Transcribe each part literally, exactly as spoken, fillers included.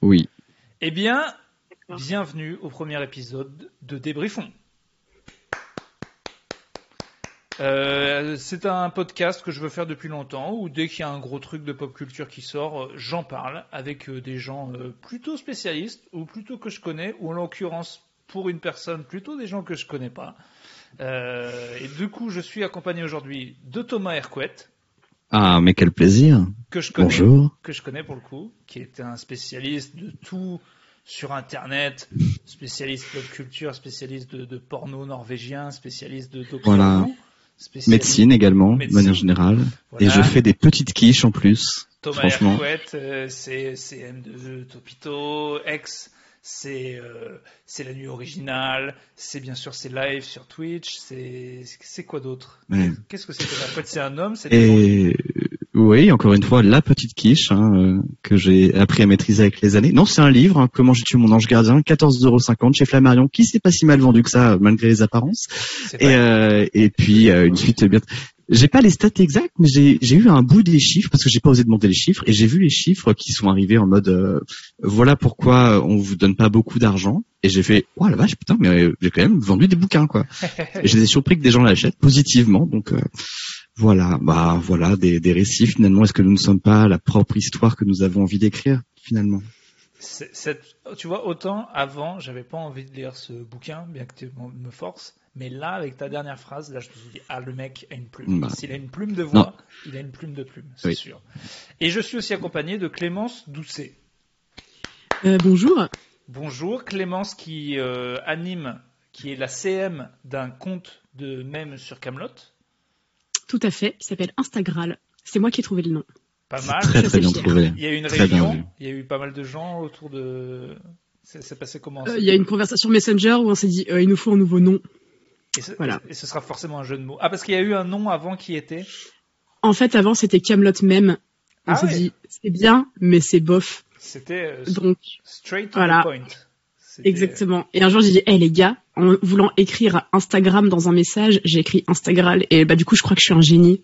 Oui. Eh bien, bienvenue au premier épisode de Débriefons. Euh, c'est un podcast que je veux faire depuis longtemps, où dès qu'il y a un gros truc de pop culture qui sort, euh, j'en parle avec euh, des gens euh, plutôt spécialistes, ou plutôt que je connais, ou en l'occurrence, pour une personne, plutôt des gens que je connais pas. Euh, et du coup, je suis accompagné aujourd'hui de Thomas Hercouet. Ah, mais quel plaisir. Que je connais, Bonjour. Que je connais pour le coup, qui est un spécialiste de tout sur Internet, spécialiste pop culture, spécialiste de, de porno norvégien, spécialiste de Doctor Voilà. Who. Médecine également, médecine. de manière générale. Voilà. Et je fais des petites quiches en plus. Thomas franchement. Hercouet, euh, c'est C M de Topito, X, c'est euh, c'est la nuit originale, c'est bien sûr c'est live sur Twitch, c'est c'est quoi d'autre? Ouais. Qu'est-ce que c'est Thomas Hercouet? C'est un homme, c'est Et oui, encore une fois, la petite quiche hein, euh, que j'ai appris à maîtriser avec les années. Non, c'est un livre, hein, Comment j'ai tué mon ange gardien, quatorze euros cinquante chez Flammarion, qui s'est pas si mal vendu que ça, malgré les apparences. Et, euh, et puis, euh, une suite bien... J'ai pas les stats exactes, mais j'ai, j'ai eu un bout des chiffres, parce que j'ai pas osé demander les chiffres, et j'ai vu les chiffres qui sont arrivés en mode, euh, voilà pourquoi on vous donne pas beaucoup d'argent. Et j'ai fait, oh la vache, putain, mais j'ai quand même vendu des bouquins, quoi. Et j'étais surpris que des gens l'achètent positivement, donc... Euh, Voilà, bah voilà des, des récits finalement. Est-ce que nous ne sommes pas la propre histoire que nous avons envie d'écrire finalement? c'est, c'est, Tu vois, autant avant, j'avais pas envie de lire ce bouquin, bien que tu me forces, mais là, avec ta dernière phrase, là, je me suis dit, ah, le mec a une plume. Bah, S'il a une plume de voix, non. Il a une plume de plume, c'est oui. sûr. Et je suis aussi accompagné de Clémence Doucet. Euh, bonjour. Bonjour, Clémence qui euh, anime, qui est la C M d'un compte de mèmes sur Kaamelott. Tout à fait, il s'appelle Instagram. C'est moi qui ai trouvé le nom. Pas mal. Très très bien trouvé. Il y a eu une très réunion, il y a eu pas mal de gens autour de... C'est, c'est passé comment? euh, Il y a eu une conversation Messenger où on s'est dit euh, il nous faut un nouveau nom. Et ce, voilà. et ce sera forcément un jeu de mots. Ah, parce qu'il y a eu un nom avant qui était... En fait, avant c'était Kaamelott Meme. On ah s'est ouais. dit c'est bien, mais c'est bof. C'était euh, Donc, straight to voilà. the point. C'était... Exactement. Et un jour j'ai dit, hé hey, les gars, en voulant écrire Instagram dans un message, j'ai écrit Instagram et bah du coup je crois que je suis un génie.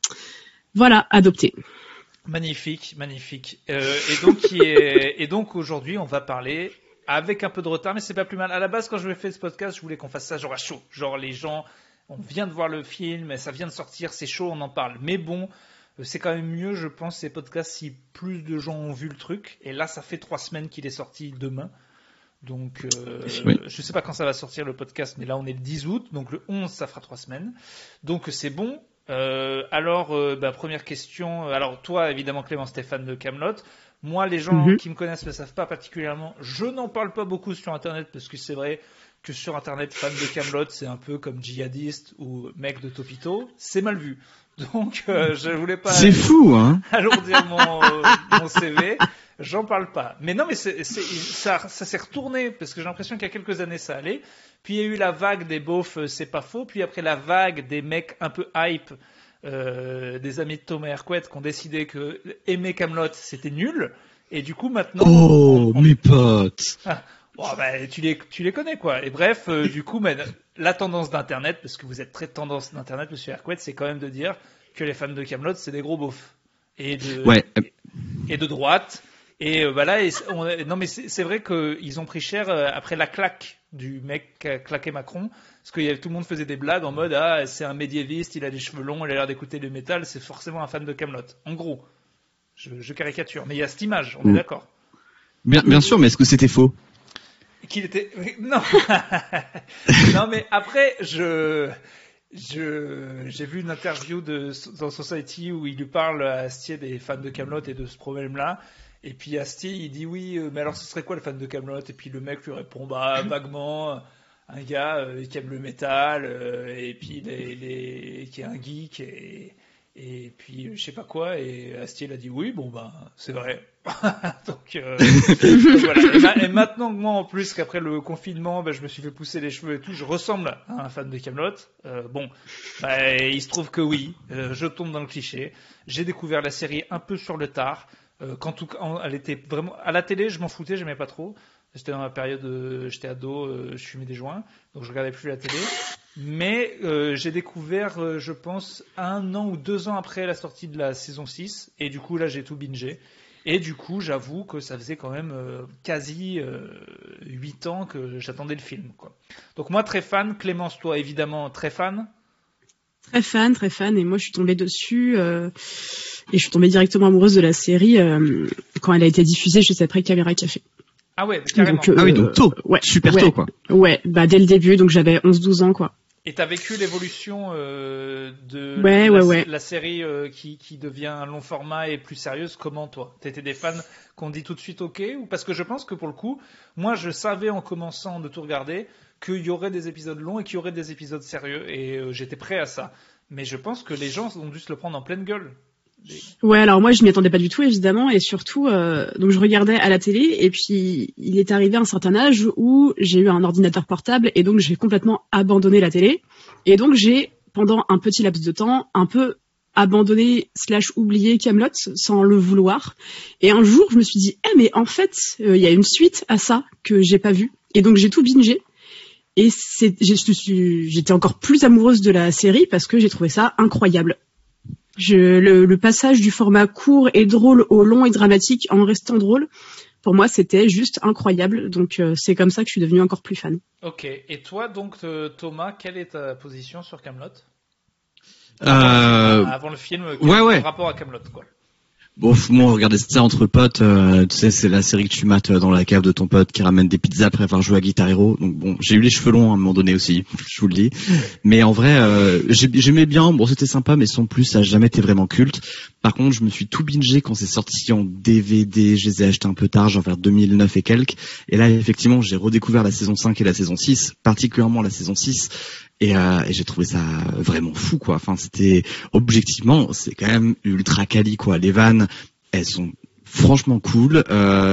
Voilà, adopté. Magnifique, magnifique. Euh, et donc, qui est... et donc aujourd'hui, on va parler avec un peu de retard, mais c'est pas plus mal. À la base, quand je fait ce podcast, je voulais qu'on fasse ça genre à chaud. Genre les gens, on vient de voir le film, ça vient de sortir, c'est chaud, on en parle. Mais bon, c'est quand même mieux, je pense, ces podcasts si plus de gens ont vu le truc. Et là, ça fait trois semaines qu'il est sorti demain. Donc, euh, oui. Je sais pas quand ça va sortir le podcast, mais là, on est le dix août. Donc, le onze, ça fera trois semaines. Donc, c'est bon. Euh, alors, euh, bah, première question. Alors, toi, évidemment, Clément, Stéphane de Kaamelott. Moi, les gens mm-hmm. qui me connaissent ne le savent pas particulièrement. Je n'en parle pas beaucoup sur Internet parce que c'est vrai que sur Internet, fan de Kaamelott, c'est un peu comme djihadiste ou mec de Topito. C'est mal vu. Donc, euh, je voulais pas. C'est fou, hein. Alourdir mon, euh, mon C V. J'en parle pas. Mais non, mais c'est, c'est, ça, ça s'est retourné parce que j'ai l'impression qu'il y a quelques années ça allait. Puis il y a eu la vague des beaufs, c'est pas faux. Puis après la vague des mecs un peu hype, euh, des amis de Thomas Hercouet qui ont décidé que aimer Kaamelott c'était nul. Et du coup maintenant. Oh, on, on... mes potes. Ah, oh, bah, tu les, tu les connais quoi. Et bref, euh, du coup, mais, la tendance d'Internet, parce que vous êtes très tendance d'Internet, Monsieur Hercouet, c'est quand même de dire que les fans de Kaamelott c'est des gros beaufs et de ouais. et, et de droite. Et euh, bah là, et on, non mais c'est, c'est vrai qu'ils ont pris cher euh, après la claque du mec qui a claqué Macron, parce que y avait, tout le monde faisait des blagues en mode ah c'est un médiéviste, il a les cheveux longs, il a l'air d'écouter le métal, c'est forcément un fan de Kaamelott. En gros, je, je caricature, mais il y a cette image, on mmh. est d'accord. Bien, bien sûr, mais est-ce que c'était faux? Qu'il était non, non mais après je. Je, j'ai vu une interview de, dans Society où il lui parle à Astier des fans de Kaamelott et de ce problème-là. Et puis Astier, il dit oui, euh, mais alors ce serait quoi le fan de Kaamelott? Et puis le mec lui répond bah vaguement, un gars euh, qui aime le métal euh, et puis les, les, qui est un geek et, et puis je sais pas quoi. Et Astier il a dit oui, bon bah c'est vrai. donc, euh, donc voilà. Et, ma, et maintenant que moi en plus qu'après le confinement, bah, je me suis fait pousser les cheveux et tout, je ressemble à un fan de Kaamelott. Euh, bon, bah, il se trouve que oui, euh, je tombe dans le cliché. J'ai découvert la série un peu sur le tard. Euh, quand tout, quand elle était vraiment à la télé, je m'en foutais, j'aimais pas trop. J'étais dans la période, euh, j'étais ado, euh, je fumais des joints, donc je regardais plus la télé. Mais euh, j'ai découvert, euh, je pense, un an ou deux ans après la sortie de la saison six, et du coup là j'ai tout bingé. Et du coup, j'avoue que ça faisait quand même euh, quasi euh, huit ans que j'attendais le film, quoi. Donc moi, très fan. Clémence, toi, évidemment, très fan. Très fan, très fan. Et moi, je suis tombée dessus euh, et je suis tombée directement amoureuse de la série euh, quand elle a été diffusée juste après Caméra Café. Ah ouais, carrément. Donc, euh, Ah oui, donc tôt. Ouais, Super ouais, tôt, quoi. Ouais, bah dès le début, donc j'avais onze douze ans, quoi. Et t'as vécu l'évolution euh, de Ouais, la, ouais, ouais. la série euh, qui, qui devient un long format et plus sérieuse. Comment, toi? T'étais des fans qu'on dit tout de suite OK? Ou parce que je pense que pour le coup, moi, je savais en commençant de tout regarder qu'il y aurait des épisodes longs et qu'il y aurait des épisodes sérieux. Et euh, j'étais prêt à ça. Mais je pense que les gens ont dû se le prendre en pleine gueule. Ouais, alors moi je m'y attendais pas du tout évidemment, et surtout euh, donc je regardais à la télé, et puis il est arrivé un certain âge où j'ai eu un ordinateur portable, et donc j'ai complètement abandonné la télé, et donc j'ai pendant un petit laps de temps un peu abandonné slash oublié Kaamelott sans le vouloir, et un jour je me suis dit eh mais en fait il euh, y a une suite à ça que j'ai pas vu, et donc j'ai tout bingé. Et c'est, j'étais encore plus amoureuse de la série parce que j'ai trouvé ça incroyable. Je, le, le passage du format court et drôle au long et dramatique en restant drôle, pour moi, c'était juste incroyable. Donc, euh, c'est comme ça que je suis devenue encore plus fan. Ok. Et toi, donc, euh, Thomas, quelle est ta position sur Kaamelott euh... avant, avant le film, quel ouais, ouais. rapport à Kaamelott, quoi? Bon, moi, regardez ça entre potes, euh, tu sais, c'est la série que tu mates dans la cave de ton pote qui ramène des pizzas après avoir joué à Guitar Hero. Donc bon, j'ai eu les cheveux longs à un moment donné aussi, je vous le dis. Mais en vrai, euh, j'aimais bien, bon, c'était sympa, mais sans plus, ça a jamais été vraiment culte. Par contre, je me suis tout bingé quand c'est sorti en D V D, je les ai achetés un peu tard, genre vers deux mille neuf et quelques. Et là, effectivement, j'ai redécouvert la saison cinq et la saison six, particulièrement la saison six. Et, euh, et j'ai trouvé ça vraiment fou, quoi. Enfin, c'était objectivement, c'est quand même ultra quali, quoi. Les vannes, elles sont franchement cool. Euh,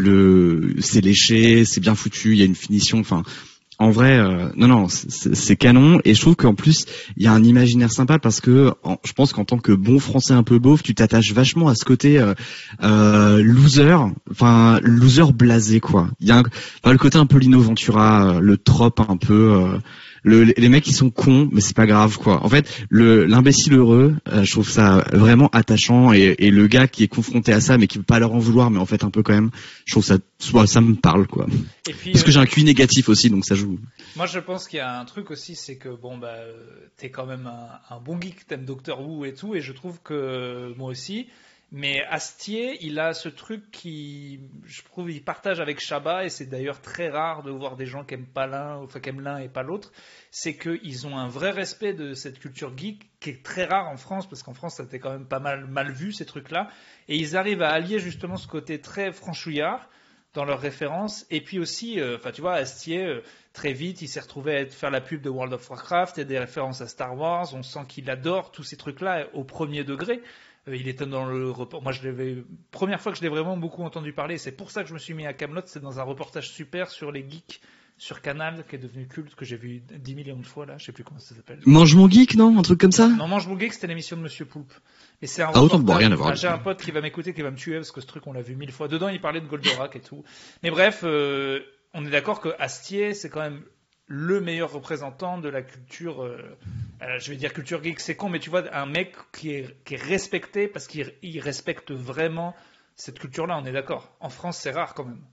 le, c'est léché, c'est bien foutu. Il y a une finition. Enfin, en vrai, euh, non, non, c'est, c'est canon. Et je trouve qu'en plus, il y a un imaginaire sympa parce que en, je pense qu'en tant que bon Français un peu beauf, tu t'attaches vachement à ce côté euh, euh, loser, enfin loser blasé, quoi. Il y a un, enfin, le côté un peu Lino Ventura, le trope un peu. Euh, Le, les mecs ils sont cons, mais c'est pas grave, quoi. En fait, le l'imbécile heureux, euh, je trouve ça vraiment attachant, et, et le gars qui est confronté à ça, mais qui veut pas leur en vouloir, mais en fait un peu quand même, je trouve ça, soit ça me parle, quoi. Et puis, parce euh, que j'ai un Q I négatif aussi, donc ça joue. Moi, je pense qu'il y a un truc aussi, c'est que bon bah euh, t'es quand même un, un bon geek, t'aimes Doctor Who et tout, et je trouve que moi aussi. Mais Astier, il a ce truc qui, je trouve, il partage avec Chabat, et c'est d'ailleurs très rare de voir des gens qui aiment pas l'un, enfin qui aiment l'un et pas l'autre. C'est qu'ils ont un vrai respect de cette culture geek qui est très rare en France, parce qu'en France, ça était quand même pas mal mal vu ces trucs-là, et ils arrivent à allier justement ce côté très franchouillard dans leurs références, et puis aussi, enfin euh, tu vois, Astier, euh, très vite, il s'est retrouvé à faire la pub de World of Warcraft, il y a des références à Star Wars, on sent qu'il adore tous ces trucs-là au premier degré. Il était dans le report. Moi, je l'avais. Première fois que je l'ai vraiment beaucoup entendu parler, c'est pour ça que je me suis mis à Kaamelott. C'est dans un reportage super sur les geeks sur Canal, qui est devenu culte, que j'ai vu dix millions de fois là. Je sais plus comment ça s'appelle. Mange mon geek, non, un truc comme ça. Non, Mange mon geek, c'était l'émission de Monsieur Poulpe. Et c'est un ah, autant de rien à voir. J'ai un pote qui va m'écouter, qui va me tuer parce que ce truc on l'a vu mille fois. Dedans, il parlait de Goldorak et tout. Mais bref, euh, on est d'accord que Astier, c'est quand même le meilleur représentant de la culture, euh, je vais dire culture geek, c'est con, mais tu vois, un mec qui est, qui est respecté parce qu'il il respecte vraiment cette culture-là, on est d'accord. En France, c'est rare quand même.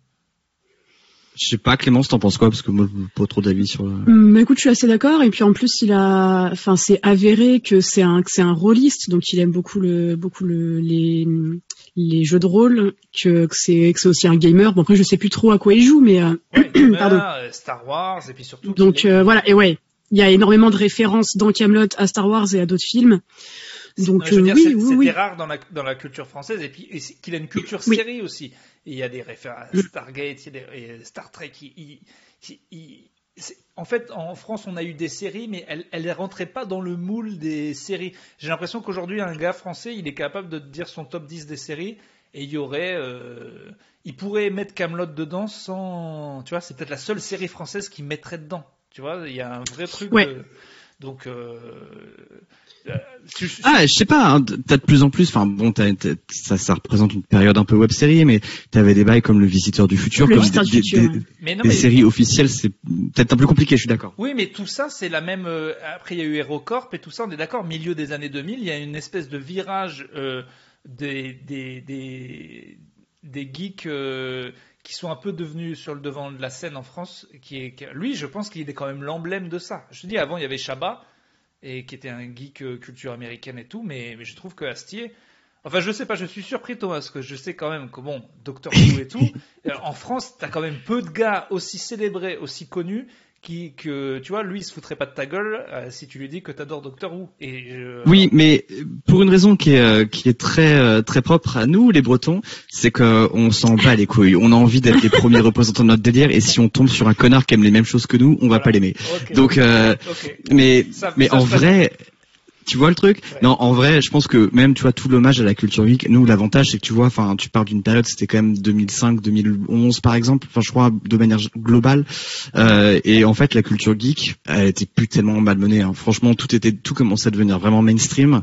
Je sais pas, Clémence, t'en penses quoi? Parce que moi, je n'ai pas trop d'avis sur. Le... Bah, écoute, je suis assez d'accord. Et puis en plus, il a, enfin, c'est avéré que c'est un, que c'est un rôliste, donc il aime beaucoup le, beaucoup le, les, les jeux de rôle, que, que c'est, que c'est aussi un gamer. Bon après, je sais plus trop à quoi il joue, mais. Euh... Ouais, gamer, pardon. Star Wars et puis surtout. Donc euh, voilà, et ouais, il y a énormément de références dans Kaamelott à Star Wars et à d'autres films. Donc non, je veux dire, oui, c'est, oui, c'était oui. rare dans la, dans la culture française, et puis et qu'il a une culture série oui. aussi. Et il y a des références à Stargate, il y a des, et Star Trek. Il, il, il, il, en fait, en France, on a eu des séries, mais elles ne rentraient pas dans le moule des séries. J'ai l'impression qu'aujourd'hui, un gars français, il est capable de dire son top dix des séries, et il y aurait, euh, il pourrait mettre Kaamelott dedans sans, tu vois, c'est peut-être la seule série française qui mettrait dedans. Tu vois, il y a un vrai truc. Ouais. De, donc. Euh, Tu, tu... Ah, je sais pas, hein, t'as de plus en plus, enfin bon, t'as, t'as, ça, ça représente une période un peu web-série, mais t'avais des bails comme Le Visiteur du Futur, le comme Visiteur des, du Futur, des, ouais. mais non, des mais... séries officielles, c'est peut-être un peu compliqué, je suis d'accord. Oui, mais tout ça, c'est la même. Euh, après, il y a eu HeroCorp et tout ça, on est d'accord. Milieu des années deux mille, il y a une espèce de virage. Euh, des des des, des geeks euh, qui sont un peu devenus sur le devant de la scène en France. Qui est, qui, lui, je pense qu'il est quand même l'emblème de ça. Je te dis, avant il y avait Chabat et qui était un geek euh, culture américaine et tout, mais, mais je trouve que Astier. Enfin, je sais pas, je suis surpris, Thomas, parce que je sais quand même que, bon, Doctor Who et tout, euh, en France, t'as quand même peu de gars aussi célébrés, aussi connus, qui, que, tu vois, lui, il se foutrait pas de ta gueule euh, si tu lui dis que t'adores Doctor Who. Et, euh, oui, mais pour une raison qui est, euh, qui est très, euh, très propre à nous, les Bretons, c'est qu'on s'en bat les couilles. On a envie d'être les premiers représentants de notre délire, et si on tombe sur un connard qui aime les mêmes choses que nous, on va voilà. pas l'aimer. Okay, Donc, euh, okay. mais, ça, mais ça en vrai... Tu vois le truc? Ouais. Non, en vrai, je pense que même, tu vois, tout l'hommage à la culture geek, nous, l'avantage, c'est que tu vois, enfin, tu parles d'une période, c'était quand même deux mille cinq, deux mille onze, par exemple, enfin, je crois, de manière globale, euh, et en fait, la culture geek, elle était plus tellement malmenée, hein. Franchement, tout était, tout commençait à devenir vraiment mainstream.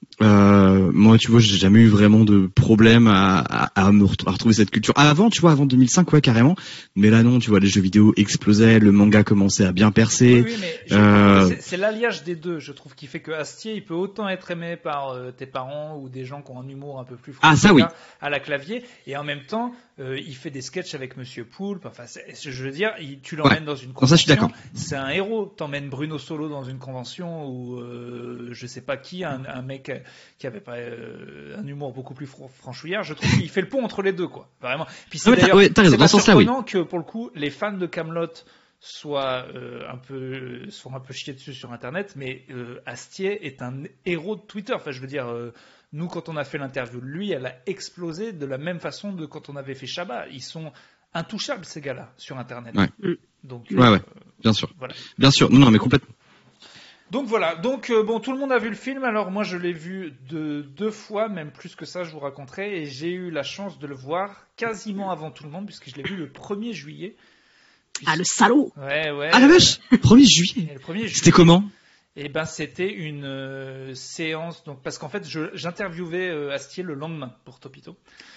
Euh, moi, tu vois, j'ai jamais eu vraiment de problème à, à, à me à retrouver cette culture. Avant, tu vois, avant deux mille cinq, ouais, carrément. Mais là, non, tu vois, les jeux vidéo explosaient, le manga commençait à bien percer. Oui, oui, mais euh... c'est, c'est l'alliage des deux, je trouve, qui fait que Astier, il peut autant être aimé par euh, tes parents ou des gens qui ont un humour un peu plus fou ah, ça, oui. à la clavier, et en même temps, euh, il fait des sketchs avec Monsieur Poulpe. Enfin, c'est, je veux dire, il, tu l'emmènes ouais. dans une convention. Ça, je suis d'accord. C'est un héros. T'emmènes Bruno Solo dans une convention ou euh, je sais pas qui, un, un mec qui avait pas euh, un humour beaucoup plus franchouillard. Je trouve qu'il fait le pont entre les deux, quoi. Vraiment. Puis c'est ouais, d'ailleurs ouais, c'est pas surprenant oui. que pour le coup, les fans de Kaamelott soient euh, un peu sont un peu chiés dessus sur Internet, mais euh, Astier est un héros de Twitter. Enfin, je veux dire. Euh, Nous, quand on a fait l'interview de lui, elle a explosé de la même façon de quand on avait fait Chabat. Ils sont intouchables, ces gars-là, sur Internet. Ouais. Donc, ouais, euh, ouais, bien sûr. Voilà. Bien sûr. Non, non, mais complètement. Donc voilà. Donc euh, bon, tout le monde a vu le film. Alors moi, je l'ai vu de deux fois, même plus que ça, je vous raconterai. Et j'ai eu la chance de le voir quasiment avant tout le monde, puisque je l'ai vu le premier juillet. Puisque... Ah, le salaud. Ouais, ouais. Ah la vache. premier juillet. Le premier juillet. C'était comment? Eh ben, c'était une euh, séance, donc parce qu'en fait, je, j'interviewais euh, Astier le lendemain pour Topito.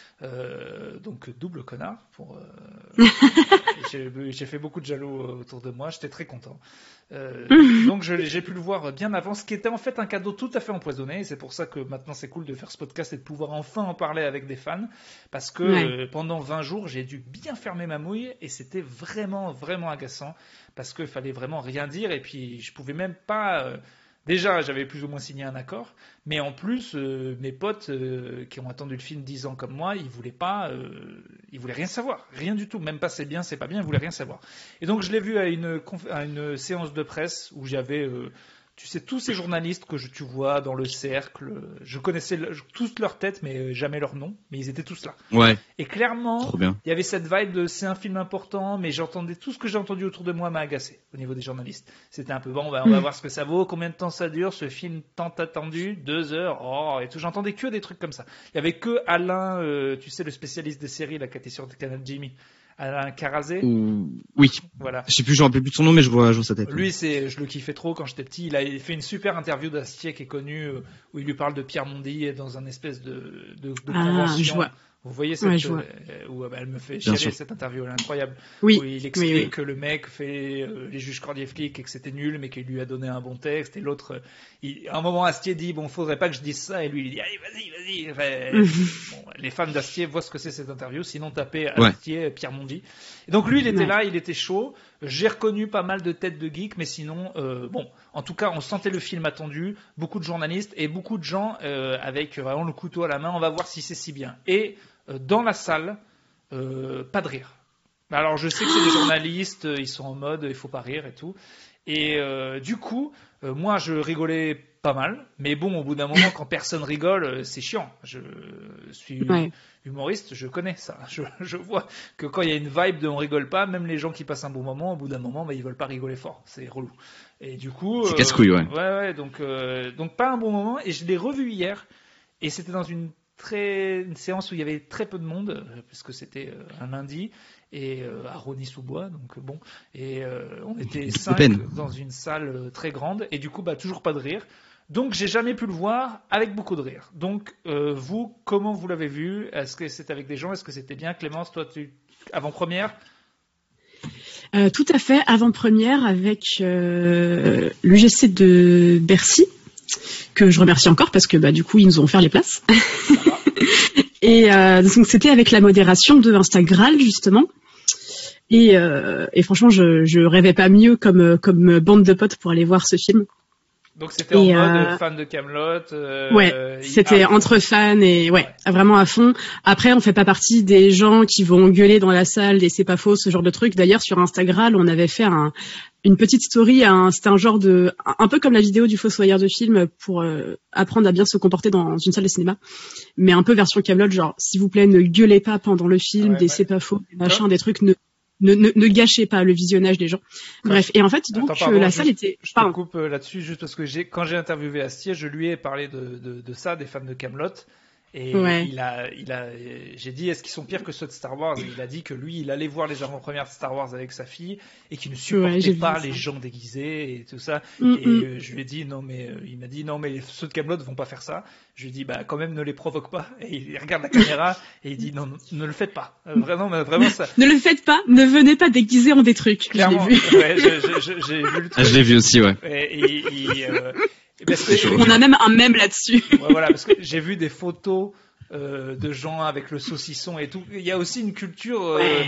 Euh, donc double connard. Pour, euh, j'ai, j'ai fait beaucoup de jaloux autour de moi. J'étais très content. Euh, donc je, j'ai pu le voir bien avant, ce qui était en fait un cadeau tout à fait empoisonné. Et c'est pour ça que maintenant c'est cool de faire ce podcast et de pouvoir enfin en parler avec des fans, parce que ouais. euh, pendant vingt jours, j'ai dû bien fermer ma mouille et c'était vraiment vraiment agaçant parce qu'il fallait vraiment rien dire et puis je pouvais même pas. Euh, Déjà, j'avais plus ou moins signé un accord, mais en plus, euh, mes potes euh, qui ont attendu le film dix ans comme moi, ils voulaient pas, euh, ils voulaient rien savoir, rien du tout, même pas c'est bien, c'est pas bien, ils voulaient rien savoir. Et donc, je l'ai vu à une, à une séance de presse où j'avais, euh, tu sais, tous ces journalistes que je, tu vois dans le cercle, je connaissais le, tous leurs têtes, mais jamais leur nom, mais ils étaient tous là. Ouais. Et clairement, trop bien. Il y avait cette vibe de c'est un film important, mais j'entendais tout ce que j'ai entendu autour de moi m'a agacé au niveau des journalistes. C'était un peu bon, on va, on va voir ce que ça vaut, combien de temps ça dure, ce film tant attendu, deux heures, oh, et tout. J'entendais que des trucs comme ça. Il y avait que Alain, euh, tu sais, le spécialiste des séries, là, qui était sur Canal Jimmy. Alain Carazé. Ou... Oui. Voilà. Je sais plus, je me rappelle plus de son nom, mais je vois, je vois sa tête. Lui, c'est, je le kiffais trop quand j'étais petit. Il a fait une super interview d'Astier qui est connue, où il lui parle de Pierre Mondy dans un espèce de, de, de ah, convention. Je vois. Vous voyez cette, ouais, je vois. Euh, où elle me fait chialer cette interview, elle est incroyable. Oui. Où il explique oui, oui. que le mec fait euh, les juges cordiers flics et que c'était nul, mais qu'il lui a donné un bon texte. Et l'autre, euh, il, à un moment, Astier dit bon, faudrait pas que je dise ça. Et lui, il dit allez, vas-y, vas-y. Enfin, bon, les fans d'Astier voient ce que c'est cette interview. Sinon, tapez Astier, ouais. Pierre Mondy. Et donc lui, il était ouais. là, il était chaud. J'ai reconnu pas mal de têtes de geeks, mais sinon, euh, bon, en tout cas, on sentait le film attendu. Beaucoup de journalistes et beaucoup de gens euh, avec vraiment le couteau à la main. On va voir si c'est si bien. Et dans la salle, euh, pas de rire. Alors je sais que c'est des journalistes, ils sont en mode il faut pas rire et tout. Et euh, du coup, euh, moi je rigolais pas mal, mais bon, au bout d'un moment, quand personne rigole, c'est chiant. Je suis ouais. humoriste, je connais ça. Je, je vois que quand il y a une vibe de on rigole pas, même les gens qui passent un bon moment, au bout d'un moment, bah, ils veulent pas rigoler fort. C'est relou. Et du coup, c'est euh, casse-couille, ouais. Ouais, ouais. Donc, euh, donc pas un bon moment. Et je l'ai revu hier, et c'était dans une Très, une séance où il y avait très peu de monde, puisque c'était euh, un lundi, et euh, à Rosny-sous-Bois, donc bon, et euh, on était cinq dans une salle très grande, et du coup, bah, toujours pas de rire. Donc, j'ai jamais pu le voir avec beaucoup de rire. Donc, euh, vous, comment vous l'avez vu? Est-ce que c'était avec des gens? Est-ce que c'était bien? Clémence, toi, tu avant-première? euh, Tout à fait, avant-première avec euh, l'U G C de Bercy. Que je remercie encore parce que bah du coup ils nous ont offert les places. Et euh, donc c'était avec la modération de Instagram justement. Et, euh, et franchement, je, je rêvais pas mieux comme comme bande de potes pour aller voir ce film. Donc c'était en et mode euh... fan de Kaamelott. Euh, ouais, euh, c'était ah, entre fans et ouais, ouais, vraiment à fond. Après, on fait pas partie des gens qui vont gueuler dans la salle et c'est pas faux, ce genre de truc. D'ailleurs, sur Instagram, on avait fait un, une petite story. Un, c'était un genre de, un peu comme la vidéo du fossoyeur de film pour euh, apprendre à bien se comporter dans une salle de cinéma, mais un peu version Kaamelott, genre s'il vous plaît, ne gueulez pas pendant le film, ouais, des ouais. c'est pas faux, des machins, des trucs ne Ne, ne, ne gâchez pas le visionnage des gens. Bref, et en fait, donc Attends, pardon, la juste, salle était. Je te pardon. coupe euh, là-dessus juste parce que j'ai, quand j'ai interviewé Astier, je lui ai parlé de, de, de ça, des fans de Kaamelott. Et ouais. il a, il a, j'ai dit, est-ce qu'ils sont pires que ceux de Star Wars? Et il a dit que lui, il allait voir les avant-premières de Star Wars avec sa fille et qu'il ne supportait ouais, pas les gens déguisés et tout ça. Mm-hmm. Et euh, je lui ai dit, non, mais euh, il m'a dit, non, mais ceux de Kaamelott vont pas faire ça. Je lui ai dit, bah, quand même, ne les provoque pas. Et il regarde la caméra et il dit, non, non ne le faites pas. Euh, vraiment, mais vraiment ça. Ne le faites pas, ne venez pas déguiser en des trucs. Clairement, je l'ai vu. Ouais, je, je, je, j'ai vu le truc. Ah, je l'ai vu aussi, ouais. Et, et, et, euh, parce que, on a même un mème là-dessus. Ouais, voilà, parce que j'ai vu des photos euh, de gens avec le saucisson et tout. Il y a aussi une culture euh, ouais.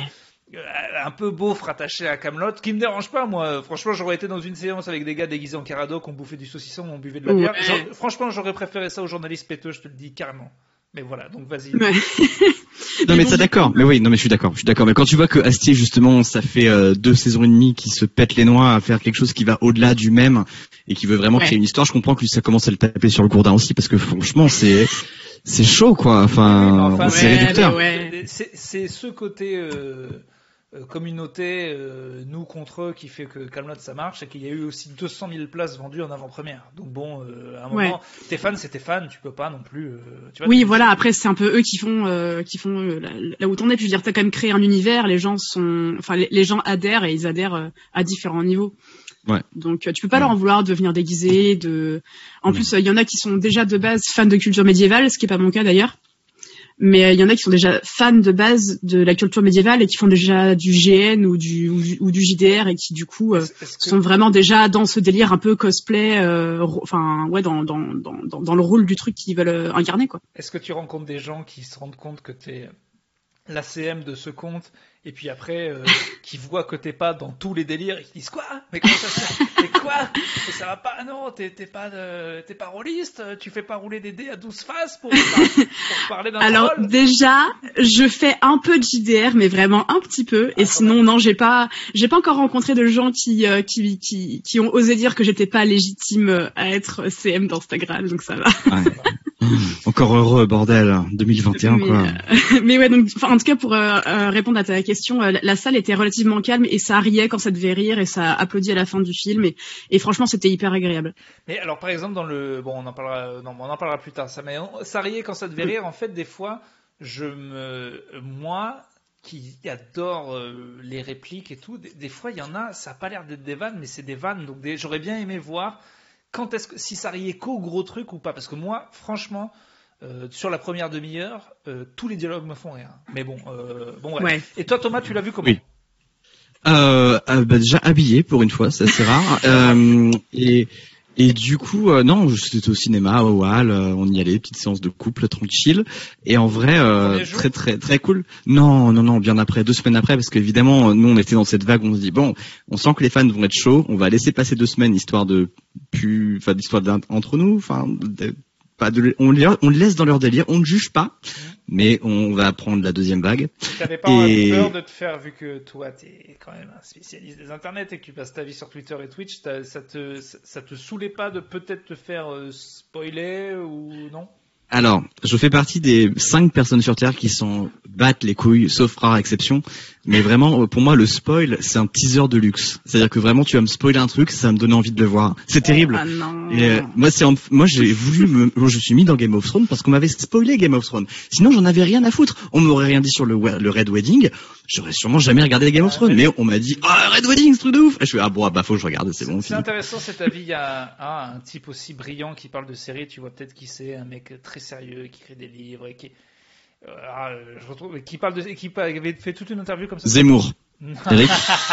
un peu beauf rattachée à Kaamelott, qui me dérange pas, moi. Franchement, j'aurais été dans une séance avec des gars déguisés en Caradoc, on bouffait du saucisson, on buvait de la bière. Ouais. Genre, franchement, j'aurais préféré ça aux journalistes péteux, je te le dis carrément. Mais voilà, donc vas-y. Ouais. Non mais ça d'accord, mais oui, non mais je suis d'accord, je suis d'accord. Mais quand tu vois que Astier justement, ça fait euh, deux saisons et demie qu'il se pète les noix à faire quelque chose qui va au-delà du même et qui veut vraiment ouais. créer une histoire, je comprends que lui ça commence à le taper sur le gourdin aussi parce que franchement c'est c'est chaud quoi. Enfin, enfin c'est ouais, réducteur. Ouais. C'est, c'est ce côté euh, communauté, euh, nous contre eux, qui fait que Kaamelott ça marche et qu'il y a eu aussi deux cent mille places vendues en avant-première. Donc bon, euh, à un moment, ouais. tes fans c'est tes fans, tu peux pas non plus. Euh, tu vois, oui, tu... voilà. Après, c'est un peu eux qui font, euh, qui font euh, là, là où t'en es. Puis je veux dire, t'as quand même créé un univers. Les gens sont, enfin, les, les gens adhèrent et ils adhèrent euh, à différents niveaux. Ouais. Donc, euh, tu peux pas ouais. leur en vouloir de venir déguiser. De, en ouais. plus, il euh, y en a qui sont déjà de base fans de culture médiévale, ce qui est pas mon cas d'ailleurs. Mais il euh, y en a qui sont déjà fans de base de la culture médiévale et qui font déjà du G N ou du ou du, ou du J D R et qui du coup euh, est-ce, est-ce que... sont vraiment déjà dans ce délire un peu cosplay, euh, enfin ouais dans dans dans dans le rôle du truc qu'ils veulent euh, incarner quoi. Est-ce que tu rencontres des gens qui se rendent compte que t'es l'A C M de ce compte et puis après euh, qui voient que t'es pas dans tous les délires et qui disent quoi? Mais comment ça se fait? Mais quoi? Mais ça va pas? Non, t'es, t'es pas de, t'es pas rôliste? Tu fais pas rouler des dés à douze faces pour, pour parler d'un Alors troll? déjà, je fais un peu de J D R, mais vraiment un petit peu. Et ah, sinon, non, j'ai pas, j'ai pas encore rencontré de gens qui, euh, qui, qui, qui ont osé dire que j'étais pas légitime à être C M d'Instagram, donc ça va. Ouais. Encore heureux, bordel, deux mille vingt et un, mais, quoi. Euh, mais ouais, donc, en tout cas, pour euh, euh, répondre à ta question, euh, la salle était relativement calme et ça riait quand ça devait rire et ça applaudit à la fin du film et, et franchement, c'était hyper agréable. Mais alors, par exemple, dans le, bon, on en parlera, non, on en parlera plus tard, ça, mais on, ça riait quand ça devait rire. En fait, des fois, je me, moi, qui adore euh, les répliques et tout, des, des fois, il y en a, ça a pas l'air d'être des vannes, mais c'est des vannes, donc des, j'aurais bien aimé voir quand est-ce que, si ça riait qu'au gros truc ou pas, parce que moi, franchement, euh, sur la première demi-heure, euh, tous les dialogues me font rire. Mais bon, euh, bon, ouais. Ouais. Et toi, Thomas, tu l'as vu comment? Oui. Euh, euh, bah déjà habillé pour une fois, c'est assez rare. euh, et et du coup, euh, non, c'était au cinéma, au hall, euh, on y allait, petite séance de couple tranquille. Et en vrai, euh, très très très cool. Non, non, non, bien après, deux semaines après, parce qu'évidemment, nous on était dans cette vague, on se dit bon, on sent que les fans vont être chauds, on va laisser passer deux semaines histoire de plus, enfin d'histoire entre nous, enfin. De, Pas de, on, les, on les laisse dans leur délire, on ne juge pas, mais on va prendre la deuxième vague. T'avais pas et... peur de te faire, vu que toi t'es quand même un spécialiste des internets et que tu passes ta vie sur Twitter et Twitch, ça te, ça te saoulait pas de peut-être te faire euh, spoiler ou non? Alors, je fais partie des cinq personnes sur Terre qui s'en battent les couilles, sauf rare exception. Mais vraiment, pour moi, le spoil, c'est un teaser de luxe. C'est-à-dire que vraiment, tu vas me spoiler un truc, ça va me donner envie de le voir. C'est terrible. Ah non. Et euh, moi, c'est en... moi, j'ai voulu me, je suis mis dans Game of Thrones parce qu'on m'avait spoilé Game of Thrones. Sinon, j'en avais rien à foutre. On m'aurait rien dit sur le, le Red Wedding. J'aurais sûrement jamais regardé Game of Thrones. Mais on m'a dit, ah, oh, Red Wedding, c'est truc de ouf. Et je fais, ah bon, bah faut que je regarde, c'est bon. C'est intéressant cet avis. Il y a ah, un type aussi brillant qui parle de séries. Tu vois peut-être qui c'est, un mec très sérieux qui crée des livres et qui, euh, ah, je retrouve, qui parle de, qui avait fait toute une interview comme ça. Zemmour. Eric.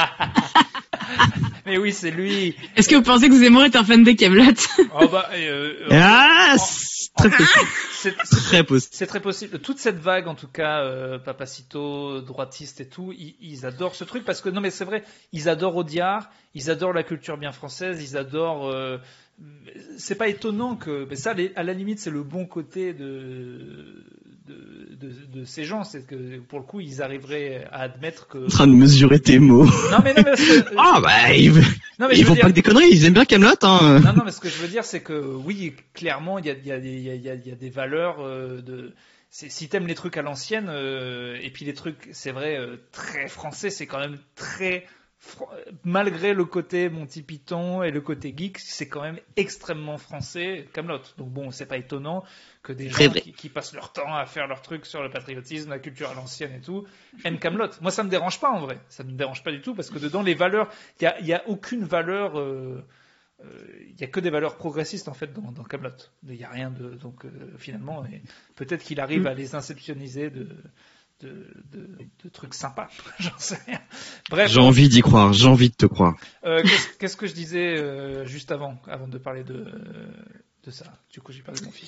Mais oui, c'est lui. Est-ce que vous pensez que Zemmour est un fan de Kaamelott? Oh bah, euh, ah, stop. très possible. C'est, c'est très possible. C'est très possible. Toute cette vague, en tout cas, euh, Papacito, droitiste et tout, ils, ils adorent ce truc parce que non, mais c'est vrai, ils adorent Audiard, ils adorent la culture bien française, ils adorent. Euh, c'est pas étonnant que, mais ça, à la limite, c'est le bon côté de. De, de, de ces gens, c'est que pour le coup, ils arriveraient à admettre que. En train de mesurer tes mots. Non mais non mais. Que... Ah bah ils, non, mais ils font dire... pas que des conneries, ils aiment bien Kaamelott. Hein. Non non mais ce que je veux dire, c'est que oui, clairement, il y a il y a il y a il y a, il y a des valeurs euh, de. C'est, si t'aimes les trucs à l'ancienne euh, et puis les trucs, c'est vrai, euh, très français, c'est quand même très. Malgré le côté Monty Python et le côté geek, c'est quand même extrêmement français, Kaamelott. Donc bon, c'est pas étonnant que des gens qui, qui passent leur temps à faire leurs trucs sur le patriotisme, la culture à l'ancienne et tout, aiment Kaamelott. Moi, ça me dérange pas en vrai. Ça me dérange pas du tout parce que dedans, les valeurs, il y a, y a aucune valeur. Euh, il euh, y a que des valeurs progressistes en fait dans, dans Kaamelott. Il y a rien de donc euh, finalement, et peut-être qu'il arrive à les inceptioniser de. De, de, de trucs sympas, j'en sais rien. Bref. J'ai envie d'y croire, j'ai envie de te croire. Euh, qu'est-ce, qu'est-ce que je disais euh, juste avant, avant de parler de, de ça. Du coup, j'ai perdu mon fil.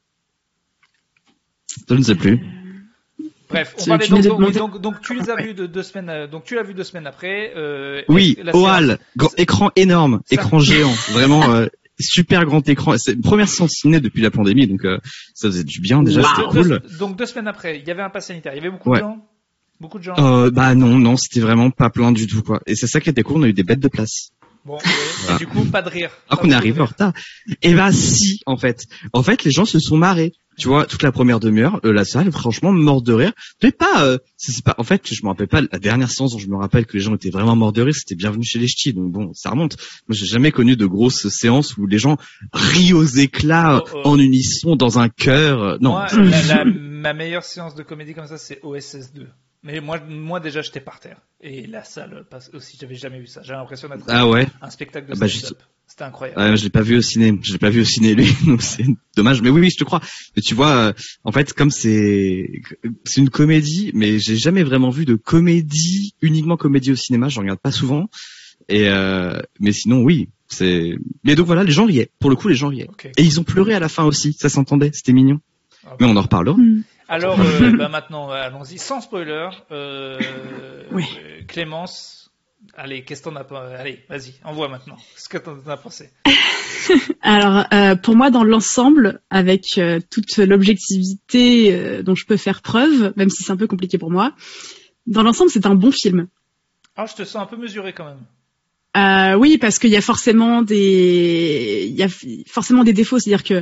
Je ne sais plus. Bref, on parlait donc, donc, donc, donc, tu les as vus de deux semaines, donc tu l'as vu deux semaines après. Euh, oui, O A L, séance... écran énorme, ça... écran géant, vraiment. Euh... Super grand écran. C'est une première séance ciné depuis la pandémie, donc euh, ça faisait du bien déjà. Wow. C'était cool. Deux, donc deux semaines après, il y avait un pass sanitaire. Il y avait beaucoup ouais. de gens. Beaucoup de gens. Euh, bah non, non, c'était vraiment pas plein du tout quoi. Et c'est ça qui était cool. On a eu des bêtes de place. Bon, ouais. Voilà. Et du coup, pas de rire. Alors qu'on est arrivé en retard. Et bah si, en fait, en fait, les gens se sont marrés. Tu vois, toute la première demi-heure, euh, la salle, franchement, morte de rire. Mais pas, euh, c'est, c'est pas, en fait, je me rappelle pas, la dernière séance dont je me rappelle que les gens étaient vraiment morts de rire, c'était Bienvenue chez les Ch'tis. Donc bon, ça remonte. Moi, j'ai jamais connu de grosses séances où les gens rient aux éclats oh, oh. en unisson dans un chœur. Non. Moi, la, la, ma meilleure séance de comédie comme ça, c'est O S S deux. Mais moi, moi déjà, j'étais par terre. Et la salle, aussi, j'avais jamais vu ça. J'avais l'impression d'être ah ouais. un spectacle de ah bah, stand-up. C'était incroyable. Ouais, je l'ai pas vu au ciné. Je l'ai pas vu au ciné lui, donc c'est dommage. Mais oui, oui, je te crois. Mais tu vois, euh, en fait, comme c'est c'est une comédie, mais j'ai jamais vraiment vu de comédie uniquement comédie au cinéma. Je regarde pas souvent. Et euh, mais sinon, oui, c'est. Mais donc voilà, les gens riaient. Pour le coup, les gens riaient. Okay. Et ils ont pleuré à la fin aussi. Ça s'entendait. C'était mignon. Okay. Mais on en reparlera. Mm. Alors, euh, bah maintenant, allons-y, sans spoiler. Euh, oui. euh, Clémence. Allez, qu'est-ce que t'en as pas... Allez, vas-y, envoie maintenant. Qu'est-ce que t'en as pensé? Alors, euh, pour moi, dans l'ensemble, avec euh, toute l'objectivité euh, dont je peux faire preuve, même si c'est un peu compliqué pour moi, dans l'ensemble, c'est un bon film. Ah, je te sens un peu mesuré quand même. Euh, oui, parce qu'il y a forcément des, il y a forcément des défauts, c'est-à-dire que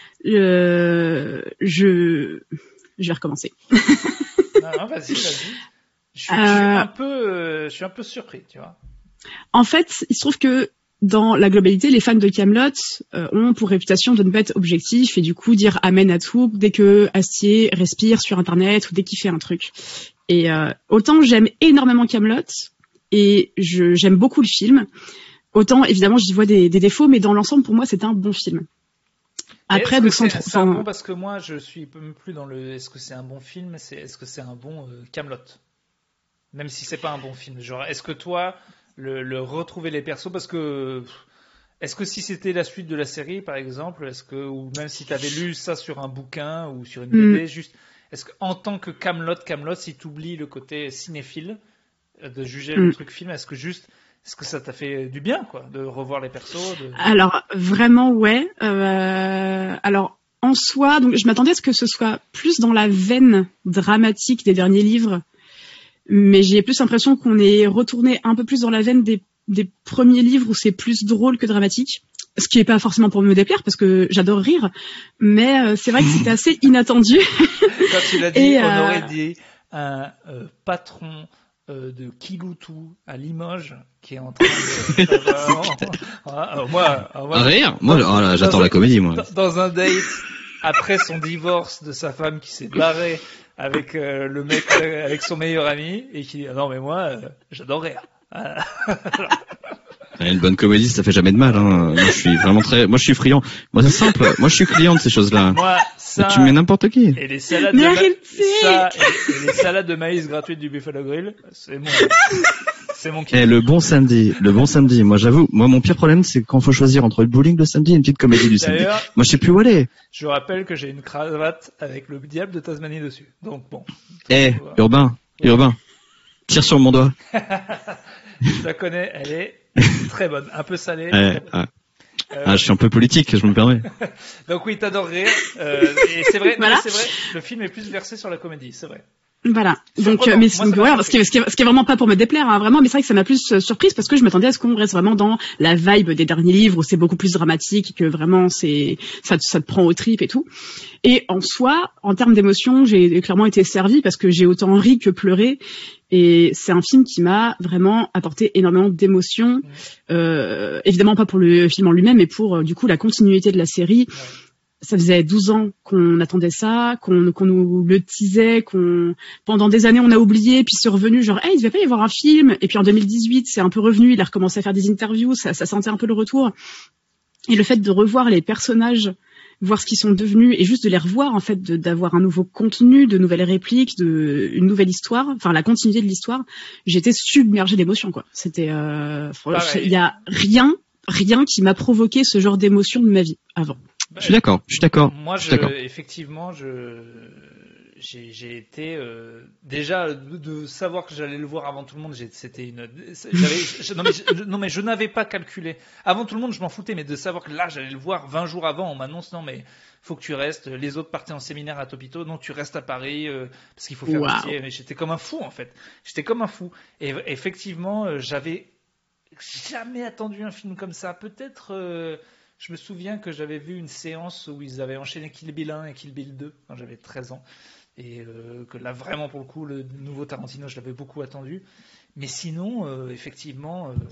euh, je, je vais recommencer. non, non, vas-y, vas-y. Je suis, euh, je suis un peu, euh, je suis un peu surpris, tu vois. En fait, il se trouve que dans la globalité, les fans de Kaamelott euh, ont pour réputation de ne pas être objectifs et du coup dire amen à tout dès que Astier respire sur Internet ou dès qu'il fait un truc. Et euh, autant j'aime énormément Kaamelott et je, j'aime beaucoup le film, autant évidemment j'y vois des, des défauts, mais dans l'ensemble pour moi c'est un bon film. Après, donc sans trop. C'est un bon parce que moi je suis même plus dans le. Est-ce que c'est un bon film, c'est est-ce que c'est un bon euh, Kaamelott. Même si c'est pas un bon film. Genre, est-ce que toi, le, le retrouver les persos, parce que, est-ce que si c'était la suite de la série, par exemple, est-ce que, ou même si t'avais lu ça sur un bouquin ou sur une B D, mm. juste, est-ce qu'en tant que Kaamelott, Kaamelott, si t'oublies le côté cinéphile, de juger mm. le truc film, est-ce que juste, est-ce que ça t'a fait du bien, quoi, de revoir les persos? De... Alors, vraiment, ouais. Euh, alors, en soi, donc, je m'attendais à ce que ce soit plus dans la veine dramatique des derniers livres. Mais j'ai plus l'impression qu'on est retourné un peu plus dans la veine des, des premiers livres où c'est plus drôle que dramatique. Ce qui est pas forcément pour me déplaire parce que j'adore rire. Mais euh, c'est vrai que c'était assez inattendu. Quand tu l'as dit, Et, on euh... aurait dit un euh, patron euh, de Kiloutou à Limoges qui est en train de... euh, moi, moi, rire moi, oh là, j'attends la comédie, moi. Dans, dans un date, après son divorce de sa femme qui s'est barrée avec euh, le mec euh, avec son meilleur ami et qui dit ah non mais moi euh, j'adore rire. Une bonne comédie ça fait jamais de mal hein. Moi je suis vraiment très moi je suis friand. Moi c'est simple, moi je suis client de ces choses-là. Moi ça, tu mets n'importe qui. Et les salades, Mais de, ma... arrêtez ça, et, et les salades de maïs gratuites du Buffalo Grill, c'est mon, c'est mon kiff. Eh, le bon samedi, le bon samedi. Moi, j'avoue, moi, mon pire problème, c'est quand faut choisir entre le bowling le samedi et une petite comédie du samedi. D'ailleurs, Moi, je sais plus où aller. je rappelle que j'ai une cravate avec le diable de Tasmanie dessus. Donc bon. Eh, Voilà. Urbain, Urbain, tire sur mon doigt. Je la connais, elle est très bonne, un peu salée. Eh, ah. Euh, Ah, je suis un peu politique, je me permets. Donc oui, t'adores rire. Euh, et c'est vrai, Voilà. non, c'est vrai, le film est plus versé sur la comédie, c'est vrai. Voilà. C'est Donc, prenant. euh, mais Moi, donc, ça m'a voilà, choqué. ce qui, est, ce, qui est, ce qui est vraiment pas pour me déplaire, hein, vraiment. Mais c'est vrai que ça m'a plus euh, surprise parce que je m'attendais à ce qu'on reste vraiment dans la vibe des derniers livres où c'est beaucoup plus dramatique, que vraiment c'est ça, te- ça te prend aux tripes et tout. Et en soi, en termes d'émotion, j'ai clairement été servie parce que j'ai autant ri que pleuré. Et c'est un film qui m'a vraiment apporté énormément d'émotions. Euh, évidemment pas pour le film en lui-même, mais pour euh, du coup la continuité de la série. Ouais. Ça faisait douze ans qu'on attendait ça, qu'on qu'on nous le teasait, qu'on pendant des années on a oublié, puis c'est revenu genre hey, il devait pas y avoir un film, et puis en deux mille dix-huit c'est un peu revenu, il a recommencé à faire des interviews, ça, ça sentait un peu le retour. Et le fait de revoir les personnages, voir ce qu'ils sont devenus et juste de les revoir en fait, de- d'avoir un nouveau contenu, de nouvelles répliques, de une nouvelle histoire, enfin la continuité de l'histoire, j'étais submergée d'émotions quoi. C'était euh, Pareil. il y a rien rien qui m'a provoqué ce genre d'émotion de ma vie avant. Je suis d'accord, je suis d'accord. Moi, je je, suis d'accord. effectivement, je, j'ai, j'ai été euh, déjà de, de savoir que j'allais le voir avant tout le monde. j'ai- C'était une, j'avais, je- non mais, je, non mais je n'avais pas calculé. Avant tout le monde, je m'en foutais, mais de savoir que là, j'allais le voir vingt jours avant, on m'annonce non mais faut que tu restes. Les autres partaient en séminaire à Topito, non tu restes à Paris euh, parce qu'il faut faire Wow. le métier. Mais j'étais comme un fou en fait. J'étais comme un fou. Et effectivement, euh, j'avais jamais attendu un film comme ça. Peut-être. euh, Je me souviens que j'avais vu une séance où ils avaient enchaîné Kill Bill un et Kill Bill deux quand j'avais treize ans. Et euh, que là, vraiment, pour le coup, le nouveau Tarantino, je l'avais beaucoup attendu. Mais sinon, euh, effectivement, euh,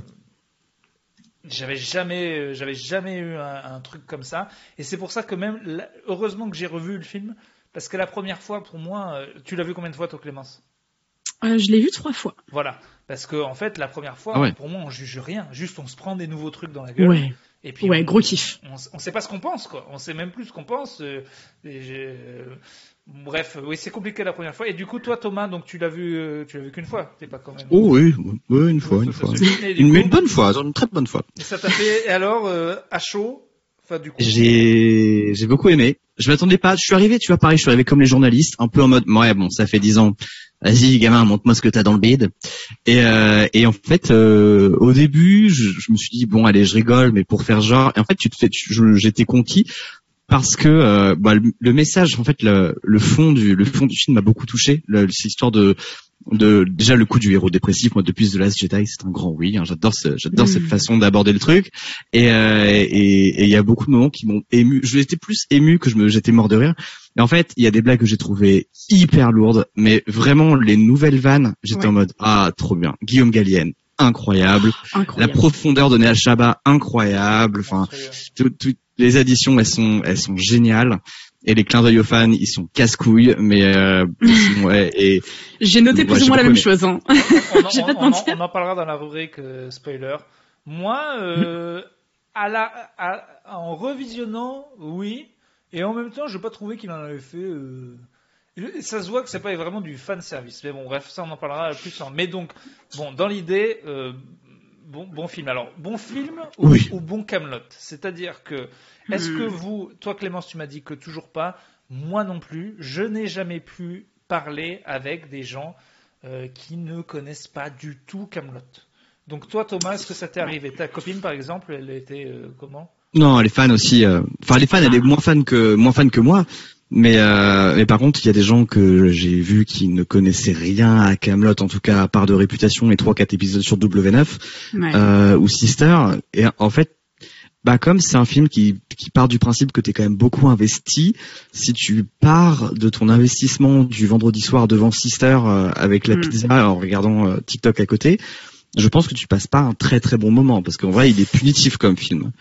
j'avais jamais, euh, j'avais jamais eu un, un truc comme ça. Et c'est pour ça que même, là, heureusement que j'ai revu le film. Parce que la première fois, pour moi, euh, tu l'as vu combien de fois, toi, Clémence ? Euh, je l'ai vu trois fois. Voilà. Parce que, en fait, la première fois, Ah ouais. pour moi, on juge rien. Juste, on se prend des nouveaux trucs dans la gueule. Ouais. Et puis Ouais, on, gros kiff. On, on sait pas ce qu'on pense, quoi. On sait même plus ce qu'on pense. euh, et j'ai- euh, bref, oui, c'est compliqué la première fois. Et du coup, toi, Thomas, donc tu l'as vu, euh, tu l'as vu qu'une fois. T'es pas quand même. Oh oui, oui, une fois, une Ça fois. suffit. Et du Une, coup, mais une bonne fois, une très bonne fois. et ça t'a fait. Et alors, euh, à chaud. Enfin, du coup. J'ai, j'ai beaucoup aimé. Je m'attendais pas. Je suis arrivé, tu vois, pareil, je suis arrivé comme les journalistes, un peu en mode, ouais, bon, ça fait dix ans. Vas-y, gamin, montre-moi ce que t'as dans le bide. Et, euh, et en fait, euh, au début, je, je me suis dit, bon, allez, je rigole, mais pour faire genre. Et en fait, tu te fais, tu- je- j'étais conquis parce que euh, bah, le, le message, en fait, le, le fond du, le fond du film m'a beaucoup touché. Le, cette histoire de de déjà le coup du héros dépressif, moi depuis The Last Jedi c'est un grand oui, hein, j'adore ce, j'adore Mm. cette façon d'aborder le truc et euh, et il y a beaucoup de moments qui m'ont ému, je j'étais plus ému que je me j'étais mort de rire. Et en fait il y a des blagues que j'ai trouvées hyper lourdes, mais vraiment les nouvelles vannes, j'étais Ouais. en mode ah trop bien. Guillaume Gallienne incroyable, la Incroyable. profondeur de Néa Chaba incroyable, enfin tout- toutes les additions elles sont elles sont géniales. Et les clins d'œil aux fans, ils sont casse-couilles, mais euh, sinon, ouais, et J'ai noté Ouais, plus j'ai ou moins la beaucoup même aimé. chose. Hein. on, en, Je vais pas te on en- mentir. on en parlera dans la rubrique euh, spoiler. Moi, euh, à la, à- en revisionnant, oui, et en même temps, je n'ai pas trouvé qu'il en avait fait. euh, Ça se voit que c'est pas vraiment du fan service. Mais bon, bref, ça on en parlera plus. En... Mais donc, bon, dans l'idée, euh, bon, bon film. Alors, bon film ou, Oui. ou bon Kaamelott. C'est-à-dire que, est-ce Hmm. que vous, toi Clémence, tu m'as dit que toujours pas. Moi non plus, je n'ai jamais pu parler avec des gens euh, qui ne connaissent pas du tout Kaamelott. Donc toi, Thomas, est-ce que ça t'est arrivé ? Ta copine, par exemple, elle était euh, comment ? non, les fans aussi. euh, Enfin, les fans, elle est moins fan que moins fan que moi. Mais euh, mais par contre, il y a des gens que j'ai vus qui ne connaissaient rien à Kaamelott, en tout cas à part de réputation et trois quatre épisodes sur W neuf Ouais. euh, ou Sister. Et en fait, bah comme c'est un film qui qui part du principe que t'es quand même beaucoup investi, si tu pars de ton investissement du vendredi soir devant Sister euh, avec la Mm. pizza en regardant euh, TikTok à côté, je pense que tu passes pas un très très bon moment parce qu'en vrai, il est punitif comme film.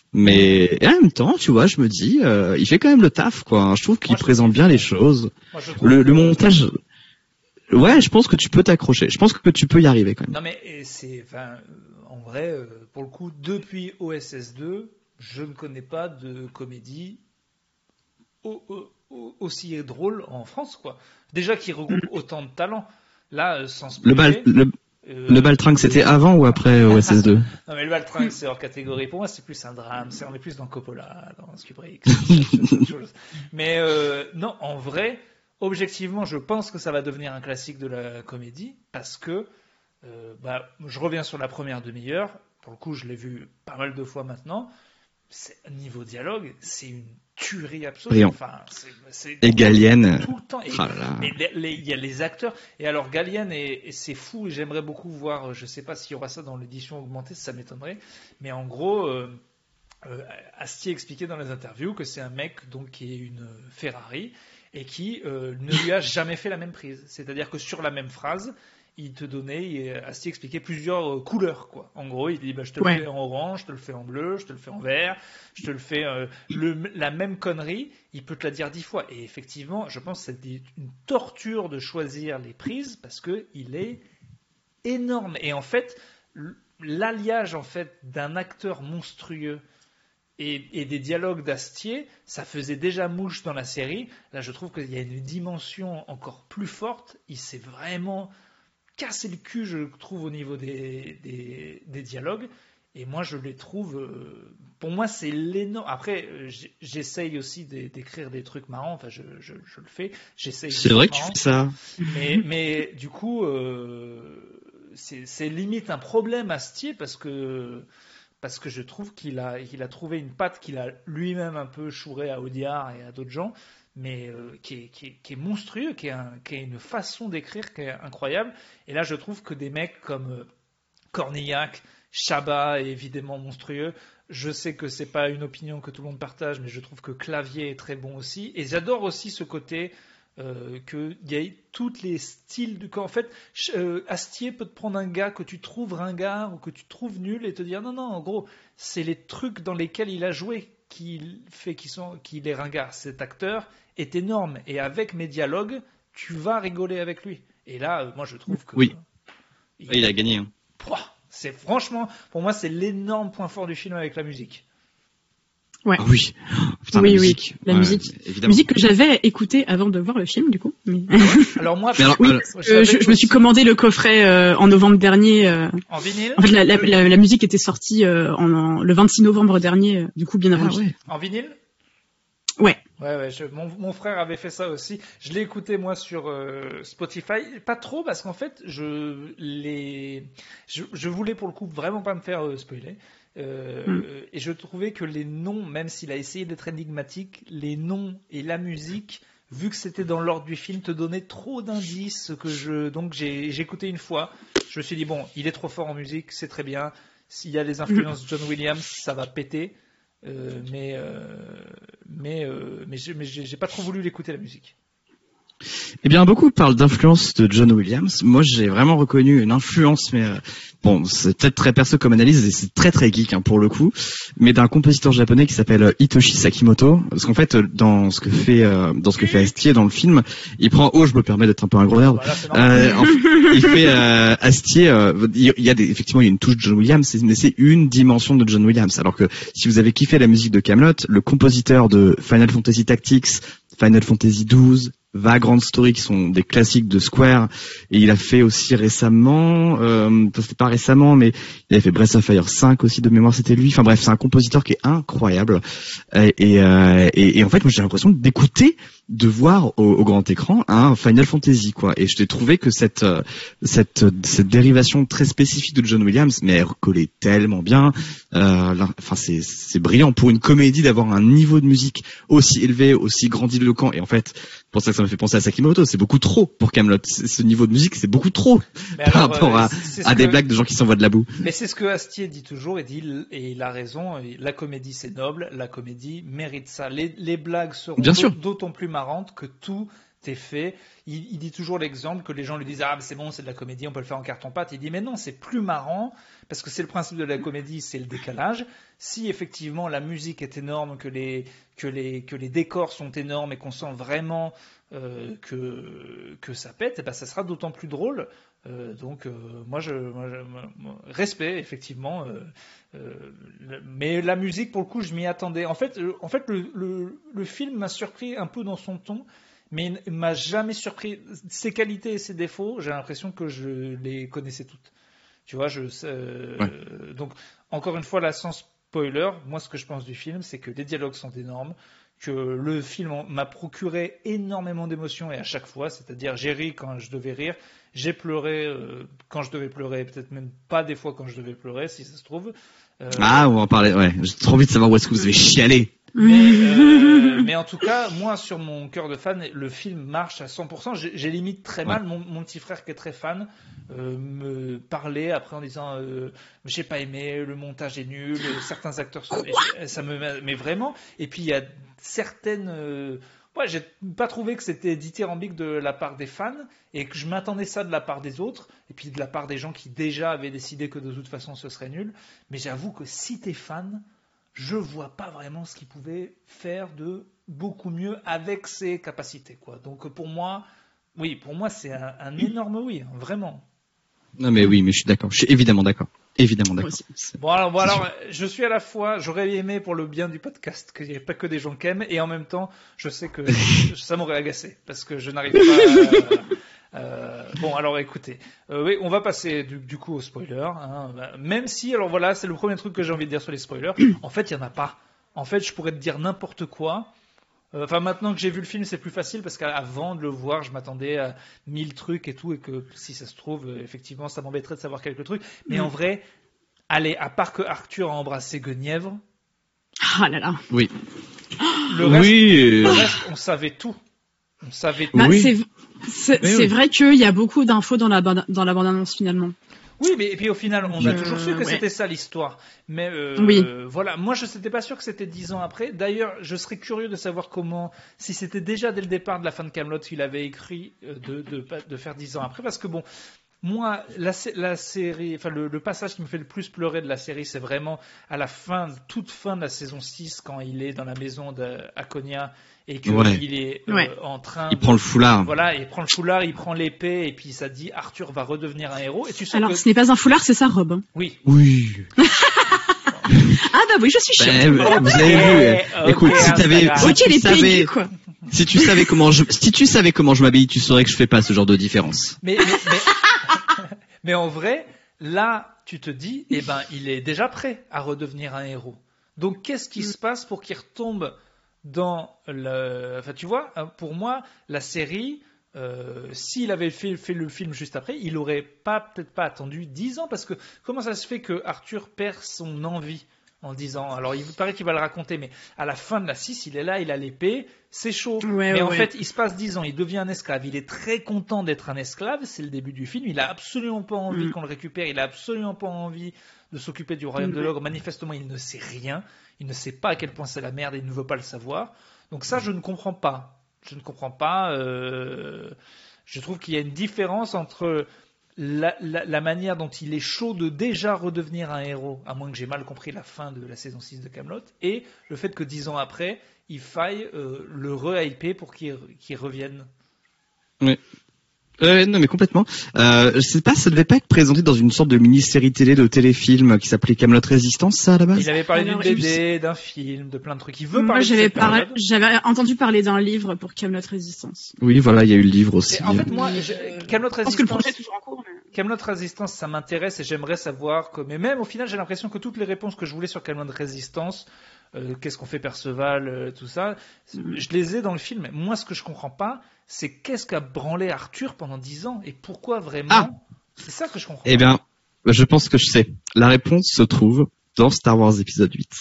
Mais et en même temps, tu vois, je me dis, euh, il fait quand même le taf, quoi. Je trouve qu'il Moi, je présente trouve bien qu'il les fait- choses. Moi, je trouve Le, que- le montage, ouais, je pense que tu peux t'accrocher. Je pense que tu peux y arriver quand même. Non mais et c'est, enfin, euh, en vrai, euh, pour le coup, depuis O S S deux, je ne connais pas de comédie au- au- aussi drôle en France, quoi. Déjà qu'il regroupe autant de talents. Là, sans se Le bal, le, euh, le Baltringue, c'était avant ou après O S S deux? Non, mais le Baltringue, c'est hors catégorie. Pour moi, c'est plus un drame. C'est, on est plus dans Coppola, dans Kubrick. C'est autre chose. Mais euh, non, en vrai, objectivement, je pense que ça va devenir un classique de la comédie parce que euh, bah, je reviens sur la première demi-heure. Pour le coup, je l'ai vu pas mal de fois maintenant. C'est, niveau dialogue, c'est une tuerie absolue. Enfin, c'est, c'est et Gallienne tout le temps. Et, oh il y a les acteurs. Et alors Gallienne, et, et c'est fou. Et j'aimerais beaucoup voir. Je sais pas s'il y aura ça dans l'édition augmentée, ça m'étonnerait. Mais en gros, euh, euh, Astier expliquait dans les interviews que c'est un mec donc qui est une Ferrari et qui euh, ne lui a jamais fait la même prise. C'est-à-dire que sur la même phrase, il te donnait, il, Astier expliquait plusieurs euh, couleurs, quoi. En gros, il dit, bah, je te ouais. le fais en orange, je te le fais en bleu, je te le fais en vert, je te le fais euh, le, la même connerie, il peut te la dire dix fois. Et effectivement, je pense que c'est une torture de choisir les prises parce que il est énorme. Et en fait, l'alliage en fait d'un acteur monstrueux et, et des dialogues d'Astier, ça faisait déjà mouche dans la série. Là, je trouve qu'il y a une dimension encore plus forte. Il s'est vraiment casser le cul, je trouve, au niveau des, des, des dialogues. Et moi, je les trouve... Euh, pour moi, c'est l'énorme... Après, j'essaye aussi d'écrire des trucs marrants. Enfin, je, je, je le fais. J'essaye. C'est vrai que tu fais ça. Mais, mais du coup, euh, c'est limite un problème Astier parce que... Parce que je trouve qu'il a, il a trouvé une patte qu'il a lui-même un peu chourée à Audiard et à d'autres gens, mais euh, qui, est, qui, est, qui est monstrueux, qui est, un, qui est une façon d'écrire qui est incroyable. Et là, je trouve que des mecs comme euh, Cornillac, Chabat est évidemment monstrueux. Je sais que c'est pas une opinion que tout le monde partage, mais je trouve que Clavier est très bon aussi. Et j'adore aussi ce côté euh, qu'il y a tous les styles du corps. En fait, euh, Astier peut te prendre un gars que tu trouves ringard ou que tu trouves nul et te dire non, non, en gros, c'est les trucs dans lesquels il a joué qui fait qu'il sont, qu'il est ringard. Cet acteur est énorme et avec mes dialogues, tu vas rigoler avec lui. Et là, moi, je trouve que oui, il, il a gagné. Hein. C'est franchement, pour moi, c'est l'énorme point fort du film avec la musique. Ouais. Ah oui. Putain, oui, la oui, musique. la ouais, musique. Évidemment. Musique que j'avais écoutée avant de voir le film, du coup. Mais... alors moi, alors, oui, alors, parce que je, je me suis commandé le coffret euh, en novembre dernier. Euh... En vinyle. En fait, la, la, la, la musique était sortie euh, en, en, le vingt-six novembre dernier, euh, du coup, bien avant. Ah, ouais. En vinyle. Ouais. Ouais, ouais. Je, mon, mon frère avait fait ça aussi. Je l'ai écouté moi sur euh, Spotify, pas trop parce qu'en fait, je les, je, je voulais pour le coup vraiment pas me faire euh, spoiler. Euh, mm. Et je trouvais que les noms, même s'il a essayé d'être énigmatique, les noms et la musique, vu que c'était dans l'ordre du film, te donnaient trop d'indices que je, donc j'ai, j'ai écouté une fois. Je me suis dit bon, il est trop fort en musique, c'est très bien. S'il y a les influences de John Williams, ça va péter. Euh, mais euh, mais euh, mais j'ai, mais j'ai pas trop voulu l'écouter la musique. Eh bien, beaucoup parlent d'influence de John Williams. Moi, j'ai vraiment reconnu une influence, mais euh, bon, c'est peut-être très perso comme analyse et c'est très très geek hein, pour le coup, mais d'un compositeur japonais qui s'appelle Hitoshi Sakimoto. Parce qu'en fait, dans ce que fait euh, dans ce que fait Astier dans le film, il prend oh, je me permets d'être un peu un gros nerd. Voilà, euh, en fait, il fait euh, Astier. Euh, il y a des, effectivement, il y a une touche de John Williams, mais c'est une dimension de John Williams. Alors que si vous avez kiffé la musique de Camelot, le compositeur de Final Fantasy Tactics, Final Fantasy douze, Vagrant Story qui sont des classiques de Square, et il a fait aussi récemment, euh, c'était pas récemment, mais il a fait Breath of Fire cinq aussi de mémoire, c'était lui. Enfin bref, c'est un compositeur qui est incroyable. Et, et, euh, et, et en fait, moi j'ai l'impression d'écouter, de voir au, au grand écran un Final Fantasy quoi. Et je t'ai trouvé que cette cette cette dérivation très spécifique de John Williams, mais elle recollait tellement bien. Euh, enfin c'est c'est brillant pour une comédie d'avoir un niveau de musique aussi élevé, aussi grandiloquent. Et en fait, pour ça que ça me fait penser à Sakimoto, c'est beaucoup trop pour Camelot. Ce niveau de musique, c'est beaucoup trop mais par alors, rapport euh, à, à des que... blagues de gens qui s'envoient de la boue. Mais c'est ce que Astier dit toujours, et dit et il a raison. La comédie c'est noble, la comédie mérite ça. Les, les blagues seront d'autant plus marrantes que tout est fait. Il, il dit toujours l'exemple que les gens lui disent ah c'est bon, c'est de la comédie, on peut le faire en carton-pâte. Il dit mais non, c'est plus marrant parce que c'est le principe de la comédie, c'est le décalage. Si effectivement la musique est énorme, que les que les que les décors sont énormes et qu'on sent vraiment euh, que que ça pète, et ben ça sera d'autant plus drôle. Euh, donc euh, moi je, moi, je moi, respect effectivement, euh, euh, mais la musique pour le coup je m'y attendais. En fait, euh, en fait le, le, le film m'a surpris un peu dans son ton, mais il m'a jamais surpris. Ses qualités et ses défauts, j'ai l'impression que je les connaissais toutes. Tu vois, je euh, ouais. Donc encore une fois là sans spoiler, moi ce que je pense du film, c'est que les dialogues sont énormes, que le film m'a procuré énormément d'émotions et à chaque fois, c'est-à-dire j'ai ri quand je devais rire, j'ai pleuré euh, quand je devais pleurer, peut-être même pas des fois quand je devais pleurer, si ça se trouve. Euh... Ah, on va en parler, ouais. J'ai trop envie de savoir où est-ce que vous avez chialé. Mais, euh, mais en tout cas, moi, sur mon cœur de fan, le film marche à cent pour cent. J'ai, j'ai limite très mal. Ouais. Mon, mon petit frère qui est très fan euh, me parlait après en disant euh, j'ai pas aimé, le montage est nul, certains acteurs sont... ça me mais vraiment. Et puis il y a certaines... Euh... Ouais, j'ai pas trouvé que c'était dithyrambique de la part des fans et que je m'attendais ça de la part des autres et puis de la part des gens qui déjà avaient décidé que de toute façon ce serait nul. Mais j'avoue que si t'es fan, je vois pas vraiment ce qu'il pouvait faire de beaucoup mieux avec ses capacités, quoi. Donc pour moi, oui, pour moi c'est un, un énorme oui, vraiment. Non mais oui, mais je suis d'accord, je suis évidemment d'accord. Évidemment d'accord. C'est, bon alors, bon, alors je suis à la fois, j'aurais aimé pour le bien du podcast qu'il n'y ait pas que des gens qui aiment, et en même temps, je sais que ça m'aurait agacé parce que je n'arrive pas. À, euh, bon alors écoutez, euh, oui, on va passer du, du coup au spoiler. Hein, même si, alors voilà, c'est le premier truc que j'ai envie de dire sur les spoilers. En fait, il y en a pas. En fait, je pourrais te dire n'importe quoi. Enfin, maintenant que j'ai vu le film, c'est plus facile parce qu'avant de le voir, je m'attendais à mille trucs et tout, et que si ça se trouve, effectivement, ça m'embêterait de savoir quelques trucs. Mais mmh. en vrai, allez, à part que Arthur a embrassé Guenièvre. Ah là là. Oui. Le reste, oui. le reste on savait tout. On savait tout. Bah, oui. C'est, c'est, c'est oui. vrai qu'il y a beaucoup d'infos dans la, dans la bande-annonce finalement. Oui, mais et puis au final, on je... a toujours su que ouais. c'était ça l'histoire. Mais euh, oui. euh, voilà, moi je n'étais pas sûr que c'était dix ans après. D'ailleurs, je serais curieux de savoir comment, si c'était déjà dès le départ de la fin de Kaamelott qu'il avait écrit de, de, de faire dix ans après. Parce que bon, moi, la, la série, enfin le, le passage qui me fait le plus pleurer de la série, c'est vraiment à la fin, toute fin de la saison six, quand il est dans la maison d'Akonia et qu'il ouais. est euh, ouais. en train il de, prend le foulard voilà, il prend le foulard, il prend l'épée et puis ça dit Arthur va redevenir un héros et tu sais alors que... ce n'est pas un foulard, c'est sa robe hein. oui oui ah bah oui je suis chiante bah, vous avez vu okay, okay, écoute si t'avais ok si les tu savais pays, quoi. si tu savais comment je si tu savais comment je m'habille tu saurais que je fais pas ce genre de différence mais mais, mais, mais en vrai là tu te dis eh ben il est déjà prêt à redevenir un héros donc qu'est-ce qui mm. se passe pour qu'il retombe dans le, enfin tu vois, pour moi la série, euh, s'il avait fait, fait le film juste après, il aurait pas peut-être pas attendu dix ans parce que comment ça se fait que Arthur perd son envie en dix ans? Alors il paraît qu'il va le raconter, mais à la fin de la six, il est là, il a l'épée, c'est chaud. Ouais, mais ouais, en ouais. fait, il se passe dix ans, il devient un esclave, il est très content d'être un esclave, c'est le début du film, il a absolument pas envie mm. qu'on le récupère, il a absolument pas envie de s'occuper du royaume mm. de l'ogre. Manifestement, il ne sait rien. Il ne sait pas à quel point c'est la merde et il ne veut pas le savoir. Donc ça, je ne comprends pas. Je ne comprends pas. Euh... Je trouve qu'il y a une différence entre la, la, la manière dont il est chaud de déjà redevenir un héros, à moins que j'ai mal compris la fin de la saison six de Kaamelott, et le fait que dix ans après, il faille euh, le re-hyper pour qu'il, qu'il revienne. Oui. Euh, non mais complètement. Euh, je sais pas, ça devait pas être présenté dans une sorte de mini-série télé, de téléfilm qui s'appelait Kaamelott Résistance, ça à la base. Il avait parlé d'une B D, d'un film, de plein de trucs. Il veut Moi, parler. J'avais de parlé, j'avais entendu parler d'un livre pour Kaamelott Résistance. Oui, voilà, il y a eu le livre aussi. Et en fait, moi, je... Kaamelott Résistance. Je pense que le projet est toujours en cours. Mais... Kaamelott Résistance, ça m'intéresse et j'aimerais savoir que. Mais même au final, j'ai l'impression que toutes les réponses que je voulais sur Kaamelott Résistance, euh, qu'est-ce qu'on fait Perceval, euh, tout ça, mm. je les ai dans le film. Moi, ce que je comprends pas, c'est qu'est-ce qu'a branlé Arthur pendant dix ans et pourquoi vraiment. Ah. C'est ça que je comprends. Eh bien, je pense que je sais. La réponse se trouve dans Star Wars épisode huit.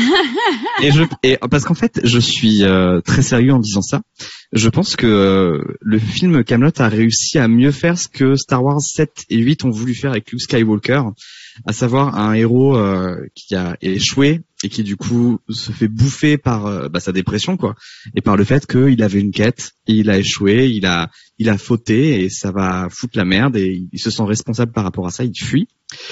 et je, et parce qu'en fait, je suis euh, très sérieux en disant ça. Je pense que euh, le film Kaamelott a réussi à mieux faire ce que Star Wars sept et huit ont voulu faire avec Luke Skywalker, à savoir un héros euh, qui a échoué et qui du coup se fait bouffer par euh, bah, sa dépression quoi, et par le fait qu'il avait une quête et il a échoué, il a il a fauté et ça va foutre la merde et il se sent responsable par rapport à ça, il fuit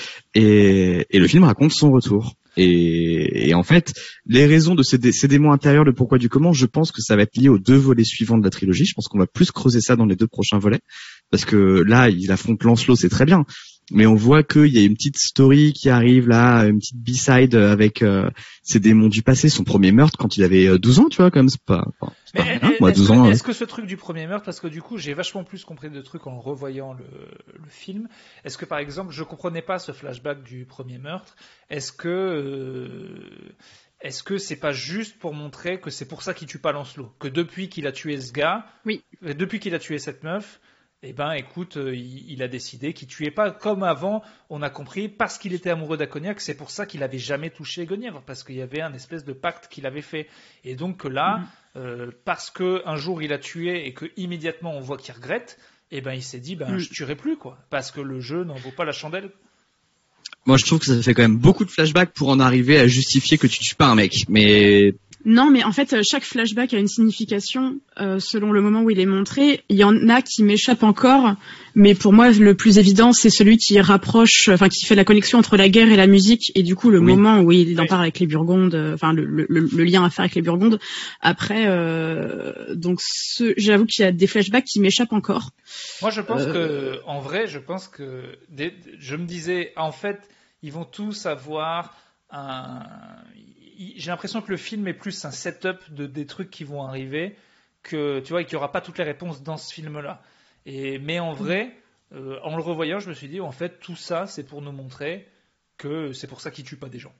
et, et le film raconte son retour. Et, et en fait, les raisons de ces, dé- ces démons intérieurs, le pourquoi du comment, je pense que ça va être lié aux deux volets suivants de la trilogie. Je pense qu'on va plus creuser ça dans les deux prochains volets, parce que là, il affronte Lancelot, c'est très bien. Mais on voit qu'il y a une petite story qui arrive là, une petite B-side avec euh, ses démons du passé, son premier meurtre quand il avait douze ans, tu vois, comme c'est pas, enfin, c'est pas Mais rien, moi, est-ce, douze que, ans. est-ce que ce truc du premier meurtre, parce que du coup j'ai vachement plus compris de trucs en revoyant le, le film, est-ce que par exemple je comprenais pas ce flashback du premier meurtre, est-ce que euh, est-ce que c'est pas juste pour montrer que c'est pour ça qu'il tue pas Lancelot, que depuis qu'il a tué ce gars, oui. depuis qu'il a tué cette meuf, eh ben, écoute, euh, il, il a décidé qu'il tuait pas comme avant. On a compris parce qu'il était amoureux d'Acognac, c'est pour ça qu'il avait jamais touché Guenièvre, parce qu'il y avait un espèce de pacte qu'il avait fait. Et donc que là, mm-hmm. euh, parce que un jour il a tué et que immédiatement on voit qu'il regrette, eh ben il s'est dit, ben mm. je tuerai plus quoi, parce que le jeu n'en vaut pas la chandelle. Moi, je trouve que ça fait quand même beaucoup de flashbacks pour en arriver à justifier que tu tues pas un mec, mais. Non, mais en fait, chaque flashback a une signification euh, selon le moment où il est montré. Il y en a qui m'échappent encore, mais pour moi, le plus évident, c'est celui qui rapproche, enfin, qui fait la connexion entre la guerre et la musique, et du coup, le oui. moment où il en parle avec les Burgondes, enfin, le, le, le lien à faire avec les Burgondes. Après, euh, donc, ce, j'avoue qu'il y a des flashbacks qui m'échappent encore. Moi, je pense euh... que, en vrai, je pense que, des, je me disais, en fait, ils vont tous avoir un. J'ai l'impression que le film est plus un setup de des trucs qui vont arriver, que tu vois, et qu'il n'y aura pas toutes les réponses dans ce film-là. Et mais en vrai, euh, en le revoyant, je me suis dit, en fait, tout ça, c'est pour nous montrer que c'est pour ça qu'il tue pas des gens.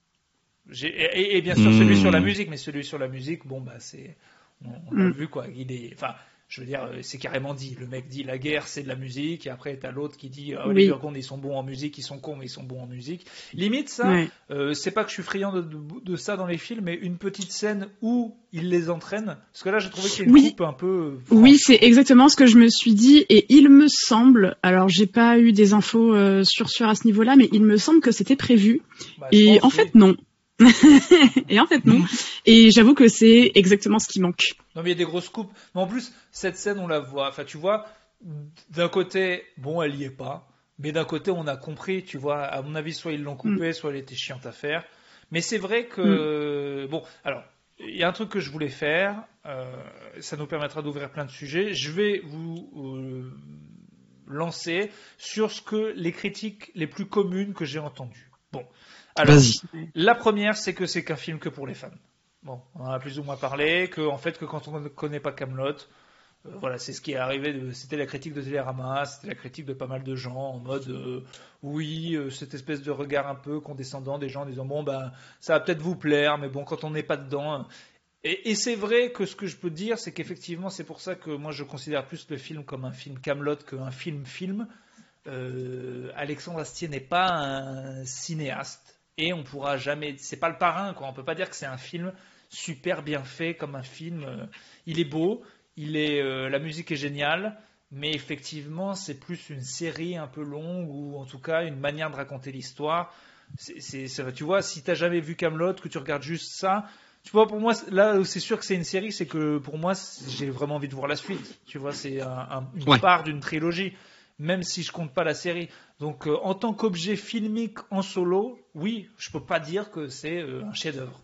J'ai, et, et bien sûr, mmh. celui sur la musique, mais celui sur la musique, bon bah c'est, on, on l'a mmh. vu quoi. Il est, enfin. Je veux dire, c'est carrément dit. Le mec dit la guerre, c'est de la musique. Et après, t'as l'autre qui dit oh, oui. les Burgondes, ils sont bons en musique, ils sont cons, mais ils sont bons en musique. Limite, ça, ouais. euh, c'est pas que je suis friand de, de, de ça dans les films, mais une petite scène où il les entraîne. Parce que là, j'ai trouvé qu'il y a une oui. coupe un peu. Franche. Oui, c'est exactement ce que je me suis dit. Et il me semble, alors j'ai pas eu des infos euh, sur sur à ce niveau-là, mais il me semble que c'était prévu. Bah, et en fait, oui. non. Et en fait non. Et j'avoue que c'est exactement ce qui manque. Non mais il y a des grosses coupes. Mais en plus cette scène on la voit. Enfin tu vois, d'un côté bon elle y est pas, mais d'un côté on a compris. Tu vois, à mon avis soit ils l'ont coupée, mm. soit elle était chiante à faire. Mais c'est vrai que mm. bon alors il y a un truc que je voulais faire. Euh, ça nous permettra d'ouvrir plein de sujets. Je vais vous euh, lancer sur ce que les critiques les plus communes que j'ai entendues. Bon. Alors, Vas-y. La première, c'est que c'est qu'un film que pour les fans. Bon, on en a plus ou moins parlé, que en fait, que quand on ne connaît pas Kaamelott, euh, voilà, c'est ce qui est arrivé. De, c'était la critique de Télérama, c'était la critique de pas mal de gens en mode, euh, oui, euh, cette espèce de regard un peu condescendant des gens en disant bon ben, ça va peut-être vous plaire, mais bon, quand on n'est pas dedans. Et, et c'est vrai que ce que je peux dire, c'est qu'effectivement, c'est pour ça que moi je considère plus le film comme un film Kaamelott qu'un film-film. Euh, Alexandre Astier n'est pas un cinéaste. Et on pourra jamais, c'est pas le parrain quoi. On peut pas dire que c'est un film super bien fait comme un film. Il est beau, il est, euh, la musique est géniale, mais effectivement c'est plus une série un peu longue ou en tout cas une manière de raconter l'histoire. C'est, c'est, c'est, tu vois, si t'as jamais vu Kaamelott, que tu regardes juste ça, tu vois, pour moi là c'est sûr que c'est une série, c'est que pour moi j'ai vraiment envie de voir la suite. Tu vois, c'est un, un, une ouais. part d'une trilogie. Même si je compte pas la série. Donc, euh, en tant qu'objet filmique en solo, oui, je peux pas dire que c'est euh, un chef-d'œuvre.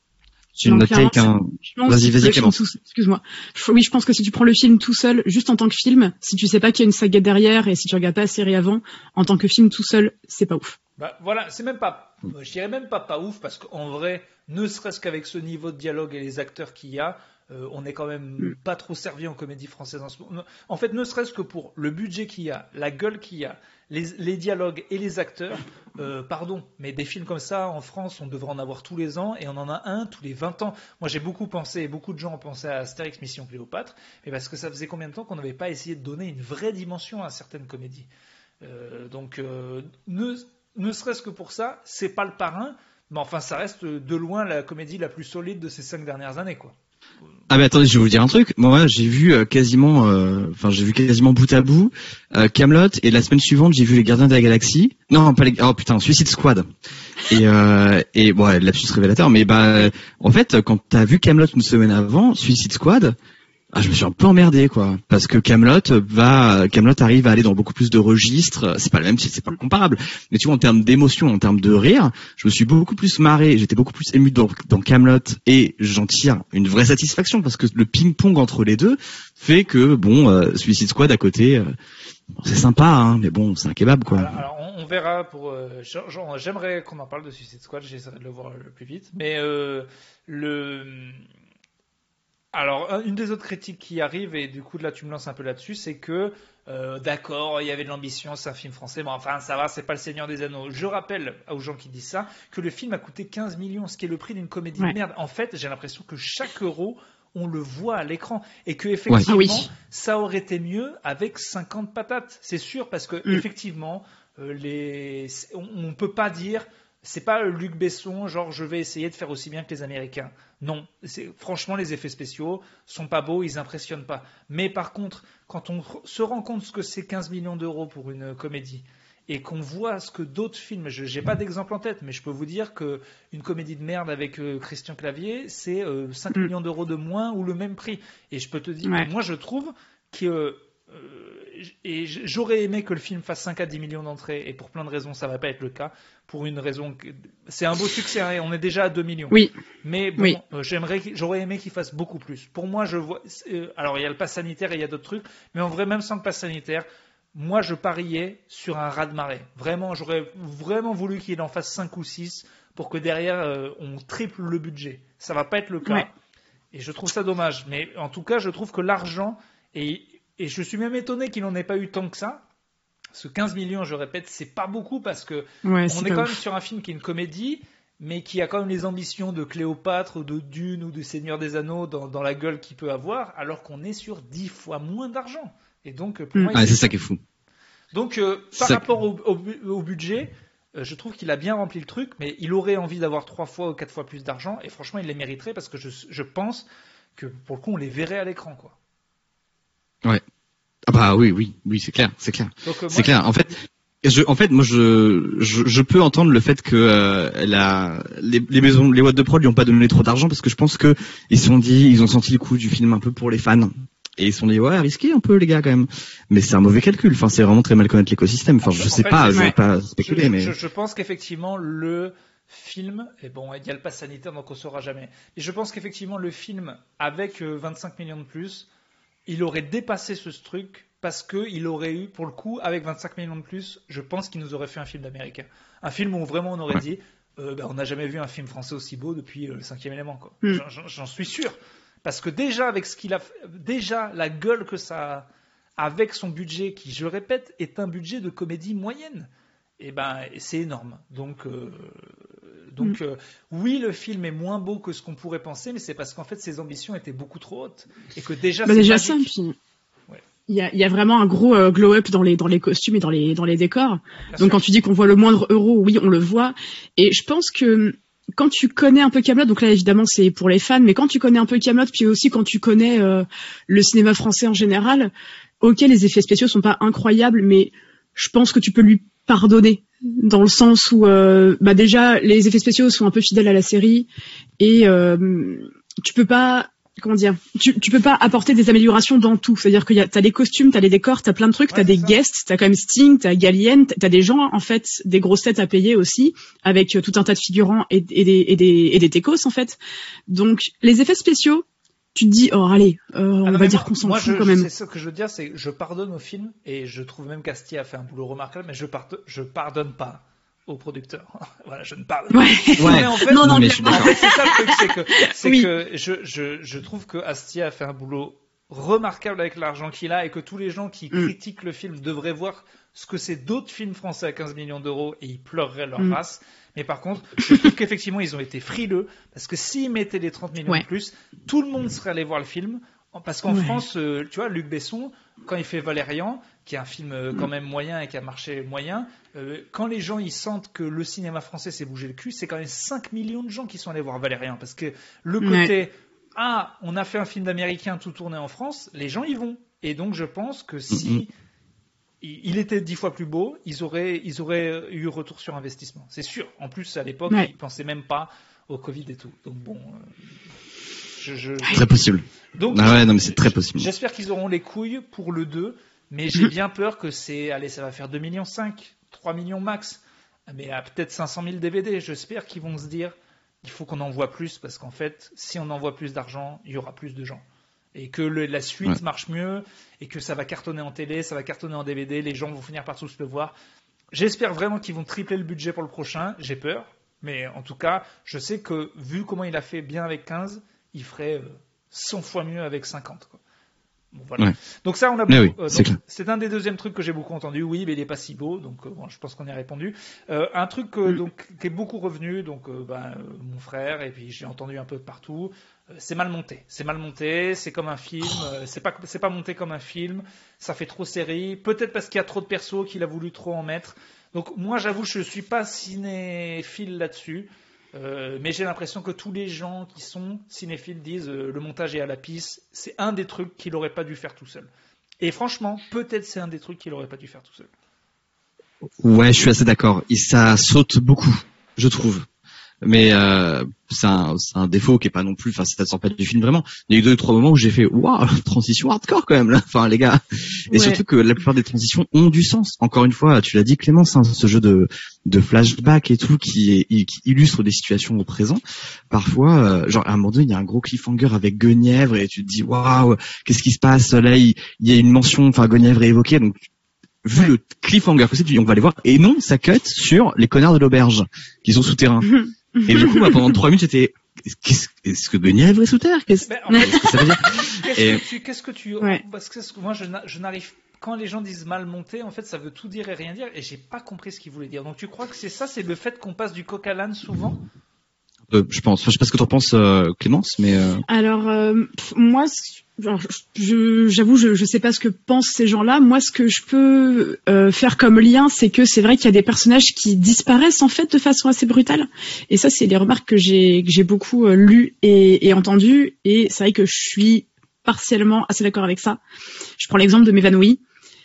Tu notais qu'un. Vas-y, vas-y, Clément. Excuse-moi. Oui, je pense que si tu prends le film tout seul, juste en tant que film, si tu sais pas qu'il y a une saga derrière et si tu regardes pas la série avant, en tant que film tout seul, c'est pas ouf. Bah voilà, c'est même pas. Je dirais même pas pas ouf parce qu'en vrai, ne serait-ce qu'avec ce niveau de dialogue et les acteurs qu'il y a. Euh, on n'est quand même mm. pas trop servi en comédie française en ce moment. En fait, ne serait-ce que pour le budget qu'il y a, la gueule qu'il y a, les, les dialogues et les acteurs, euh, pardon, mais des films comme ça, en France, on devrait en avoir tous les ans et on en a un tous les vingt ans. Moi, j'ai beaucoup pensé, et beaucoup de gens ont pensé à Astérix Mission Cléopâtre, mais parce que ça faisait combien de temps qu'on n'avait pas essayé de donner une vraie dimension à certaines comédies. Euh, donc, euh, ne, ne serait-ce que pour ça, c'est pas le parrain, mais enfin, ça reste de loin la comédie la plus solide de ces cinq dernières années, quoi. Ah mais attendez, je vais vous dire un truc. Moi, j'ai vu euh, quasiment, enfin, euh, j'ai vu quasiment bout à bout euh, Kaamelott et la semaine suivante, j'ai vu Les Gardiens de la Galaxie. Non, pas les. Oh putain, Suicide Squad. Et euh, et bon, lapsus révélateur. Mais bah, en fait, quand t'as vu Kaamelott une semaine avant, Suicide Squad, Ah, je me suis un peu emmerdé, quoi, parce que Kaamelott va, Kaamelott arrive à aller dans beaucoup plus de registres. C'est pas le même, c'est pas comparable. Mais tu vois, en termes d'émotion, en termes de rire, je me suis beaucoup plus marré, j'étais beaucoup plus ému dans, dans Kaamelott, et j'en tire une vraie satisfaction parce que le ping-pong entre les deux fait que bon, euh, Suicide Squad à côté, euh, bon, c'est sympa, hein, mais bon, c'est un kebab, quoi. Alors, alors on, on verra pour. Euh, genre, j'aimerais qu'on en parle de Suicide Squad, j'essaierai de le voir le plus vite, mais euh, le. Alors, une des autres critiques qui arrivent, et du coup là tu me lances un peu là-dessus, c'est que euh, d'accord, il y avait de l'ambition, c'est un film français, mais enfin ça va, c'est pas le Seigneur des Anneaux. Je rappelle aux gens qui disent ça que le film a coûté quinze millions, ce qui est le prix d'une comédie ouais. de merde. En fait, j'ai l'impression que chaque euro, on le voit à l'écran, et que effectivement, ouais. ah oui. ça aurait été mieux avec cinquante patates, c'est sûr, parce que mm. effectivement, euh, les... on, on peut pas dire. C'est pas Luc Besson, genre je vais essayer de faire aussi bien que les Américains. Non, c'est, franchement les effets spéciaux sont pas beaux, ils impressionnent pas. Mais par contre, quand on se rend compte ce que c'est quinze millions d'euros pour une comédie et qu'on voit ce que d'autres films, je j'ai pas d'exemple en tête, mais je peux vous dire que une comédie de merde avec euh, Christian Clavier, c'est euh, cinq mm. millions d'euros de moins ou le même prix. Et je peux te dire, ouais. moi je trouve que euh, et j'aurais aimé que le film fasse cinq à dix millions d'entrées, et pour plein de raisons ça va pas être le cas, pour une raison que... c'est un beau succès, hein, on est déjà à deux millions, oui. mais bon, oui. euh, j'aimerais, j'aurais aimé qu'il fasse beaucoup plus. Pour moi, je vois, euh, alors il y a le pass sanitaire et il y a d'autres trucs, mais en vrai, même sans le pass sanitaire, moi je pariais sur un raz-de-marée. Vraiment, j'aurais vraiment voulu qu'il en fasse cinq ou six pour que derrière euh, on triple le budget. Ça va pas être le cas, ouais. Et je trouve ça dommage, mais en tout cas je trouve que l'argent est... Et je suis même étonné qu'il n'en ait pas eu tant que ça. Ce quinze millions, je répète, c'est pas beaucoup parce que ouais, on est quand ouf. même sur un film qui est une comédie, mais qui a quand même les ambitions de Cléopâtre, ou de Dune ou de Seigneur des Anneaux dans, dans la gueule qu'il peut avoir, alors qu'on est sur dix fois moins d'argent. Et donc, pour mmh. moi, ah, c'est ça qui est fou. Donc, euh, par ça... rapport au, au, au budget, euh, je trouve qu'il a bien rempli le truc, mais il aurait envie d'avoir trois fois ou quatre fois plus d'argent, et franchement, il les mériterait parce que je, je pense que pour le coup, on les verrait à l'écran, quoi. Ouais. Ah bah oui, oui, oui, c'est clair, c'est clair. Donc, euh, moi, c'est clair. En fait, je, en fait, moi, je, je, je peux entendre le fait que euh, la, les, les maisons, les boîtes de prod lui ont pas donné trop d'argent parce que je pense que ils se sont dit, ils ont senti le coup du film un peu pour les fans et ils se sont dit ouais, risqué un peu les gars quand même. Mais c'est un mauvais calcul. Enfin, c'est vraiment très mal connaître l'écosystème. Enfin, je en sais fait, pas, je vais pas spéculer, je, mais je, je pense qu'effectivement le film, et bon, il y a le pass sanitaire donc on saura jamais. Et je pense qu'effectivement le film avec euh, vingt-cinq millions de plus, il aurait dépassé ce truc parce qu'il aurait eu, pour le coup, avec vingt-cinq millions de plus, je pense qu'il nous aurait fait un film d'américain. Un film où vraiment on aurait ouais. dit, euh, bah, on n'a jamais vu un film français aussi beau depuis euh, le cinquième élément, quoi. Mm. J'en, j'en suis sûr. Parce que déjà, avec ce qu'il a fait, déjà la gueule que ça a, avec son budget, qui, je le répète, est un budget de comédie moyenne, et ben, c'est énorme. Donc, euh, donc mm. euh, oui, le film est moins beau que ce qu'on pourrait penser, mais c'est parce qu'en fait, ses ambitions étaient beaucoup trop hautes. Et que déjà, bah c'est déjà magique. ça, puis... Il y a, il y a vraiment un gros euh, glow-up dans les, dans les costumes et dans les, dans les décors. Bien Donc sûr. Quand tu dis qu'on voit le moindre euro, oui, on le voit. Et je pense que quand tu connais un peu Kaamelott, donc là évidemment c'est pour les fans, mais quand tu connais un peu Kaamelott, puis aussi quand tu connais euh, le cinéma français en général, ok, les effets spéciaux sont pas incroyables, mais je pense que tu peux lui pardonner. Dans le sens où, euh, bah déjà, les effets spéciaux sont un peu fidèles à la série et euh, tu peux pas... Comment dire, tu, tu peux pas apporter des améliorations dans tout. C'est-à-dire que t'as des costumes, t'as les décors, t'as plein de trucs, ouais, t'as des ça. guests, t'as quand même Sting, t'as Gallienne, t'as des gens, en fait, des grosses têtes à payer aussi, avec tout un tas de figurants et, et des, et des, et des techos, en fait. Donc, les effets spéciaux, tu te dis, oh, allez, euh, on ah non, va dire moi, qu'on s'en fout je, quand même. C'est ce que je veux dire, c'est que je pardonne au film, et je trouve même qu'Astier a fait un boulot remarquable, mais je, pardonne, je pardonne pas au producteur. Voilà, je ne parle pas. Ouais. Mais en fait, non, non, mais mais en fait, c'est ça le truc, c'est que, c'est oui. que je, je, je trouve que Astier a fait un boulot remarquable avec l'argent qu'il a et que tous les gens qui mm. critiquent le film devraient voir ce que c'est d'autres films français à quinze millions d'euros et ils pleureraient leur mm. race. Mais par contre, je trouve qu'effectivement, ils ont été frileux parce que s'ils mettaient les trente millions ouais. de plus, tout le monde serait allé voir le film. Parce qu'en ouais. France, euh, tu vois, Luc Besson, quand il fait Valérian, qui est un film euh, quand même moyen et qui a marché moyen, euh, quand les gens ils sentent que le cinéma français s'est bougé le cul, c'est quand même cinq millions de gens qui sont allés voir Valérian. Parce que le côté, ouais. ah, on a fait un film d'américain tout tourné en France, les gens y vont. Et donc je pense que si mm-hmm. il était dix fois plus beau, ils auraient, ils auraient eu retour sur investissement. C'est sûr. En plus, à l'époque, ouais. ils ne pensaient même pas au Covid et tout. Donc bon... Euh... Je, je, Très possible. Donc, ah ouais, non, mais c'est très possible. J'espère qu'ils auront les couilles pour le deux, mais j'ai bien peur que c'est, allez, ça va faire deux virgule cinq millions, trois millions max, mais à peut-être cinq cent mille D V D. J'espère qu'ils vont se dire, il faut qu'on envoie plus, parce qu'en fait, si on envoie plus d'argent, il y aura plus de gens. Et que le, la suite ouais. marche mieux, et que ça va cartonner en télé, ça va cartonner en D V D, les gens vont finir par tous le voir. J'espère vraiment qu'ils vont tripler le budget pour le prochain, j'ai peur, mais en tout cas, je sais que, vu comment il a fait bien avec quinze, il ferait cent fois mieux avec cinquante, quoi. Bon, voilà. Ouais. Donc ça, on a beaucoup, oui, euh, c'est, donc, c'est un des deuxièmes trucs que j'ai beaucoup entendu. Oui, mais il est pas si beau, donc euh, bon, je pense qu'on y a répondu. Euh, un truc euh, mm. donc qui est beaucoup revenu, donc euh, ben, euh, mon frère et puis j'ai entendu un peu de partout. Euh, c'est mal monté, c'est mal monté, c'est comme un film. Euh, c'est pas c'est pas monté comme un film. Ça fait trop série. Peut-être parce qu'il y a trop de persos qu'il a voulu trop en mettre. Donc moi, j'avoue, je suis pas cinéphile là-dessus. Euh, mais j'ai l'impression que tous les gens qui sont cinéphiles disent euh, le montage est à la pisse, c'est un des trucs qu'il aurait pas dû faire tout seul. Et franchement, peut-être c'est un des trucs qu'il aurait pas dû faire tout seul. Ouais, je suis assez d'accord. Et ça saute beaucoup, je trouve. Mais euh, c'est un c'est un défaut qui est pas non plus, enfin ça sort pas du film vraiment. Il y a eu deux trois moments où j'ai fait waouh, transition hardcore quand même là. Enfin les gars. Et ouais. Surtout que la plupart des transitions ont du sens. Encore une fois, tu l'as dit Clémence, hein, ce jeu de de flashback et tout qui est qui illustre des situations au présent. Parfois, euh, genre à un moment donné, il y a un gros cliffhanger avec Guenièvre et tu te dis waouh, qu'est-ce qui se passe là? Il, il y a une mention, enfin Guenièvre est évoquée donc. Vu le cliffhanger que c'est, tu dis on va aller voir. Et non, ça cut sur les connards de l'auberge qui sont souterrains. Et du coup, bah, pendant trois minutes, j'étais qu'est-ce, est-ce que Guenièvre est sous terre? Qu'est-ce, ben, en fait, qu'est-ce que ça veut dire? Qu'est-ce et... que tu, qu'est-ce que tu, ouais. parce que moi, je, je n'arrive, quand les gens disent mal monté, en fait, ça veut tout dire et rien dire, et j'ai pas compris ce qu'ils voulaient dire. Donc, tu crois que c'est ça, c'est le fait qu'on passe du coq à l'âne souvent? Euh, je pense. Enfin, je sais pas ce que tu en penses, euh, Clémence, mais. Euh... Alors, euh, pff, moi, genre, je, j'avoue, je, je sais pas ce que pensent ces gens-là. Moi, ce que je peux euh, faire comme lien, c'est que c'est vrai qu'il y a des personnages qui disparaissent en fait de façon assez brutale. Et ça, c'est les remarques que j'ai que j'ai beaucoup euh, lues et, et entendues. Et c'est vrai que je suis partiellement assez d'accord avec ça. Je prends l'exemple de M'évanouie.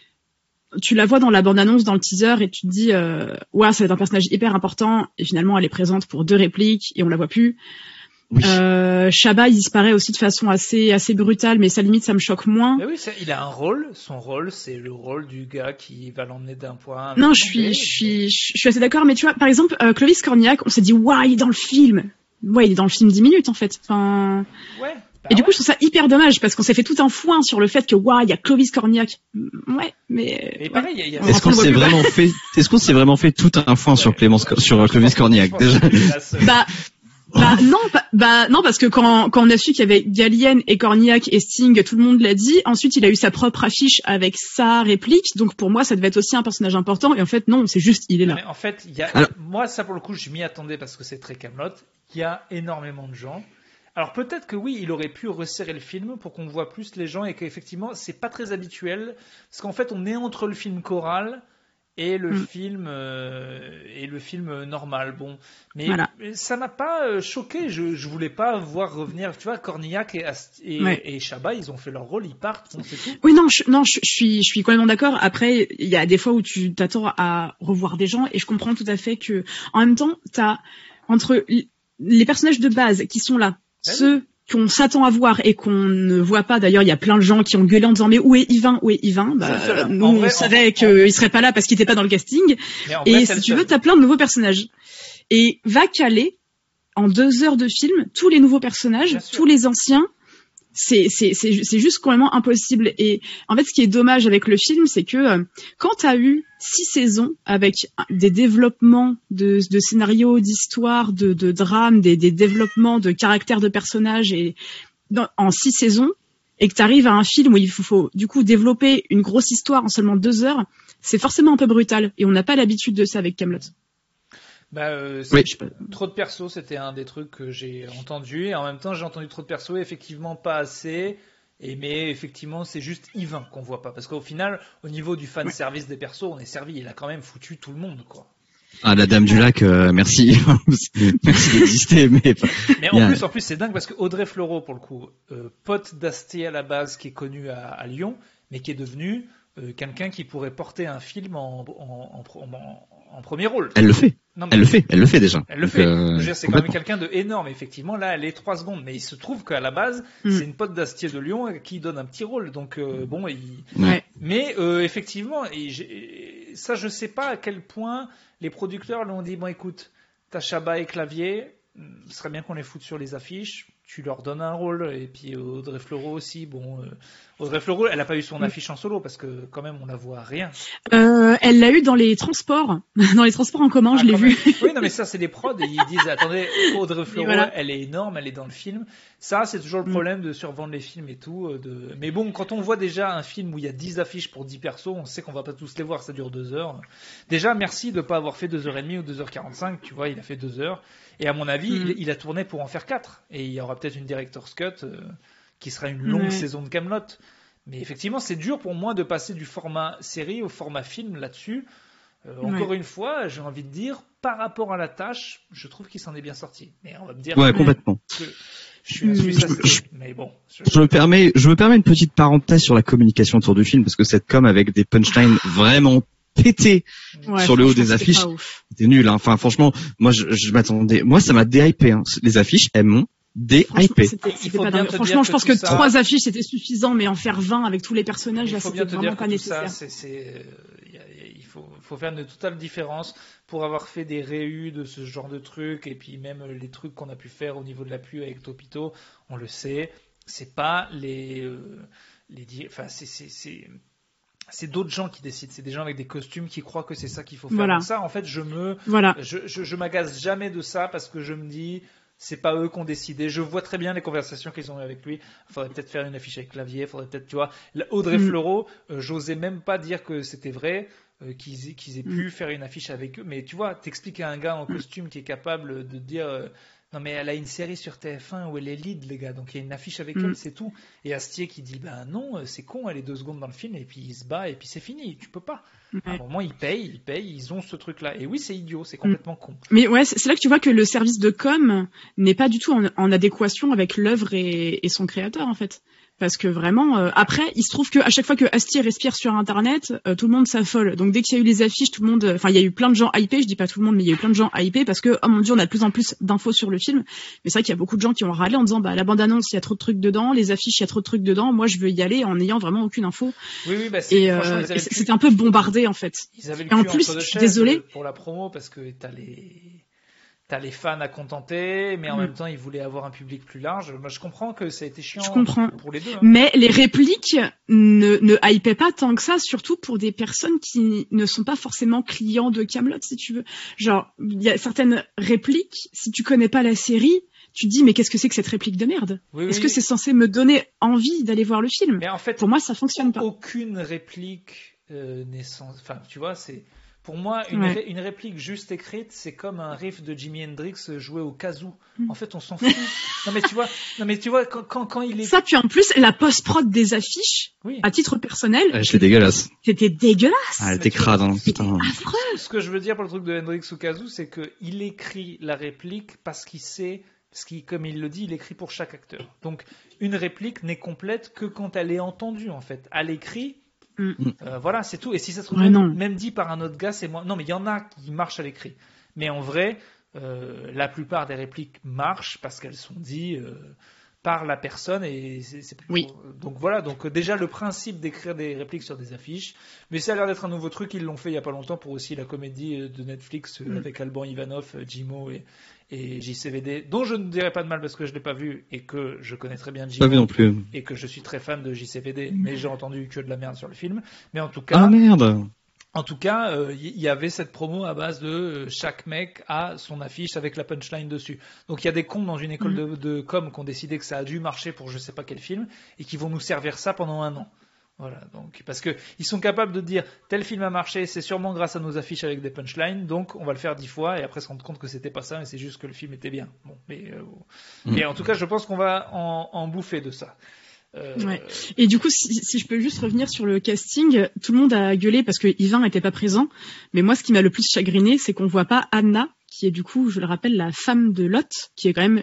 Tu la vois dans la bande-annonce, dans le teaser, et tu te dis euh, ouais, ça va être un personnage hyper important, et finalement elle est présente pour deux répliques et on la voit plus. Oui. Euh, Chabat, il disparaît aussi de façon assez assez brutale, mais ça limite ça me choque moins. Mais oui, ça, il a un rôle. Son rôle, c'est le rôle du gars qui va l'emmener d'un point à un. Non, je suis je suis je suis assez d'accord, mais tu vois, par exemple, euh, Clovis Cornillac, on s'est dit ouais, il est dans le film. Ouais, il est dans le film dix minutes en fait. Enfin. Ouais. Bah et ouais. du coup, je trouve ça hyper dommage parce qu'on s'est fait tout un foin sur le fait que waouh, il y a Clovis Cornillac. Ouais, mais. Mais pareil, il y a. Est-ce qu'on s'est vraiment fait, est-ce qu'on s'est vraiment fait tout un foin ouais, sur Clémence, sur Clovis Cornillac déjà? Bah. Bah non, bah, bah non parce que quand quand on a su qu'il y avait Gallienne et Cornillac et Sting, tout le monde l'a dit. Ensuite, il a eu sa propre affiche avec sa réplique. Donc pour moi, ça devait être aussi un personnage important. Et en fait, non, c'est juste il est là. Mais en fait, il y a. Alors... moi, ça pour le coup, je m'y attendais parce que c'est très Kaamelott. Il y a énormément de gens. Alors peut-être que oui, il aurait pu resserrer le film pour qu'on voit plus les gens et qu'effectivement, c'est pas très habituel parce qu'en fait, on est entre le film choral et le mm. film euh, et le film normal. Bon, mais voilà. Ça m'a pas euh, choqué. Je je voulais pas voir revenir. Tu vois, Cornillac et et, ouais. et Chabat, ils ont fait leur rôle, ils partent, bon, c'est tout. Oui, non, je, non, je, je suis je suis complètement d'accord. Après, il y a des fois où tu t'attends à revoir des gens et je comprends tout à fait que en même temps, t'as entre les personnages de base qui sont là. Ceux qu'on s'attend à voir et qu'on ne voit pas. D'ailleurs, il y a plein de gens qui ont gueulé en disant mais où est Yvain, où est Yvain bah, euh, Nous, vrai, on savait qu'il serait pas là parce qu'il était pas dans le casting. Et vrai, si tu veux, t'as plein de nouveaux personnages. Et va caler en deux heures de film tous les nouveaux personnages, tous les anciens. C'est, c'est, c'est, c'est juste complètement impossible. Et en fait, ce qui est dommage avec le film, c'est que euh, quand t'as eu six saisons avec des développements de, de scénarios, d'histoires, de, de drames, des, des développements de caractères de personnages et dans, en six saisons, et que t'arrives à un film où il faut, faut du coup développer une grosse histoire en seulement deux heures, c'est forcément un peu brutal. Et on n'a pas l'habitude de ça avec Kaamelott. Bah, euh, oui. Trop de persos, c'était un des trucs que j'ai entendu, et en même temps j'ai entendu trop de persos, effectivement pas assez, et mais effectivement c'est juste Yvain qu'on voit pas, parce qu'au final, au niveau du fan service ouais. des persos, on est servi, il a quand même foutu tout le monde, quoi. Ah, la Dame du Lac, euh, merci, merci d'exister, mais. Mais en yeah. plus, en plus c'est dingue parce que Audrey Fleurot, pour le coup, euh, pote d'Astier à la base, qui est connu à, à Lyon, mais qui est devenu euh, quelqu'un qui pourrait porter un film en, en, en, en en premier rôle. Elle le fait. Non, mais elle le fait, elle le fait déjà. Elle le Donc, fait. euh, Je veux dire, c'est quand même quelqu'un de énorme. Effectivement, là, elle est trois secondes. Mais il se trouve qu'à la base, mm. c'est une pote d'Astier de Lyon qui donne un petit rôle. Donc, euh, bon, il... ouais. Mais euh, effectivement, et j'ai... ça, je sais pas à quel point les producteurs lui ont dit, bon, écoute, t'as Chabat et Clavier, ce serait bien qu'on les foute sur les affiches. Tu leur donnes un rôle. Et puis Audrey Fleurot aussi. Bon, euh... Audrey Fleurot, elle n'a pas eu son affiche en solo parce que quand même, on la voit rien. Euh, elle l'a eu dans les transports, dans les transports en commun, ah, je l'ai vu. Oui, non, mais ça, c'est des prods. Et ils disent, attendez, Audrey Fleurot, voilà. Elle est énorme, elle est dans le film. Ça, c'est toujours le problème de survendre les films et tout. De... Mais bon, quand on voit déjà un film où il y a dix affiches pour dix persos, on sait qu'on va pas tous les voir, ça dure deux heures. Déjà, merci de pas avoir fait deux heures trente ou deux heures quarante-cinq. Tu vois, il a fait deux heures. Et à mon avis, mm. il, il a tourné pour en faire quatre. Et il y aura peut-être une director's cut euh, qui sera une longue mm. saison de Kaamelott. Mais effectivement, c'est dur pour moi de passer du format série au format film là-dessus. Euh, ouais. Encore une fois, j'ai envie de dire, par rapport à la tâche, je trouve qu'il s'en est bien sorti. Mais on va me dire ouais, que complètement. Que je suis un Suisse assez, mais bon. Je... je me permets, je me permets une petite parenthèse sur la communication autour du film parce que cette com avec des punchlines vraiment pétées ouais, sur le haut des affiches, c'était nul. Hein. Enfin, franchement, moi, je, je m'attendais, moi, ça m'a déhypé. Hein. Les affiches, elles m'ont des hypés. Franchement, je pense que, que ça... trois affiches c'était suffisant, mais en faire vingt avec tous les personnages, là, c'était vraiment pas nécessaire. Ça, c'est, c'est, y a, il faut, faut faire une totale différence pour avoir fait des réus de ce genre de trucs, et puis même les trucs qu'on a pu faire au niveau de la pub avec Topito, on le sait, c'est pas les, euh, les, enfin, c'est, c'est, c'est, c'est d'autres gens qui décident. C'est des gens avec des costumes qui croient que c'est ça qu'il faut faire. Voilà. Donc ça, en fait, je me, voilà. je, je, je m'agace jamais de ça parce que je me dis. C'est pas eux qui ont décidé. Je vois très bien les conversations qu'ils ont eues avec lui. Il faudrait peut-être faire une affiche avec Clavier. Il faudrait peut-être, tu vois, Audrey mmh. Fleurot, euh, j'osais même pas dire que c'était vrai, euh, qu'ils, qu'ils aient pu mmh. faire une affiche avec eux. Mais tu vois, t'expliques à un gars en costume qui est capable de dire, euh, non mais elle a une série sur T F un où elle est lead, les gars. Donc il y a une affiche avec mmh. elle, c'est tout. Et Astier qui dit, ben non, c'est con, elle est deux secondes dans le film et puis il se bat et puis c'est fini. Tu peux pas. À un moment, ils payent, ils payent, ils ont ce truc-là. Et oui, c'est idiot, c'est complètement mmh. con. Mais ouais, c'est là que tu vois que le service de com n'est pas du tout en, en adéquation avec l'œuvre et, et son créateur, en fait. Parce que vraiment, euh, après, il se trouve que à chaque fois que Astier respire sur Internet, euh, tout le monde s'affole. Donc dès qu'il y a eu les affiches, tout le monde, enfin, il y a eu plein de gens hypés. Je dis pas tout le monde, mais il y a eu plein de gens hypés parce que, oh mon Dieu, on a de plus en plus d'infos sur le film. Mais c'est vrai qu'il y a beaucoup de gens qui ont râlé en disant, bah la bande-annonce, il y a trop de trucs dedans, les affiches, il y a trop de trucs dedans. Moi, je veux y aller en n'ayant vraiment aucune info. Oui, oui, bah c'est, et, euh, et c'était un peu bombardé en fait. Ils avaient le et en plus, je suis désolée pour la promo parce que t'as les T'as les fans à contenter, mais en mmh. même temps, ils voulaient avoir un public plus large. Moi, je comprends que ça a été chiant je comprends. pour les deux. Hein. Mais les répliques ne, ne hypaient pas tant que ça, surtout pour des personnes qui ne sont pas forcément clients de Kaamelott, si tu veux. Genre, il y a certaines répliques, si tu connais pas la série, tu te dis, mais qu'est-ce que c'est que cette réplique de merde? oui, Est-ce oui. que c'est censé me donner envie d'aller voir le film? Mais en fait, pour moi, ça fonctionne pas. Aucune réplique euh, n'est sans... Enfin, tu vois, c'est... Pour moi, une, ouais. ré- une réplique juste écrite, c'est comme un riff de Jimi Hendrix joué au kazoo. Mm. En fait, on s'en fout. non mais tu vois, non mais tu vois quand, quand, quand il est. Ça, puis en plus, la post-prod des affiches, oui. à titre personnel, ouais, c'était dégueulasse. C'était dégueulasse. Ah, elle était crade, hein, putain. Affreux. Ce que je veux dire pour le truc de Hendrix ou kazoo, c'est que il écrit la réplique parce qu'il sait, parce qu'il, comme il le dit, il écrit pour chaque acteur. Donc, une réplique n'est complète que quand elle est entendue, en fait. À l'écrit. Mm. Euh, voilà, c'est tout. Et si ça se trouve ouais, même, même dit par un autre gars, c'est moi. Non, mais il y en a qui marchent à l'écrit. Mais en vrai, euh, la plupart des répliques marchent parce qu'elles sont dites euh, par la personne. Et c'est, c'est... Oui. Donc voilà. Donc déjà le principe d'écrire des répliques sur des affiches. Mais ça a l'air d'être un nouveau truc. Ils l'ont fait il y a pas longtemps pour aussi la comédie de Netflix mm. avec Alban Ivanov, Jimo et. et J C V D, dont je ne dirais pas de mal parce que je l'ai pas vu et que je connais très bien Jimo, pas vu non plus. Et que je suis très fan de J C V D, mais j'ai entendu que de la merde sur le film. Mais en tout cas, ah merde. En tout cas, il euh, y, y avait cette promo à base de euh, chaque mec a son affiche avec la punchline dessus. Donc il y a des cons dans une école mmh. de, de com qui ont décidé que ça a dû marcher pour je sais pas quel film et qui vont nous servir ça pendant un an. Voilà, donc parce que ils sont capables de dire tel film a marché, c'est sûrement grâce à nos affiches avec des punchlines, donc on va le faire dix fois et après se rendre compte que c'était pas ça, mais c'est juste que le film était bien. Bon, mais, euh, mmh. mais en tout cas, je pense qu'on va en, en bouffer de ça. Euh... Ouais. Et du coup, si, si je peux juste revenir sur le casting, tout le monde a gueulé parce que Yvain n'était pas présent, mais moi, ce qui m'a le plus chagriné, c'est qu'on voit pas Anna, qui est du coup, je le rappelle, la femme de Lot, qui est quand même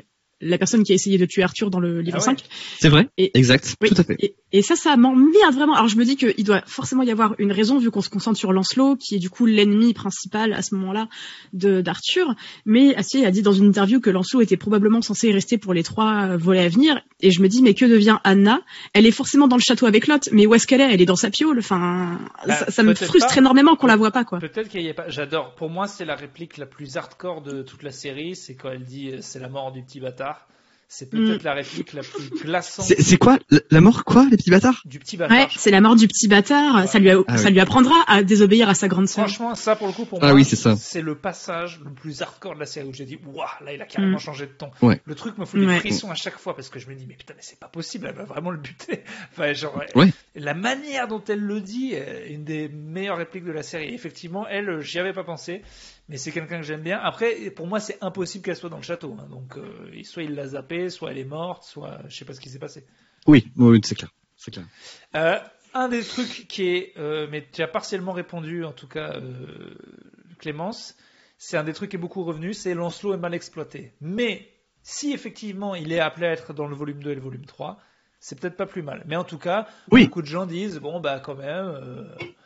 la personne qui a essayé de tuer Arthur dans le livre Ah ouais. cinq. C'est vrai. Et- Exact. Oui. Tout à fait. Et, et ça, ça m'emmerde vraiment. Alors je me dis qu'il doit forcément y avoir une raison vu qu'on se concentre sur Lancelot, qui est du coup l'ennemi principal à ce moment-là de d'Arthur. Mais Astier a dit dans une interview que Lancelot était probablement censé rester pour les trois volets à venir. Et je me dis, mais que devient Anna? Elle est forcément dans le château avec Lot, mais où est-ce qu'elle est? Elle est dans sa piole. Enfin, Bah, ça, ça me peut-être frustre pas. énormément qu'on la voit pas, quoi. Peut-être qu'il y a pas. J'adore. Pour moi, c'est la réplique la plus hardcore de toute la série. C'est quand elle dit euh, c'est la mort du petit bâtard. C'est peut-être Mm. la réplique la plus glaçante C'est c'est quoi la, la mort quoi les petits bâtards? du petit bâtard. Ouais, c'est la mort du petit bâtard. Ouais. Ça lui, a- Ah ça oui. lui apprendra à désobéir à sa grande sœur. Franchement, ça pour le coup, pour Ah moi, oui, c'est ça. c'est le passage le plus hardcore de la série où j'ai dit waouh, là il a carrément Mm. changé de ton. Ouais. Le truc me fout des Ouais. frissons à chaque fois parce que je me dis mais putain mais c'est pas possible, elle va vraiment le buter. Enfin genre Ouais. la manière dont elle le dit est une des meilleures répliques de la série. Et effectivement, elle, euh, j'y avais pas pensé, mais c'est quelqu'un que j'aime bien. Après, pour moi, c'est impossible qu'elle soit dans le château. Hein. Donc euh, soit il l'a zappée, soit elle est morte, soit je sais pas ce qui s'est passé. Oui, oui, c'est clair. C'est clair. Euh, un des trucs qui est, euh, mais tu as partiellement répondu en tout cas, euh, Clémence, c'est un des trucs qui est beaucoup revenu, c'est Lancelot est mal exploité. Mais si effectivement il est appelé à être dans le volume deux et le volume trois, c'est peut-être pas plus mal. Mais en tout cas, Oui. beaucoup de gens disent bon bah quand même. Euh,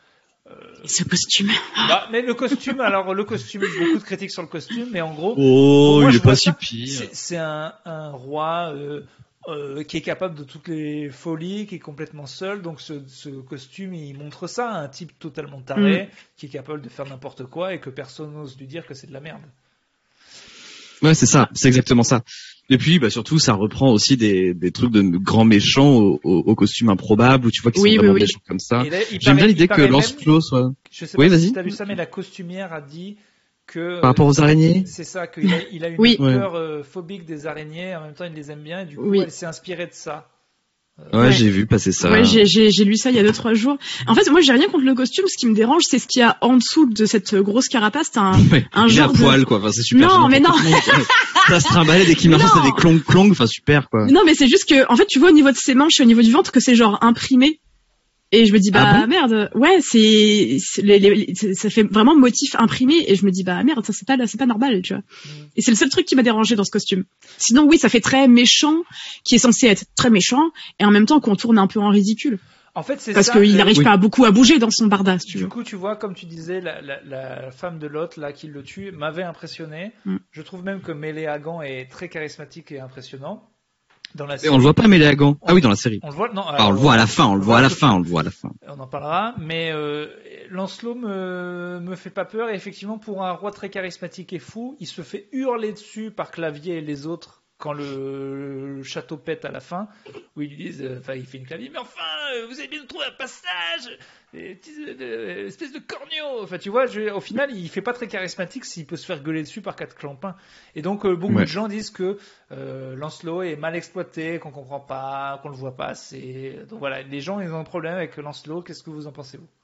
Et ce costume. bah, mais le costume, alors le costume, beaucoup de critiques sur le costume, mais en gros, Oh, moi, il je est pas vois si ça, pire. c'est, c'est un, un roi euh, euh, qui est capable de toutes les folies, qui est complètement seul. Donc ce, ce costume, il montre ça, un type totalement taré, Mm. qui est capable de faire n'importe quoi et que personne n'ose lui dire que c'est de la merde. Ouais, c'est ça, c'est exactement ça. Et puis, bah, surtout, ça reprend aussi des, des trucs de grands méchants au, au, au costume improbable où tu vois qu'ils Oui, sont oui, vraiment oui. méchants comme ça. Et là, il J'aime bien paraît- l'idée il que paraît même- Lancelot soit Je sais Oui, pas vas-y. si tu as vu ça, mais la costumière a dit que par rapport aux araignées. c'est ça, qu'il a, il a une Oui. peur euh, phobique des araignées, en même temps il les aime bien et du coup Oui. elle s'est inspirée de ça. Ouais, Ouais. j'ai vu passer ça. Ouais, j'ai, j'ai, j'ai lu ça il y a deux trois jours. En fait, moi, j'ai rien contre le costume. Ce qui me dérange, c'est ce qu'il y a en dessous de cette grosse carapace. T'as un, Ouais, un il est à genre de- poil, quoi. Enfin, c'est super. Non, gênant mais pour non. tout le monde. Ça se trimballe dès qu'il marche, Non. c'est des clong clong. Enfin, super, quoi. Non, mais c'est juste que, en fait, tu vois au niveau de ses manches et au niveau du ventre que c'est genre imprimé. Et je me dis, bah Ah bon merde, ouais, c'est, c'est les- les- c'est- ça fait vraiment motif imprimé. Et je me dis, bah merde, ça c'est pas, c'est pas normal, tu vois. Mm. Et c'est le seul truc qui m'a dérangé dans ce costume. Sinon, oui, ça fait très méchant, qui est censé être très méchant, et en même temps qu'on tourne un peu en ridicule. En fait, c'est Parce ça. qu'il le- n'arrive oui. pas beaucoup à bouger dans son bardas, tu Du vois. coup, tu vois, comme tu disais, la, la, la femme de Lot, là, qui le tue, m'avait impressionné. Mm. Je trouve même que Méléagan est très charismatique et impressionnant. Dans la Et série. on le voit pas mêlé à gants. Ah oui, dans la série. On le voit, non, Ah, on alors, le voit à la fin, on le voit à la tout- fin, on le voit à la fin. On en parlera, mais euh, Lancelot me, me fait pas peur. Et effectivement, pour un roi très charismatique et fou, il se fait hurler dessus par Clavier et les autres quand le, le château pète à la fin, où ils lui disent, euh, enfin, il fait une Clavier, mais enfin, euh, vous avez bien trouvé un passage, euh, petite- euh, espèce de corneau. Enfin, tu vois, je- au final, il fait pas très charismatique s'il peut se faire gueuler dessus par quatre clampins. Et donc, euh, beaucoup Ouais. de gens disent que euh, Lancelot est mal exploité, qu'on comprend pas, qu'on le voit pas assez. Donc voilà, les gens, ils ont un problème avec Lancelot. Qu'est-ce que vous en pensez, vous?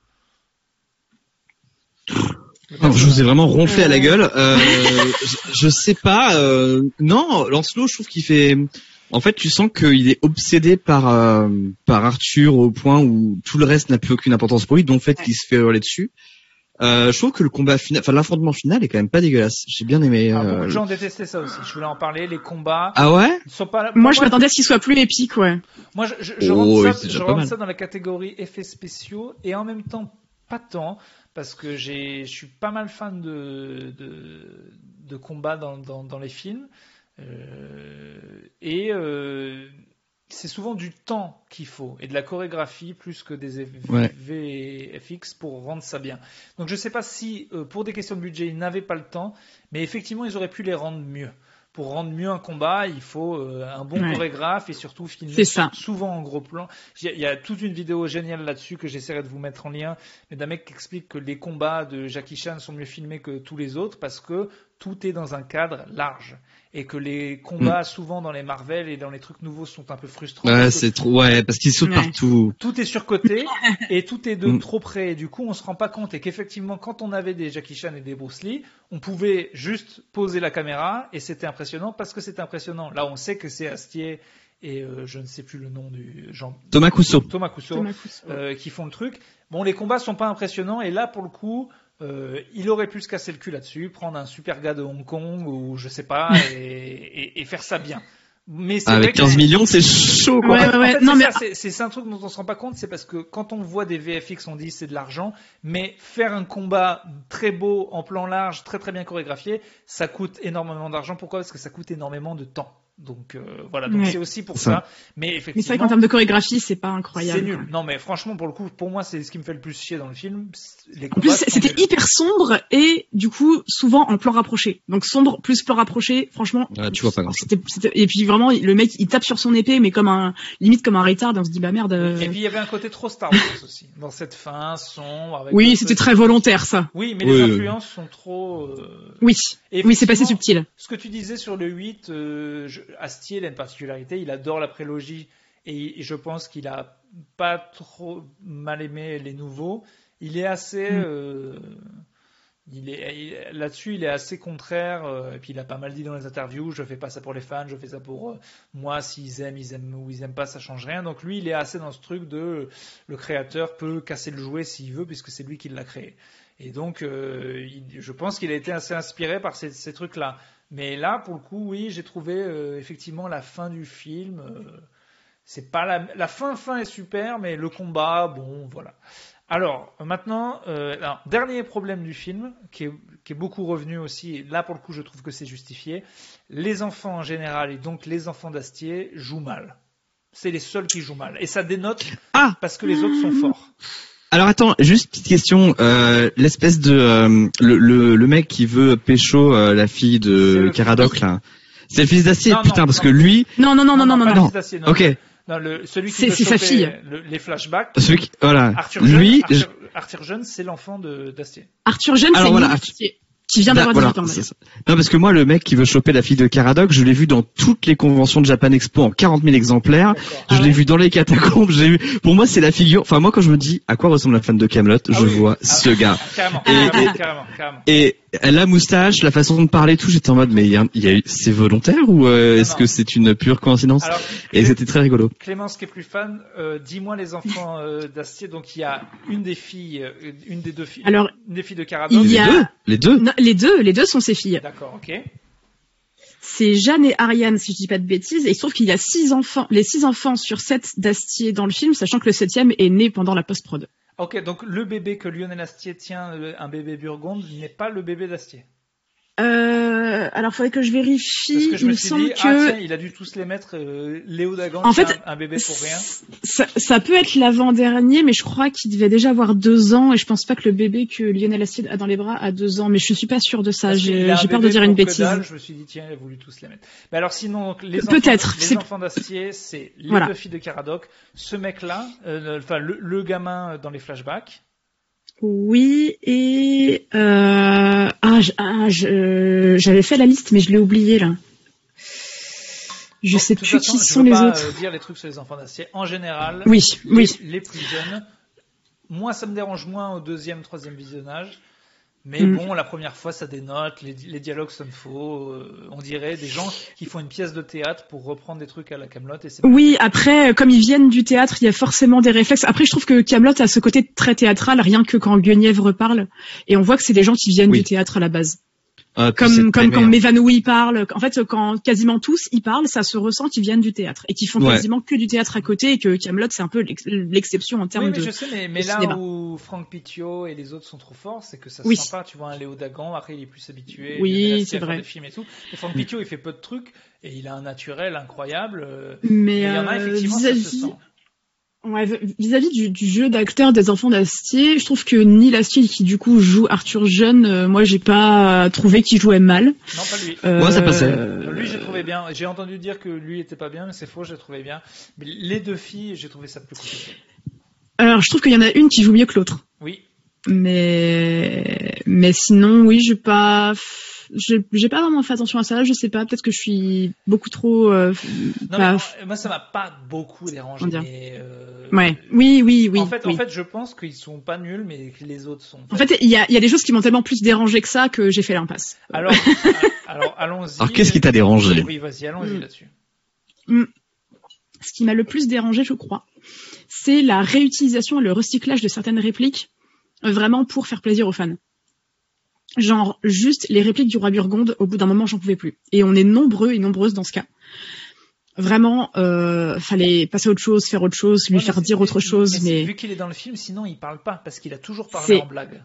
Oh, je vous ai vraiment ronflé à la gueule. Euh, je, je sais pas. Euh, non, Lancelot, je trouve qu'il fait. En fait, tu sens qu'il est obsédé par euh, par Arthur au point où tout le reste n'a plus aucune importance pour lui, dont le fait qu'il se fait hurler dessus. Euh, je trouve que le combat final, enfin l'affrontement final est quand même pas dégueulasse. J'ai bien aimé. Ah, euh, beaucoup de gens détestaient ça aussi. Je voulais en parler. Les combats Ah ouais. ne sont pas là. Pour Moi, je m'attendais à ce qu'il soit plus épique, ouais. Moi, je, je, je Oh, rentre, oui, ça, c'est déjà je pas rentre mal. ça dans la catégorie effets spéciaux et en même temps pas tant parce que j'ai, je suis pas mal fan de de, de combats dans, dans, dans les films euh, et euh, c'est souvent du temps qu'il faut et de la chorégraphie plus que des Ouais. V F X pour rendre ça bien. Donc je sais pas si euh, pour des questions de budget ils n'avaient pas le temps, mais effectivement ils auraient pu les rendre mieux. Pour rendre mieux un combat, il faut euh, un bon Ouais. chorégraphe et surtout filmer C'est ça. souvent en gros plan. Il y, a, il y a toute une vidéo géniale là-dessus que j'essaierai de vous mettre en lien, mais d'un mec qui explique que les combats de Jackie Chan sont mieux filmés que tous les autres parce que tout est dans un cadre large et que les combats souvent dans les Marvel et dans les trucs nouveaux sont un peu frustrants. Ouais, parce que c'est trop. Ouais, parce qu'il saute Ouais. partout. tout est surcoté et tout est de Mm. trop près. Et du coup, on se rend pas compte et qu'effectivement, quand on avait des Jackie Chan et des Bruce Lee, on pouvait juste poser la caméra et c'était impressionnant parce que c'était impressionnant. Là, on sait que c'est Astier et euh, je ne sais plus le nom du Jean Thomas Cousseau. Thomas Cousseau Thomas Cousseau. euh, qui font le truc. Bon, les combats sont pas impressionnants et là, pour le coup. Euh, il aurait pu se casser le cul là-dessus, prendre un super gars de Hong Kong ou je sais pas et, et, et faire ça bien. Mais c'est Avec vrai que quinze c'est- millions, c'est chaud, quoi. Ouais, ouais, En ouais. fait, Non, c'est mais ça, c'est- c'est c'est un truc dont on se rend pas compte, c'est parce que quand on voit des V F X, on dit c'est de l'argent, mais faire un combat très beau, en plan large, très très bien chorégraphié, ça coûte énormément d'argent. Pourquoi? Parce que ça coûte énormément de temps. Donc euh, voilà, donc Ouais. c'est aussi pour Ça. ça. Mais mais c'est vrai effectivement, qu'en termes de chorégraphie, c'est pas incroyable. c'est nul. quoi. Non, mais franchement, pour le coup, pour moi, c'est ce qui me fait le plus chier dans le film. Les En combats plus, sont c'était nuls. hyper sombre et du coup, souvent en plan rapproché. Donc sombre plus plan rapproché, franchement. Ouais, tu vois pas grand-chose. c'était- c'était- Et puis vraiment, le mec, il tape sur son épée, mais comme un, limite comme un retard, et on se dit, bah merde. euh, Et puis il y avait un côté trop Star Wars aussi dans cette fin sombre. Avec Oui, le c'était petit- très volontaire, ça. Oui, mais Oui, les oui. influences sont trop. euh, Oui. Et Oui, c'est pas assez effectivement, subtil. Ce que tu disais sur le huit, euh, je- Astier, il a une particularité, il adore la prélogie et, et je pense qu'il a pas trop mal aimé les nouveaux. Il est assez, Mm. euh, il est il- là-dessus, il est assez contraire. euh, et puis il a pas mal dit dans les interviews, je fais pas ça pour les fans, je fais ça pour euh, moi. S'ils aiment, ils aiment ou ils aiment pas, ça change rien. Donc lui, il est assez dans ce truc de le créateur peut casser le jouet s'il veut puisque c'est lui qui l'a créé. Et donc, euh, il- je pense qu'il a été assez inspiré par ces, ces trucs-là. Mais là, pour le coup, oui, j'ai trouvé euh, effectivement la fin du film. euh, c'est pas la, la fin, fin est super, mais le combat, bon, voilà. Alors, maintenant, euh, alors, dernier problème du film, qui est, qui est beaucoup revenu aussi, et là, pour le coup, je trouve que c'est justifié. Les enfants en général, et donc les enfants d'Astier, jouent mal. C'est les seuls qui jouent mal. Et ça dénote Ah! parce que les autres sont forts. Alors attends, juste petite question. Euh, l'espèce de euh, le, le le mec qui veut pécho euh, la fille C'est de le Caradoc fils. là. C'est le fils d'Acier, Non, putain, non, parce non. que lui, Non, non, non, non, non, non, pas non. le fils d'Astier, non. ok, Non, le, celui qui C'est- peut c'est sa choper fille. le- les flashbacks. celui qui, voilà, Arthur Jeune, lui, Arthur, je- Arthur Jeune, c'est l'enfant de d'Astier. Arthur Jeune, Alors c'est voilà, Nick Arthur- qui, qui vient d'avoir voilà, dix-huit ans. c'est d'ailleurs. ça. Non, parce que moi, le mec qui veut choper la fille de Caradoc, je l'ai vu dans toutes les conventions de Japan Expo en quarante mille exemplaires. D'accord. Je Ah l'ai ouais vu dans les catacombes. J'ai vu. Pour moi, c'est la figure. Enfin, moi, quand je me dis à quoi ressemble la fan de Camelot, Ah je oui. vois Ah, ce gars. Carrément, Et- carrément, et- carrément, carrément. Et la moustache, la façon de parler, tout, j'étais en mode, mais il y a, il y a eu- c'est volontaire ou euh, Non, est-ce non. que c'est une pure coïncidence? Alors, Et c'était très rigolo. Clémence qui est plus fan, euh, dis-moi les enfants euh, d'Astier. Donc il y a une des filles, euh, une des deux filles, Alors, une des filles de il Caradoc. y Les a- deux, les deux. Non, les deux, les deux sont ses filles. D'accord, ok. C'est Jeanne et Ariane, si je dis pas de bêtises. Et il se trouve qu'il y a six enfants, les six enfants sur sept d'Astier dans le film, sachant que le septième est né pendant la post-prod. Ok, donc le bébé que Lionel Astier tient, euh, un bébé Burgonde, n'est pas le bébé d'Astier. Euh, alors, faudrait que je Parce vérifie. que je Il me me suis semble dit, que ah tiens, il a dû tous les mettre. Euh, Léo Dagan, En c'est fait, un, un bébé pour rien. ça, ça peut être l'avant-dernier, mais je crois qu'il devait déjà avoir deux ans, et je pense pas que le bébé que Lionel Astier a dans les bras a deux ans, mais je suis pas sûre de ça. Parce qu'il J'ai a un j'ai peur de bébé dire une pour que bêtise. dalle, je me suis dit, tiens, il a voulu tous les mettre. Mais alors sinon, donc, les, Pe- peut-être, enfants, les c'est- enfants d'Astier, c'est les Voilà. deux filles de Caradoc, ce mec-là, euh, enfin le, le gamin dans les flashbacks. Oui, et euh... ah, je- ah, je- j'avais fait la liste, mais je l'ai oublié là. Je Bon, sais de toute plus façon, qui je sont veux les pas, autres. euh, dire les trucs sur les enfants d'Astier. En général, Oui, les, oui. les plus jeunes, moi ça me dérange moins au deuxième, troisième visionnage. Mais Mm. bon, la première fois, ça dénote, les, les dialogues sonnent faux. euh, on dirait des gens qui font une pièce de théâtre pour reprendre des trucs à la Camelot. Et c'est Oui, après, comme ils viennent du théâtre, il y a forcément des réflexes. Après, je trouve que Kaamelott a ce côté très théâtral, rien que quand Guenièvre parle. Et on voit que c'est des gens qui viennent Oui. du théâtre à la base. Ah, puis c'est Comme, comme timé, quand hein. Mévanoui parle. En fait, quand quasiment tous y parlent, ça se ressent qu'ils viennent du théâtre. Et qu'ils font Ouais. quasiment que du théâtre à côté, et que Kaamelott, c'est un peu l'ex- l'exception en termes Oui, mais de... je sais, mais, mais de là cinéma. où Franck Pitio et les autres sont trop forts, c'est que ça se Oui. sent pas. Tu vois un Léo Dagan, après il est plus habitué. Oui, Lionel Astier c'est à faire vrai. des films et tout. Et Franck Pitio, il fait peu de trucs et il a un naturel incroyable. euh, Mais il y en a euh, effectivement, ça se vis-à-vis... sent. Ouais, vis-à-vis du, du jeu d'acteur des enfants d'Astier, je trouve que Neil Astier, qui du coup joue Arthur Jeune, euh, moi j'ai pas trouvé qu'il jouait mal. Non, pas lui. Euh, Moi, ça passait. Lui, j'ai trouvé bien. J'ai entendu dire que lui était pas bien, mais c'est faux, j'ai trouvé bien. Mais les deux filles, j'ai trouvé ça plus compliqué. Alors je trouve qu'il y en a une qui joue mieux que l'autre. Oui. Mais mais sinon, oui, j'ai pas j'ai j'ai pas vraiment fait attention à ça. Je sais pas, peut-être que je suis beaucoup trop. Euh, Non, pas- mais moi, ça m'a pas beaucoup dérangé. Comment dire Mais, euh, Ouais. Oui, oui, oui. en fait, oui. en fait, je pense qu'ils sont pas nuls, mais que les autres sont. En fait, il y a, il y a des choses qui m'ont tellement plus dérangé que ça que j'ai fait l'impasse. Alors, alors allons-y. Alors, qu'est-ce qui t'a dérangé? Oui, vas-y, allons-y Mm. là-dessus. Ce qui m'a le plus dérangé, je crois, c'est la réutilisation et le recyclage de certaines répliques, euh, vraiment pour faire plaisir aux fans. Genre, juste les répliques du roi Burgonde, au bout d'un moment, j'en pouvais plus. Et on est nombreux et nombreuses dans ce cas. Vraiment, euh, fallait passer à autre chose, faire autre chose, lui Ouais, faire mais dire c'est- autre chose, mais, mais vu qu'il est dans le film, sinon il parle pas parce qu'il a toujours parlé C'est- en blague.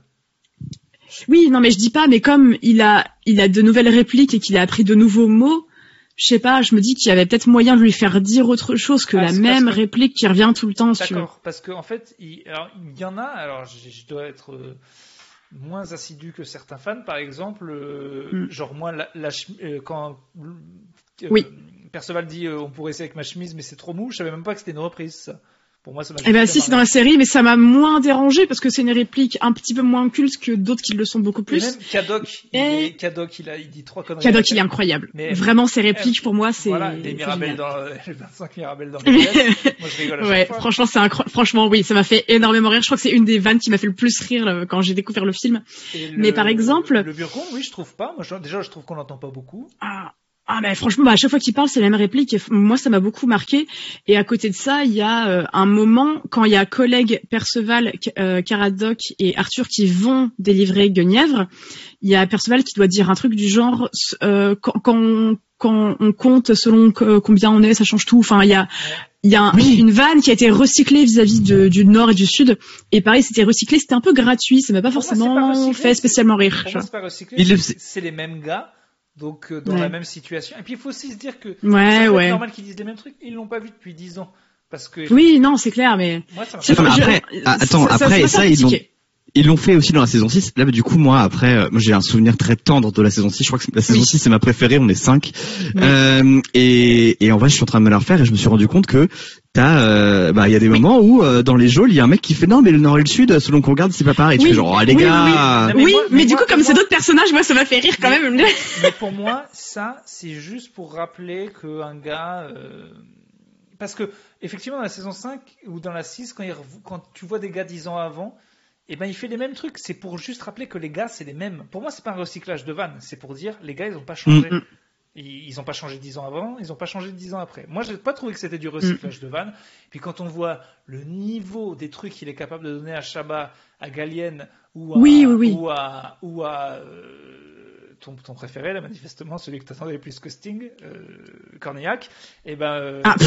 oui, non, mais je dis pas, mais comme il a, il a de nouvelles répliques et qu'il a appris de nouveaux mots, je sais pas, je me dis qu'il y avait peut-être moyen de lui faire dire autre chose que Ah, la c'est même parce que- réplique qui revient tout le temps, si tu veux. D'accord, parce qu'en en fait, il, alors, il y en a, alors je, je dois être euh, moins assidu que certains fans, par exemple, euh, Mm. genre moi, la, la chemi- euh, quand euh, Oui. Perceval dit euh, on pourrait essayer avec ma chemise, mais c'est trop mou, je savais même pas que c'était une reprise. Ça. Pour moi, ça m'a Eh ben juste si, fait c'est dans la marrer. série, mais ça m'a moins dérangé parce que c'est une réplique un petit peu moins culte que d'autres qui le sont beaucoup Et plus. même Kadok, il, Et- est- Kadok, il, a, il dit trois conneries. Kadok, il est incroyable. Mais- Vraiment, ses répliques, pour moi, c'est... Voilà, des c'est Mirabelles génial. dans les vingt-cinq Mirabelles dans les têtes. Moi, je rigole à chaque Ouais, fois. franchement, c'est incroyable. Franchement, oui, ça m'a fait énormément rire. Je crois que c'est une des vannes qui m'a fait le plus rire là, quand j'ai découvert le film. Et Mais le- par exemple- Le Burgonde, oui, je trouve pas. Moi, je- déjà, je trouve qu'on l'entend pas beaucoup. Ah, ah mais franchement, bah, à chaque fois qu'il parle, c'est la même réplique. Et f- moi, ça m'a beaucoup marqué. Et à côté de ça, il y a euh, un moment quand il y a collègues Perceval, K- euh, Caradoc et Arthur qui vont délivrer Guenièvre. Il y a Perceval qui doit dire un truc du genre euh, quand, quand, on, quand on compte selon que- combien on est, ça change tout. Enfin, il y a il y a un- Oui. une vanne qui a été recyclée vis-à-vis de- du nord et du sud. Et pareil, c'était recyclé, c'était un peu gratuit. Ça m'a pas Pour moi, c'est pas forcément recyclé, fait c'est- spécialement rire. Pour tu moi, vois. c'est pas recyclé. Il le- c'est- C'est les mêmes gars. Donc, euh, dans Ouais. la même situation. Et puis, il faut aussi se dire que Ouais, ça peut ouais. être normal qu'ils disent les mêmes trucs. Ils l'ont pas vu depuis dix ans. Parce que Oui, non, c'est clair, mais moi, ça m'a Je sais Non, mais pas, après, je- ah, attends, ça- ça- après, ça m'a ça, fait ils l'ont, tiquer. ils l'ont fait aussi dans la saison six. Là, du coup, moi, après, euh, moi, j'ai un souvenir très tendre de la saison six. Je crois que la saison Oui. six, c'est ma préférée. On est cinq. Oui. Euh, et, et en vrai, je suis en train de me la refaire et je me suis rendu compte que t'as, euh, bah, il y a des moments où, euh, dans les geôles, il y a un mec qui fait non, mais le nord et le sud, selon qu'on regarde, c'est pas pareil. Tu Oui. fais genre, ah, les Oui, gars. oui, Non, mais oui, moi- mais, mais du moi- coup, comme moi- c'est d'autres personnages, moi, ça m'a fait rire quand Mais- même. Mais pour moi, ça, c'est juste pour rappeler qu'un gars. euh, Parce que, effectivement, dans la saison cinq ou dans la six, quand, il rev- quand tu vois des gars dix ans avant, eh ben, il fait les mêmes trucs. C'est pour juste rappeler que les gars, c'est les mêmes. Pour moi, c'est pas un recyclage de vannes. C'est pour dire, les gars, ils ont pas changé. Mm, mm. Ils ils ont pas changé dix ans avant, ils ont pas changé dix ans après. Moi, j'ai pas trouvé que c'était du recyclage de vannes. Puis quand on voit le niveau des trucs qu'il est capable de donner à Chabat, à Gallienne ou à, Oui, oui, oui. ou à, ou à euh, ton, ton préféré, là, manifestement, celui que t'attendais plus que Sting, euh, Cornillac, et ben. euh, Ah.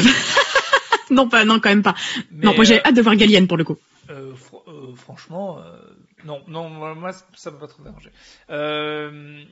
non, pas, non, quand même pas. mais, non, moi, j'ai euh, hâte de voir Gallienne pour le coup. euh, fr- euh, franchement, euh, non, non, moi, moi, ça m'a pas trop dérangé. Euh,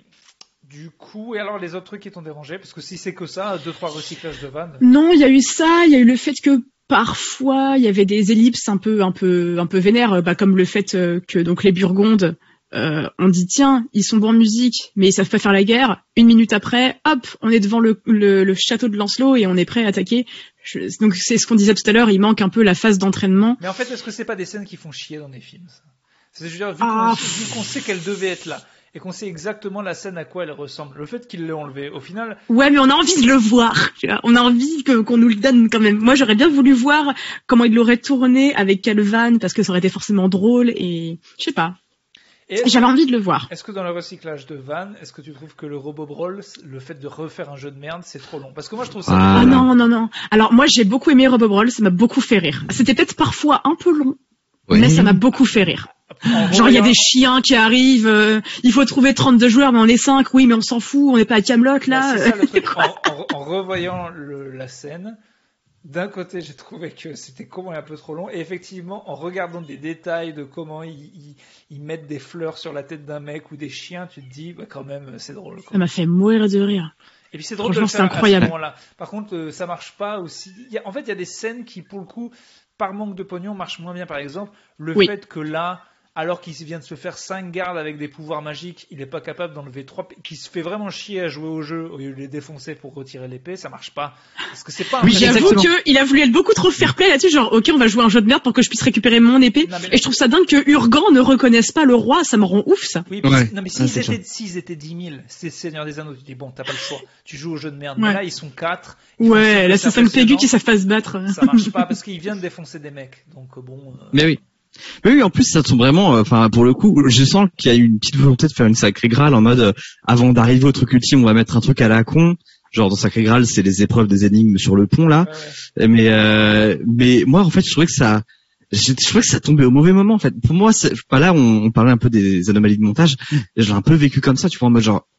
du coup, et alors les autres trucs qui t'ont dérangé, parce que si c'est que ça, deux trois recyclages de vannes. Non, il y a eu ça, il y a eu le fait que parfois il y avait des ellipses un peu, un peu, un peu vénères, bah, comme le fait euh, que donc les Burgondes, euh, on dit tiens, ils sont bons en musique, mais ils savent pas faire la guerre. Une minute après, hop, on est devant le, le, le château de Lancelot et on est prêt à attaquer. Je, donc c'est ce qu'on disait tout à l'heure, il manque un peu la phase d'entraînement. Mais en fait, est-ce que c'est pas des scènes qui font chier dans les films ça C'est, je veux dire, vu Ah. qu'on, vu qu'on sait qu'elle devait être là et qu'on sait exactement la scène à quoi elle ressemble, le fait qu'il l'ait enlevée, au final, Ouais, mais on a envie de le voir. Tu vois. On a envie que, qu'on nous le donne quand même. Moi, j'aurais bien voulu voir comment il l'aurait tourné avec Calvan parce que ça aurait été forcément drôle et je sais pas. et est-ce, J'avais envie de le voir. est-ce que dans le recyclage de Van, est-ce que tu trouves que le Robot Brawl, le fait de refaire un jeu de merde, c'est trop long? Parce que moi, je trouve ça. Ah, Ah Voilà. non, non, non. Alors moi, j'ai beaucoup aimé Robobrawl, ça m'a beaucoup fait rire. C'était peut-être parfois un peu long, Oui. mais ça m'a beaucoup fait rire. En Genre, il y a revoyant- des chiens qui arrivent, euh, il faut trouver trente-deux joueurs, mais on est cinq, oui, mais on s'en fout, on n'est pas à Kaamelott, là. Bah, c'est ça, le truc. En, en- en revoyant le- la scène, d'un côté, j'ai trouvé que c'était con et un peu trop long. Et effectivement, en regardant des détails de comment ils, ils- ils mettent des fleurs sur la tête d'un mec ou des chiens, tu te dis, bah, quand même, c'est drôle. quoi. Ça m'a fait mourir de rire. Et puis c'est drôle de le Franchement, faire c'est incroyable. à ce moment-là. Par contre, euh, ça marche pas aussi. Il y a- en fait, il y a des scènes qui, pour le coup, par manque de pognon, marchent moins bien. Par exemple, le Oui. fait que là, alors qu'il vient de se faire cinq gardes avec des pouvoirs magiques, il est pas capable d'enlever trois, qui se fait vraiment chier à jouer au jeu au lieu de les défoncer pour retirer l'épée, ça marche pas. Parce que c'est pas un Oui, vrai- J'avoue exactement. qu'il a voulu être beaucoup trop fair play là-dessus, genre, ok, on va jouer un jeu de merde pour que je puisse récupérer mon épée. Non, mais- Et je trouve ça dingue que Urgan ne reconnaisse pas le roi, ça me rend ouf, ça. Oui, mais, Ouais. non, mais Ah, s'ils c'est étaient, s'ils étaient dix mille, c'est Seigneur des Anneaux, tu dis bon, t'as pas le choix, tu joues au jeu de merde. Ouais. Mais là, ils sont quatre. ils font Ouais, ça, là, c'est cinq impressionnant. pégus qui savent pas se battre. Ça marche pas parce qu'ils viennent défoncer des mecs. Donc euh, bon. euh, Mais oui. Mais oui, en plus, ça tombe vraiment, euh, enfin, pour le coup, je sens qu'il y a eu une petite volonté de faire une Sacrée Graal en mode, euh, avant d'arriver au truc ultime, on va mettre un truc à la con. Genre, dans Sacrée Graal, c'est les épreuves des énigmes sur le pont, là. ouais, ouais. Mais, euh, mais moi, en fait, je trouvais que ça, je, je trouvais que ça tombait au mauvais moment, en fait. Pour moi, c'est, pas là, on, on parlait un peu des anomalies de montage. Et j'ai un peu vécu comme ça, tu vois, en mode genre, mais,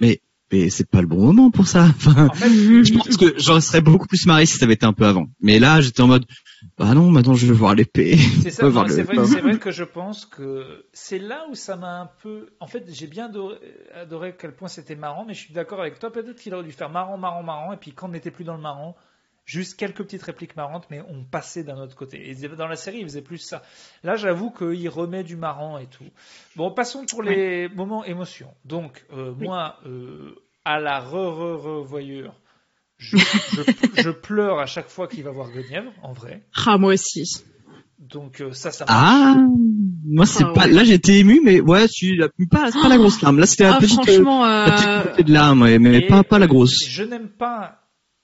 mais c'est pas le bon moment pour ça. Enfin, En fait, je pense que j'en serais beaucoup plus marré si ça avait été un peu avant. Mais là, j'étais en mode, bah non, maintenant je veux voir l'épée. c'est ça. Ouais, Non, voir c'est le- vrai, c'est vrai que je pense que c'est là où ça m'a un peu. En fait, j'ai bien adoré, adoré à quel point c'était marrant, mais je suis d'accord avec toi. Peut-être qu'il aurait dû faire marrant, marrant, marrant, et puis quand on n'était plus dans le marrant, juste quelques petites répliques marrantes, mais on passait d'un autre côté. Et dans la série, il faisait plus ça. Là, j'avoue qu'il remet du marrant et tout. Bon, passons pour les moments émotions. Donc, euh, Oui. moi, euh, à la re-re-revoyure, je, je, je pleure à chaque fois qu'il va voir Guenièvre, en vrai. Ah, moi aussi. Donc euh, ça, ça marche. Ah, moi c'est Ah, pas. ouais. Là j'étais ému, mais ouais, tu la- pas, c'est pas la grosse larme. Là c'était la Ah, petite, euh, franchement, la petite euh, bouffée de larmes, ouais, mais Et, pas pas la euh, grosse. Je n'aime pas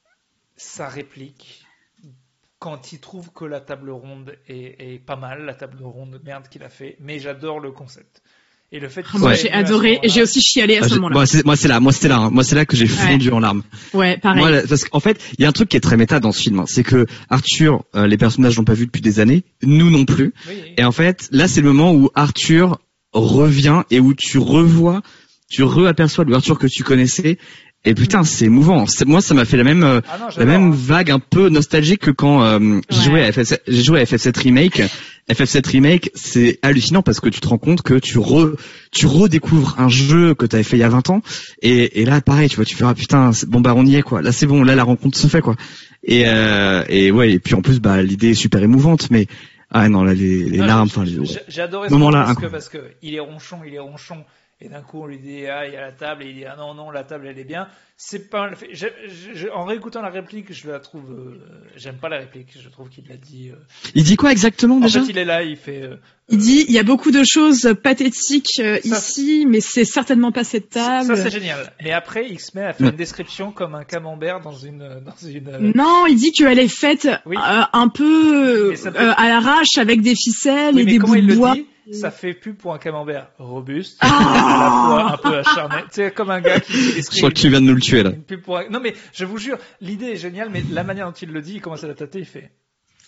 sa réplique quand il trouve que la table ronde est, est pas mal, la table ronde merde qu'il a fait, mais j'adore le concept. Et le fait qu'il ah, moi Ouais. j'ai soit ému à ce adoré et moment-là- j'ai aussi chialé à Ah, ce j'ai- moment-là. moi c'est moi c'est là, moi c'était là, hein. Moi c'est là que j'ai fondu en larmes. Ouais, pareil. Moi, là, parce qu'en fait, il y a un truc qui est très méta dans ce film, hein. C'est que Arthur, euh, les personnages l'ont pas vu depuis des années, nous non plus. Oui, Et en fait, là c'est le moment où Arthur revient et où tu revois, tu re-aperçois le Arthur que tu connaissais. Et putain, c'est émouvant. C'est- Moi, ça m'a fait la même, euh, ah non, la j'adore, même hein. vague un peu nostalgique que quand euh, j'ai Ouais. joué à F F sept, j'ai joué à F F sept Remake. F F sept Remake, c'est hallucinant parce que tu te rends compte que tu re, tu redécouvres un jeu que tu avais fait il y a vingt ans. Et, et là, pareil, tu vois, tu fais ah putain, c'est- bon bah on y est quoi. Là c'est bon, là la rencontre se fait quoi. Et euh, et ouais, et puis en plus bah l'idée est super émouvante, mais ah non là les, les Non, larmes, j'ai- enfin les. j'ai- J'ai adoré ce moment moment là, parce que, incroyable. parce que il est ronchon, il est ronchon. Et d'un coup, on lui dit, ah, il y a la table, et il dit, ah non, non, la table, elle est bien. C'est pas mal fait. Je- je- en réécoutant la réplique, je la trouve, euh, j'aime pas la réplique, je trouve qu'il l'a dit. euh. Il dit quoi exactement En déjà? fait, il est là, il fait, euh, Il dit, il y a beaucoup de choses pathétiques euh, Ça, ici, mais c'est certainement pas cette table. ça c'est génial. Mais après, il se met à faire Ouais. une description comme un camembert dans une, dans une, euh, Non, il dit qu'elle est faite Oui. euh, un peu Mais ça peut- euh, à l'arrache avec des ficelles oui, et mais des comment bouts il de le bois. dit? Ça fait pub pour un camembert robuste, Ah à la fois un peu acharné. C'est comme un gars qui Je crois que tu viens de nous le tuer là. une pub pour un- Non mais je vous jure, l'idée est géniale, mais la manière dont il le dit, il commence à la tâter, il fait.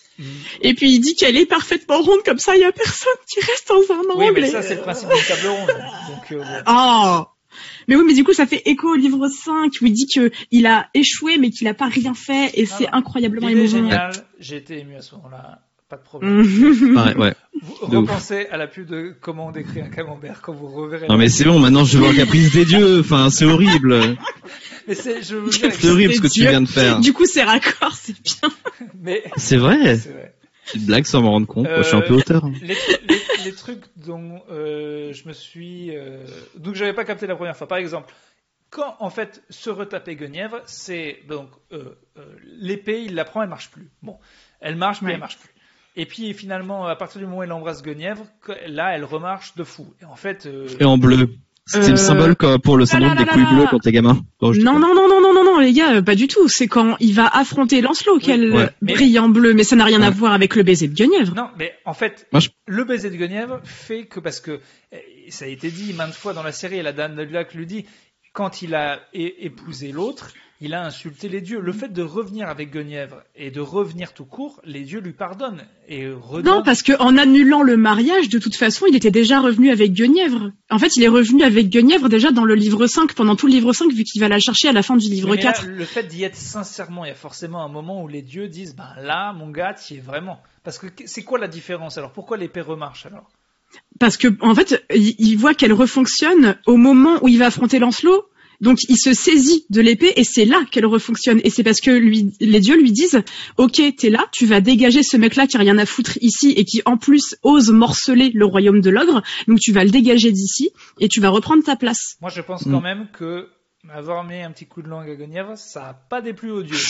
Et puis il dit qu'elle est parfaitement ronde, comme ça il y a personne qui reste dans un angle. Oui, mais et- ça c'est le principe d'une table ronde. Donc, euh, bon. Ah. Mais oui, mais du coup, ça fait écho au livre cinq où il dit que il a échoué, mais qu'il a pas rien fait, et c'est non. incroyablement L'idée est émouvant. géniale, j'ai été ému à ce moment-là, pas de problème. Mhm. Ouais, ouais. Vous De ouf. repensez à la pub de comment on décrit un camembert quand vous reverrez. Non la- mais c'est bon, maintenant je veux un caprice des dieux. Enfin, c'est horrible. Mais c'est, je veux dire, C'est horrible ce que tu Dieu. viens de faire. Du coup, c'est raccord, c'est bien. mais C'est vrai. c'est vrai. Petite blague sans m'en rendre compte. Moi, je suis un peu Euh, auteur. Les, les, les trucs dont euh, je me suis, euh, donc j'avais pas capté la première fois. Par exemple, quand en fait se retaper Guenièvre, c'est donc euh, euh, l'épée, il la prend, elle marche plus. Bon, elle marche, mais Ouais. elle marche plus. Et puis finalement, à partir du moment où il embrasse Guenièvre, que- là, elle remarche de fou. Et en fait, euh, Et en bleu. C'était Euh, le symbole quoi, pour le symbole là là des là couilles là. bleues quand t'es gamin. Oh, je Non, déconne. non, non, non, non, non, non, les gars, euh, pas du tout. C'est quand il va affronter Lancelot qu'elle Ouais. Mais- brille en bleu, mais ça n'a rien à Ouais. voir avec le baiser de Guenièvre. non, mais en fait, Moi, je- le baiser de Guenièvre fait que parce que euh, ça a été dit maintes fois dans la série, et la Dame de Lac lui dit, quand il a é- épousé l'autre, il a insulté les dieux. Le fait de revenir avec Guenièvre et de revenir tout court, les dieux lui pardonnent et redonnent. Non, parce que en annulant le mariage, de toute façon, il était déjà revenu avec Guenièvre. En fait, il est revenu avec Guenièvre déjà dans le livre cinq, pendant tout le livre cinq, vu qu'il va la chercher à la fin du livre Oui, mais là, quatre. le fait d'y être sincèrement, il y a forcément un moment où les dieux disent, ben là, mon gars, tu y es vraiment. Parce que c'est quoi la différence alors? Pourquoi l'épée remarche alors? Parce que, en fait, il, il voit qu'elle refonctionne au moment où il va affronter Lancelot. Donc, il se saisit de l'épée et c'est là qu'elle refonctionne. Et c'est parce que lui, les dieux lui disent, ok, t'es là, tu vas dégager ce mec-là qui a rien à foutre ici et qui, en plus, ose morceler le royaume de l'ogre. Donc, tu vas le dégager d'ici et tu vas reprendre ta place. Moi, je pense Mm. quand même que avoir mis un petit coup de langue à Guenièvre, ça n'a pas déplu aux dieux.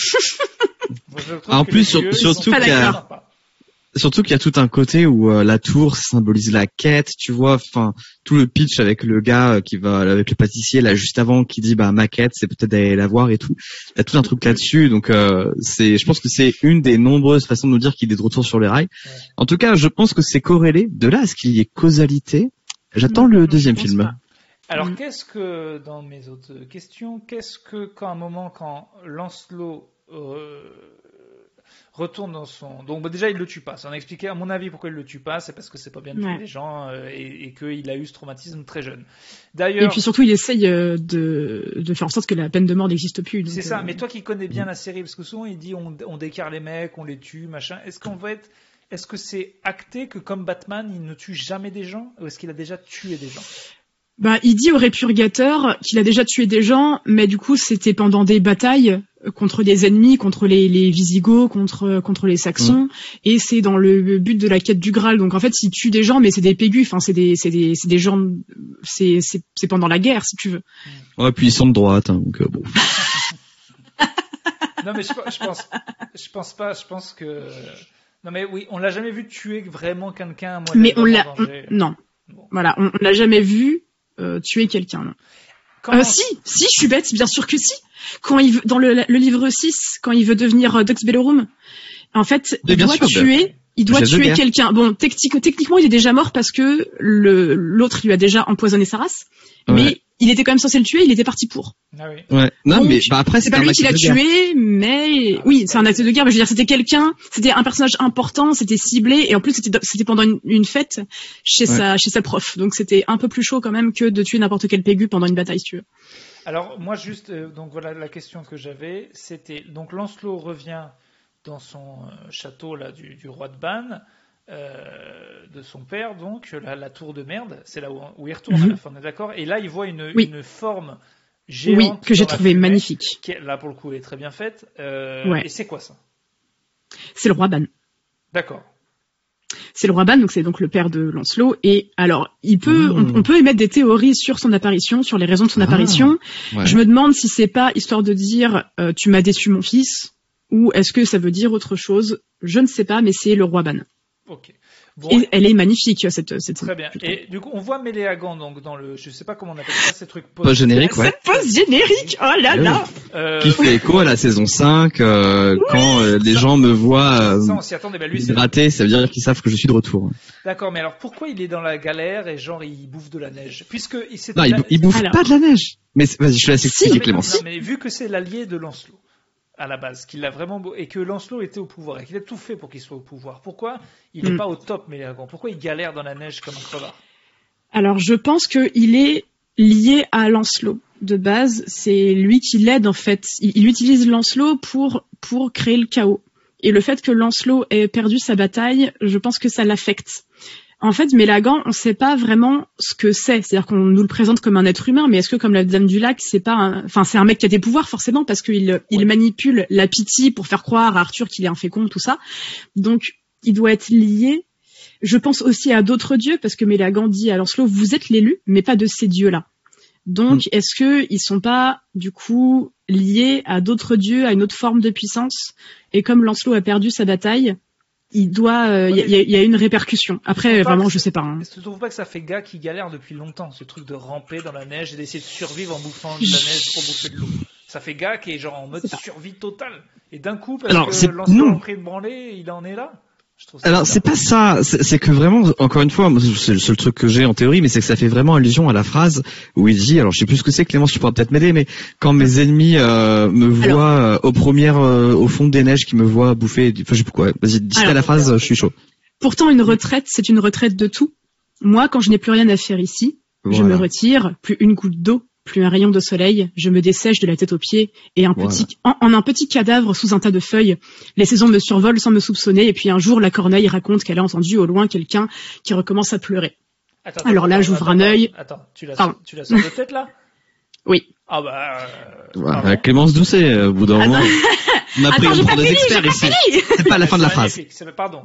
Moi, je trouve En que plus, les sur- dieux, ils surtout sont pas qu'il y a- d'accord, sympas. Surtout qu'il y a tout un côté où euh, la tour symbolise la quête, tu vois, enfin tout le pitch avec le gars euh, qui va avec le pâtissier là juste avant qui dit bah ma quête c'est peut-être d'aller la voir et tout. Il y a tout un truc là-dessus, donc euh, c'est, je pense que c'est une des nombreuses façons de nous dire qu'il est de retour sur les rails. Ouais. En tout cas, je pense que c'est corrélé. De là à ce qu'il y ait causalité, j'attends Non, le je deuxième pense film. pas. Alors, Mm. qu'est-ce que, dans mes autres questions, qu'est-ce que, quand à un moment, quand Lancelot, euh, retourne dans son. Donc bah, déjà il le tue pas. Ça en a expliqué à mon avis pourquoi il le tue pas, c'est parce que c'est pas bien de tuer Ouais. les gens euh, et, et qu'il a eu ce traumatisme très jeune. D'ailleurs. Et puis surtout, il essaye euh, de, de faire en sorte que la peine de mort n'existe plus. donc, C'est ça. euh, Mais toi qui connais bien la série, parce que souvent il dit on, on décarre les mecs, on les tue, machin. Est-ce qu'on va être, est-ce que c'est acté que comme Batman, il ne tue jamais des gens, ou est-ce qu'il a déjà tué des gens? Bah, il dit au Répurgateur qu'il a déjà tué des gens, mais du coup, c'était pendant des batailles contre des ennemis, contre les, les Visigoths, contre, contre les Saxons, mmh. et c'est dans le but de la quête du Graal. Donc, en fait, il tue des gens, mais c'est des pégus, enfin, c'est des, c'est des, c'est des gens, c'est, c'est, c'est pendant la guerre, si tu veux. Ouais, puis ils sont de droite, hein, donc, euh, bon. Non, mais je, je pense, je pense pas, je pense que, non, mais oui, on l'a jamais vu tuer vraiment quelqu'un, moi, mais on l'a, on, non. Bon. Voilà, on, on l'a jamais vu, Euh, tuer quelqu'un. Non. Euh, si, si, je suis bête, bien sûr que si. Quand il veut, dans le, le livre six, quand il veut devenir euh, Dux Bellorum, en fait, il doit sûr, tuer, ben, il doit tuer quelqu'un. Bon, technique, techniquement, il est déjà mort parce que le, l'autre lui a déjà empoisonné sa race, ouais. mais il était quand même censé le tuer, il était parti pour. Ah oui. Ouais. Non, Donc, mais bah après, c'est pas lui qui l'a tué, mais ah, oui, c'est un acte de guerre. Mais je veux dire, c'était quelqu'un, c'était un personnage important, c'était ciblé, et en plus, c'était, c'était pendant une, une fête chez ouais. sa, chez sa prof. Donc, c'était un peu plus chaud quand même que de tuer n'importe quel pégu pendant une bataille, si tu veux. Alors, moi, juste, euh, donc voilà la question que j'avais, c'était donc Lancelot revient dans son euh, château là du, du roi de Bann. Euh, de son père, donc la, la tour de merde, c'est là où, où il retourne mmh. à la fin, on est d'accord. Et là, il voit une, oui. une forme géante. Oui, que j'ai trouvé fumée, magnifique. Qui est, là, pour le coup, elle est très bien faite. Euh, ouais. Et c'est quoi ça? C'est le roi Bann. D'accord. C'est le roi Bann, donc c'est donc le père de Lancelot. Et alors, il peut, mmh. on, on peut émettre des théories sur son apparition, sur les raisons de son ah, apparition. Ouais. Je me demande si c'est pas histoire de dire euh, tu m'as déçu mon fils, ou est-ce que ça veut dire autre chose? Je ne sais pas, mais c'est le roi Bann. Ok. Bon, et elle est magnifique cette cette. Très bien. Et du coup, on voit Méléagant donc dans le, je sais pas comment on appelle ça, ces trucs post générique, ouais. Cette post générique, oh là là. Euh... Qui fait écho à la saison cinq euh, oui, quand euh, les gens me voient euh, ça, on s'y attendait. Bah, lui, c'est raté, ça veut dire qu'ils savent que je suis de retour. D'accord, mais alors pourquoi il est dans la galère et genre il bouffe de la neige? Puisque il Non, il, la... il bouffe alors... pas de la neige. Mais vas-y, je te laisse expliquer, si, Clémence. Non, mais vu que c'est l'allié de Lancelot. À la base, qu'il a vraiment beau... et que Lancelot était au pouvoir et qu'il a tout fait pour qu'il soit au pouvoir. Pourquoi il n'est mm. pas au top, Méléagant? Pourquoi il galère dans la neige comme un crevard? Alors, je pense qu'il est lié à Lancelot. De base, c'est lui qui l'aide en fait. Il, il utilise Lancelot pour pour créer le chaos. Et le fait que Lancelot ait perdu sa bataille, je pense que ça l'affecte. En fait, Méléagant, on ne sait pas vraiment ce que c'est. C'est-à-dire qu'on nous le présente comme un être humain, mais est-ce que, comme la Dame du Lac, c'est pas un... Enfin, c'est un mec qui a des pouvoirs, forcément, parce qu'il ouais. il manipule la Pythie pour faire croire à Arthur qu'il est un fécond, tout ça. Donc, il doit être lié. Je pense aussi à d'autres dieux, parce que Méléagant dit à Lancelot, vous êtes l'élu, mais pas de ces dieux-là. Donc, mmh. est-ce qu'ils sont pas, du coup, liés à d'autres dieux, à une autre forme de puissance? Et comme Lancelot a perdu sa bataille, il doit, il euh, ouais, y, a, y a une répercussion. Après, vraiment, je sais pas. Hein. Est-ce que tu trouves pas que ça fait gars qui galère depuis longtemps, ce truc de ramper dans la neige et d'essayer de survivre en bouffant de la neige pour bouffer de l'eau? Ça fait gars qui est genre en mode survie totale. Et d'un coup, parce Alors, que Lancelot a pris de branler, il en est là. Je trouve ça Alors c'est pas ça, c'est, c'est que vraiment, encore une fois, moi, c'est le seul truc que j'ai en théorie, mais c'est que ça fait vraiment allusion à la phrase où il dit, alors je sais plus ce que c'est, Clémence, tu pourras peut-être m'aider, mais quand mes ennemis euh, me voient alors, euh, aux premières, euh, au fond des neiges, qui me voient bouffer, enfin je sais plus quoi, vas-y, dis la phrase, je suis chaud. Pourtant une retraite, c'est une retraite de tout. Moi, quand je n'ai plus rien à faire ici, voilà. Je me retire, plus une goutte d'eau, plus un rayon de soleil, je me dessèche de la tête aux pieds et un voilà. petit, en, en un petit cadavre sous un tas de feuilles. Les saisons me survolent sans me soupçonner et puis un jour la corneille raconte qu'elle a entendu au loin quelqu'un qui recommence à pleurer. Attends, Alors attends, là, j'ouvre attends, un œil. Attends, tu la, sors, tu la sors de tête là? Oui. Ah bah. Euh, voilà, Clémence Doucet, au bout d'un moment. On a pris pour des experts ici. C'est pas la fin de la phrase. C'est, pardon.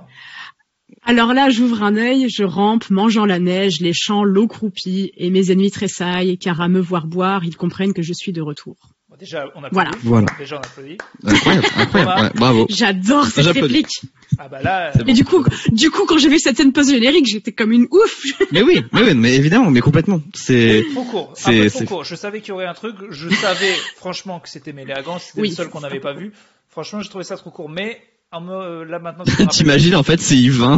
Alors là, j'ouvre un œil, je rampe, mangeant la neige, les champs, l'eau croupie, et mes ennemis tressaillent, car à me voir boire, ils comprennent que je suis de retour. Bon, déjà, on applaudit. Voilà. voilà. Déjà, on applaudit. Incroyable, incroyable. Ouais, bravo. J'adore cette J'applaudis. réplique. Ah bah là. Et bon. du coup, du coup, quand j'ai vu cette scène post-générique, j'étais comme une ouf. Mais oui, mais oui, mais évidemment, mais complètement. C'est. Trop court. C'est, un peu trop court. Je savais qu'il y aurait un truc. Je savais, franchement, que c'était Méléagant. C'était oui. le seul qu'on n'avait pas vu. Franchement, je trouvais ça trop court. Mais, euh, là, maintenant, t'imagines, en fait, c'est Yvain.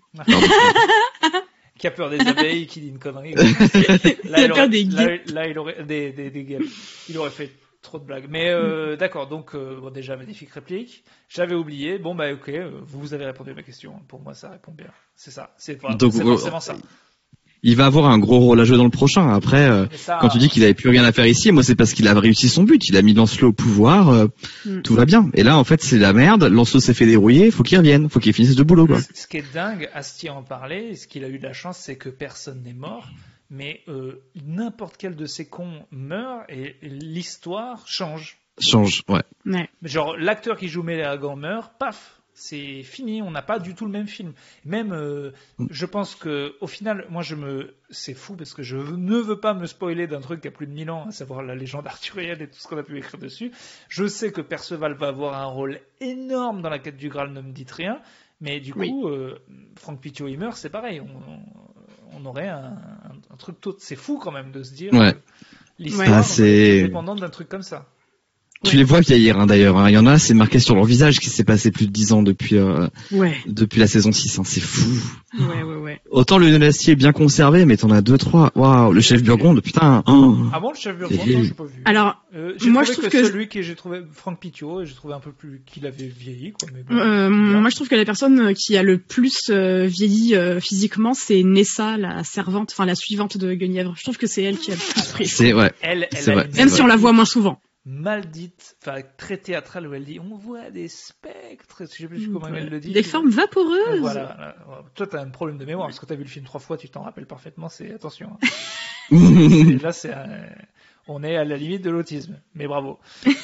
Qui a peur des abeilles, qui dit une connerie. Là, il aurait, des là, là, il aurait des, des, des guêpes. Il aurait fait trop trop de blagues. Mais euh, d'accord, donc euh, bon, déjà magnifique réplique. J'avais oublié. Bon bah ok, euh, vous avez répondu à ma question. Pour moi, ça répond bien. C'est ça. C'est, enfin, Donc, c'est forcément ça. Il va avoir un gros rôle à jouer dans le prochain. Après, euh, ça, quand tu dis qu'il avait plus rien à faire ici, moi c'est parce qu'il a réussi son but. Il a mis Lancelot au pouvoir, euh, mm. tout va bien. Et là, en fait, c'est la merde. Lancelot s'est fait dérouiller. Faut qu'il revienne. Faut qu'il finisse le boulot, quoi. Ce qui est dingue, Astier en parlait. Ce qu'il a eu de la chance, c'est que personne n'est mort. Mais euh, n'importe quel de ces cons meurt et l'histoire change. Change, ouais. ouais. Genre l'acteur qui joue Méléagant meurt, paf. C'est fini, on n'a pas du tout le même film. Même, euh, je pense que, au final, moi, je me, c'est fou parce que je ne veux pas me spoiler d'un truc qui a plus de mille ans, à savoir la légende arthurienne et tout ce qu'on a pu écrire dessus. Je sais que Perceval va avoir un rôle énorme dans la quête du Graal, ne me dites rien. Mais du oui. coup, euh, Franck Pittiot, il meurt, c'est pareil. On, on aurait un, un, un truc tout, c'est fou quand même de se dire. Ouais. Que l'histoire ah, c'est... est dépendante d'un truc comme ça. Tu ouais. les vois vieillir, hein, d'ailleurs. Hein. Il y en a, c'est marqué sur leur visage qu'il s'est passé plus de dix ans depuis euh, ouais. depuis la saison six. Hein. C'est fou. Ouais, ouais, ouais. Autant le Nonastier est bien conservé, mais t'en as deux, trois. Waouh, le chef Burgonde, putain. Oh. Ah bon, le chef Burgonde, non, j'ai pas vu. Alors, euh, j'ai moi, trouvé je trouve que, que celui que j'ai trouvé Franck Pittiot, et j'ai trouvé un peu plus qu'il avait vieilli, quoi. Mais bon, euh, moi, je trouve que la personne qui a le plus euh, vieilli euh, physiquement, c'est Nessa, la servante, enfin la suivante de Guenièvre. Je trouve que c'est elle qui a le plus pris. C'est ouais. Elle, elle c'est a vrai. une Même si on la voit moins souvent. Mal dite, enfin très théâtrale où elle dit on voit des spectres, je sais plus comment elle le dit. Des formes vaporeuses. Voilà. Toi t'as un problème de mémoire parce que t'as vu le film trois fois, tu t'en rappelles parfaitement. C'est attention. Hein. Et là c'est un... on est à la limite de l'autisme, mais bravo.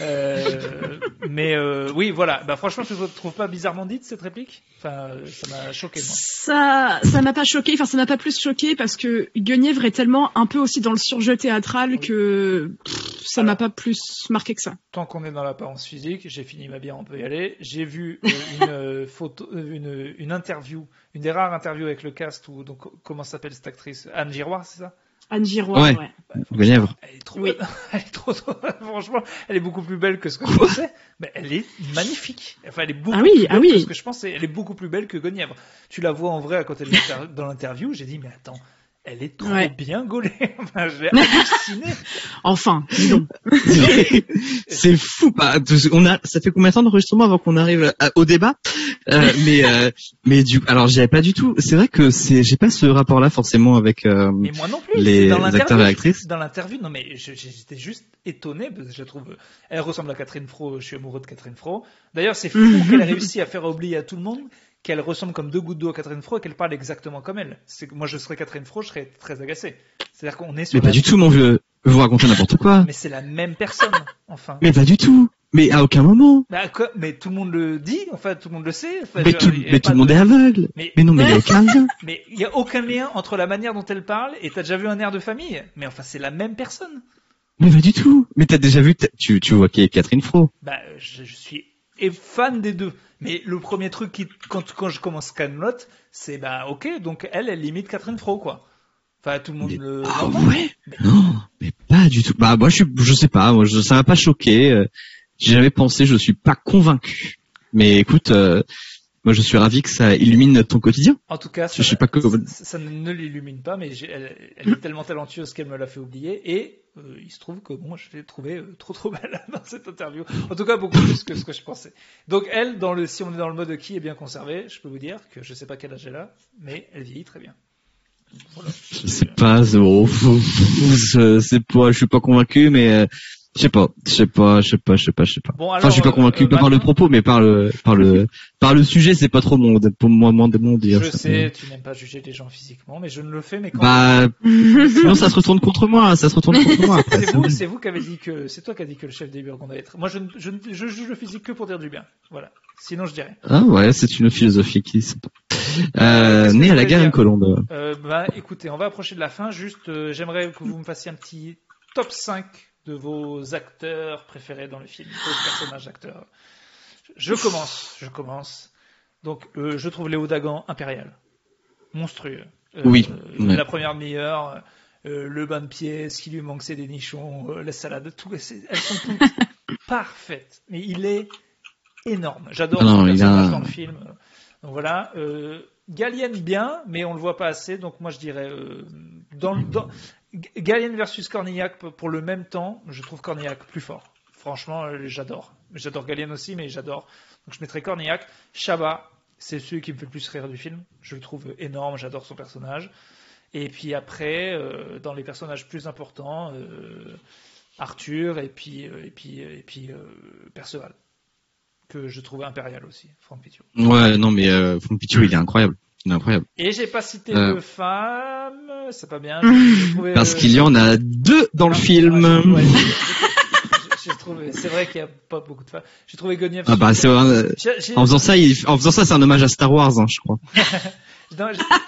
Euh, mais euh, oui, voilà. Bah franchement, tu ne trouves pas bizarrement dite cette réplique ? Enfin, ça m'a choqué moi. Ça, ça m'a pas choqué. Enfin, ça m'a pas plus choqué parce que Guenièvre est tellement un peu aussi dans le surjeu théâtral oui. que pff, ça Alors, m'a pas plus marqué que ça. Tant qu'on est dans l'apparence physique, j'ai fini ma bière, on peut y aller. J'ai vu euh, une euh, photo, euh, une, une interview, une des rares interviews avec le cast où donc comment s'appelle cette actrice ? Anne Giroir, c'est ça ? Anne Giroir, ouais. ouais. Bah, Guenièvre. Elle est trop, oui. elle est trop, franchement, elle est beaucoup plus belle que ce que je pensais. Mais elle est magnifique. Enfin, elle est beaucoup ah oui, plus belle ah oui. que ce que je pensais. Elle est beaucoup plus belle que Guenièvre. Tu la vois en vrai à côté de l'inter... dans l'interview. J'ai dit, mais attends, elle est trop ouais. bien gaulée. Enfin, j'ai halluciné. Enfin, disons. C'est fou. Bah, on a, ça fait combien de temps d'enregistrement avant qu'on arrive à, au débat euh, Mais, euh, mais du, alors j'y avais pas du tout. C'est vrai que c'est, j'ai pas ce rapport-là forcément avec euh, mais moi non plus, les dans acteurs et actrices. Dans l'interview, non mais je, j'étais juste étonné parce que je trouve, elle ressemble à Catherine Fro. Je suis amoureux de Catherine Fro. D'ailleurs, c'est fou mm-hmm. qu'elle ait réussi à faire oublier à tout le monde qu'elle ressemble comme deux gouttes d'eau à Catherine Fro et qu'elle parle exactement comme elle. C'est que moi, je serais Catherine Fro, je serais très agacé. C'est-à-dire qu'on est sur. Mais la... pas du tout, mon vieux. Vous racontez n'importe quoi. Mais c'est la même personne, enfin. Mais pas du tout. Mais à aucun moment. Bah, quoi mais tout le monde le dit, enfin, tout le monde le sait. Enfin, mais je, tout, mais tout le monde de... est aveugle. Mais, mais non, mais il n'y a aucun lien. Mais il n'y a aucun lien entre la manière dont elle parle et t'as déjà vu un air de famille. Mais enfin, c'est la même personne. Mais pas du tout. Mais t'as déjà vu, t'as... tu, tu vois qui est Catherine Fro. Bah, je, je suis fan des deux. Mais le premier truc qui, quand, quand je commence Camelot, c'est bah, ok, donc elle, elle limite Catherine Fro, quoi. Enfin, tout le monde mais, le. Ah oh, ouais. Mais... Non, mais pas du tout. Bah, moi, je suis, je sais pas, moi, je, ça m'a pas choqué. Euh, j'ai jamais pensé, je suis pas convaincu. Mais écoute, euh, moi, je suis ravi que ça illumine ton quotidien. En tout cas, ça, je suis pas ça, ça, ça ne l'illumine pas, mais elle, elle est tellement talentueuse qu'elle me l'a fait oublier. Et euh, il se trouve que bon, je l'ai trouvée euh, trop trop belle dans cette interview. En tout cas, beaucoup plus que ce que je pensais. Donc elle, dans le, si on est dans le mode qui est bien conservé, je peux vous dire que je sais pas quel âge elle a, mais elle vieillit très bien. Voilà. Je sais pas, zéro. C'est pas, je suis pas convaincu, mais euh, je sais pas, je sais pas, je sais pas, je sais pas, je sais pas. Bon, alors, enfin, je suis pas convaincu euh, pas maintenant... par le propos, mais par le, par le, par le sujet, c'est pas trop mon, pour moi, moins de mon dire. Je sais, mais... tu n'aimes pas juger les gens physiquement, mais je ne le fais, mais quand bah, sinon ça se retourne contre moi, ça se retourne contre moi. Après, c'est vous, c'est vous qui avez dit que, c'est toi qui as dit que le chef des Burgondes allait être. Moi, je, je, je juge le physique que pour dire du bien. Voilà. Sinon, je dirais. Ah ouais, c'est une philosophie qui. Euh, né à la guerre Colombe. Euh, bah, écoutez, on va approcher de la fin. Juste, euh, j'aimerais que vous me fassiez un petit top cinq de vos acteurs préférés dans le film, vos personnages acteurs. Je commence, je commence. Donc, euh, je trouve Léo Dagan impérial, monstrueux. Euh, oui. Euh, ouais. La première meilleure, euh, le bain de pied, ce qui lui manque, c'est des nichons, euh, la salade, tout, elles sont toutes parfaites. Mais il est énorme. J'adore son personnage a... dans le film. Donc voilà, euh, Gallienne bien, mais on le voit pas assez. Donc moi je dirais euh, dans, dans Gallienne versus Cornillac pour le même temps, je trouve Cornillac plus fort, franchement, euh, j'adore. J'adore Gallienne aussi, mais j'adore. Donc je mettrais Cornillac. Chabat, c'est celui qui me fait le plus rire du film. Je le trouve énorme, j'adore son personnage. Et puis après, euh, dans les personnages plus importants, euh, Arthur et puis, euh, et puis, et puis euh, Perceval, que je trouvais impérial aussi, Franck Pitiot. Ouais, non, mais euh, Franck Pitiot, il est incroyable. Il est incroyable. Et j'ai pas cité Euh. de femmes, c'est pas bien. J'ai trouvé, Parce euh, qu'il y en a deux dans le ah, film. ah, j'ai- ouais, j'ai- j'ai- j'ai trouvé, c'est vrai qu'il y a pas beaucoup de femmes. J'ai trouvé Guenièvre. Ah bah, c'est vrai. J'ai- j'ai- En faisant ça, il... en faisant ça, c'est un hommage à Star Wars, hein, je crois. Non,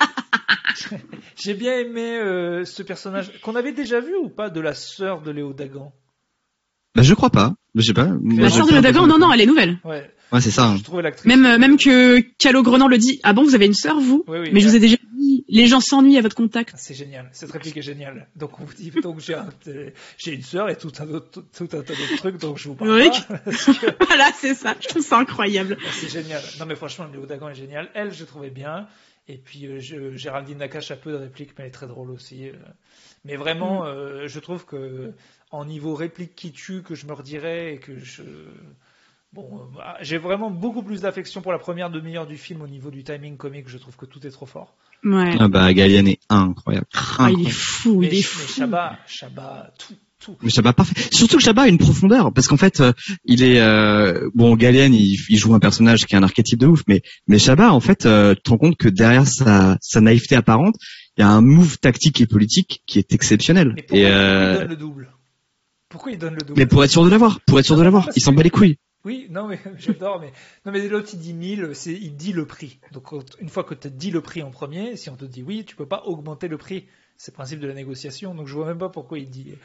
j'ai- j'ai bien aimé euh, ce personnage qu'on avait déjà vu ou pas de la sœur de Léo Dagan. Bah, je crois pas. Je sais pas. Moi, La j'ai sœur de pas la Dagan, l'impression non, que- non, elle est nouvelle. Ouais. Ouais, c'est ça. hein. Je trouvais l'actrice. Même, euh, même que Calo Grenant le dit. Ah bon, vous avez une sœur, vous? Oui, oui, Mais je ouais. vous ai déjà dit, les gens s'ennuient à votre contact. C'est génial, cette réplique est géniale. Donc on vous dit, donc j'ai un- euh, j'ai une sœur et tout un autre, tout, tout un tas d'autres trucs, donc je vous parle Oui. pas. Parce que Voilà, c'est ça. Je trouve ça incroyable. c'est génial. Non mais franchement, Léo Dagan est génial. Elle, je trouvais bien. Et puis euh, je- Géraldine Nakache a peu de répliques, mais elle est très drôle aussi. euh. Mais vraiment, euh, je trouve que en niveau réplique qui tue, que je me redirais et que je bon, euh, bah, j'ai vraiment beaucoup plus d'affection pour la première demi-heure du film au niveau du timing comique. Je trouve que tout est trop fort. Ouais. Ah bah, Gallienne est incroyable. Ah, il est Incroyable. fou, Mais, il est mais fou. Chabat, Chabat, tout, tout. Mais Chabat parfait. Surtout que Chabat a une profondeur, parce qu'en fait, euh, il est euh, bon. Gallienne, il, il joue un personnage qui est un archétype de ouf, mais mais Chabat, en fait, euh, tu te rends compte que derrière sa, sa naïveté apparente, il y a un move tactique et politique qui est exceptionnel. Mais pourquoi, Et pourquoi il euh, donne le double? Pourquoi il donne le double? mais pour être sûr de l'avoir, pour être sûr de l'avoir, il s'en bat les couilles. Oui, non mais j'adore, mais non mais l'autre il dit mille, c'est il dit le prix. Donc une fois que tu as dit le prix en premier, si on te dit oui, tu peux pas augmenter le prix. C'est le principe de la négociation. Donc je vois même pas pourquoi il dit.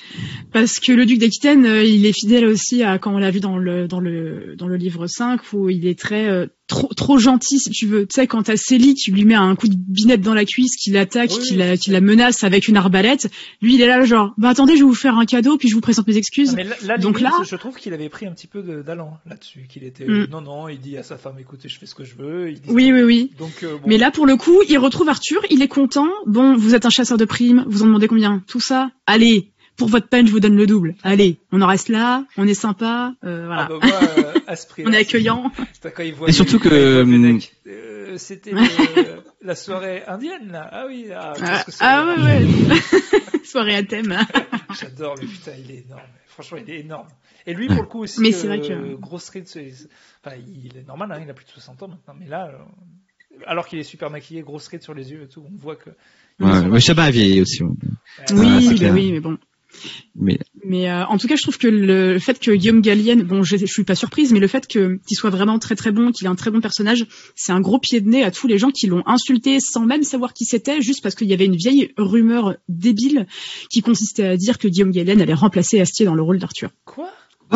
Parce que le duc d'Aquitaine, euh, il est fidèle aussi à quand on l'a vu dans le dans le dans le livre cinq où il est très euh, trop trop gentil si tu veux. Tu sais quand t'as Célie, tu lui mets un coup de binette dans la cuisse, qu'il l'attaque, Oui, qu'il la oui, qu'il la menace avec une arbalète. Lui, il est là genre bah attendez, je vais vous faire un cadeau puis je vous présente mes excuses. Non, mais là, là, Donc limite, là- je trouve qu'il avait pris un petit peu de- d'allant là-dessus. Qu'il était Mm. euh, non non, il dit à sa femme écoutez, je fais ce que je veux. Il dit, Oui oui oui. Donc euh, bon, Mais là, pour le coup, il retrouve Arthur, il est content. Bon, vous êtes un chasseur de primes, vous en demandez combien? Tout ça? Allez, pour votre peine, je vous donne le double. Allez, on en reste là, on est sympa, euh, voilà. ah, bah, moi, euh, à ce prix-là, On est accueillant. c'est quand il voit Et surtout quand il que, voit hum, Fennec. Euh, c'était le- la soirée indienne là. Ah oui, ah, Ah, qu'est-ce que c'est ah ouais, ouais. Soirée à thème. J'adore, mais putain, il est énorme. Franchement, il est énorme. Et lui, pour le coup aussi, Mais c'est euh, vrai que- Gros Street, c'est, c'est- enfin, il est normal, hein, il a plus de soixante ans maintenant. Mais là, euh, alors qu'il est super maquillé, Gros Street sur les yeux et tout, on voit que. Ouais, ouais, Chabat a vieilli aussi. ouais. Euh, Oui, c'est bah clair. oui, mais bon. Mais Mais euh, en tout cas, je trouve que le fait que Guillaume Gallienne, bon, je, je suis pas surprise, mais le fait que qu'il soit vraiment très très bon, qu'il ait un très bon personnage, c'est un gros pied de nez à tous les gens qui l'ont insulté sans même savoir qui c'était, juste parce qu'il y avait une vieille rumeur débile qui consistait à dire que Guillaume Gallienne allait remplacer Astier dans le rôle d'Arthur. Quoi?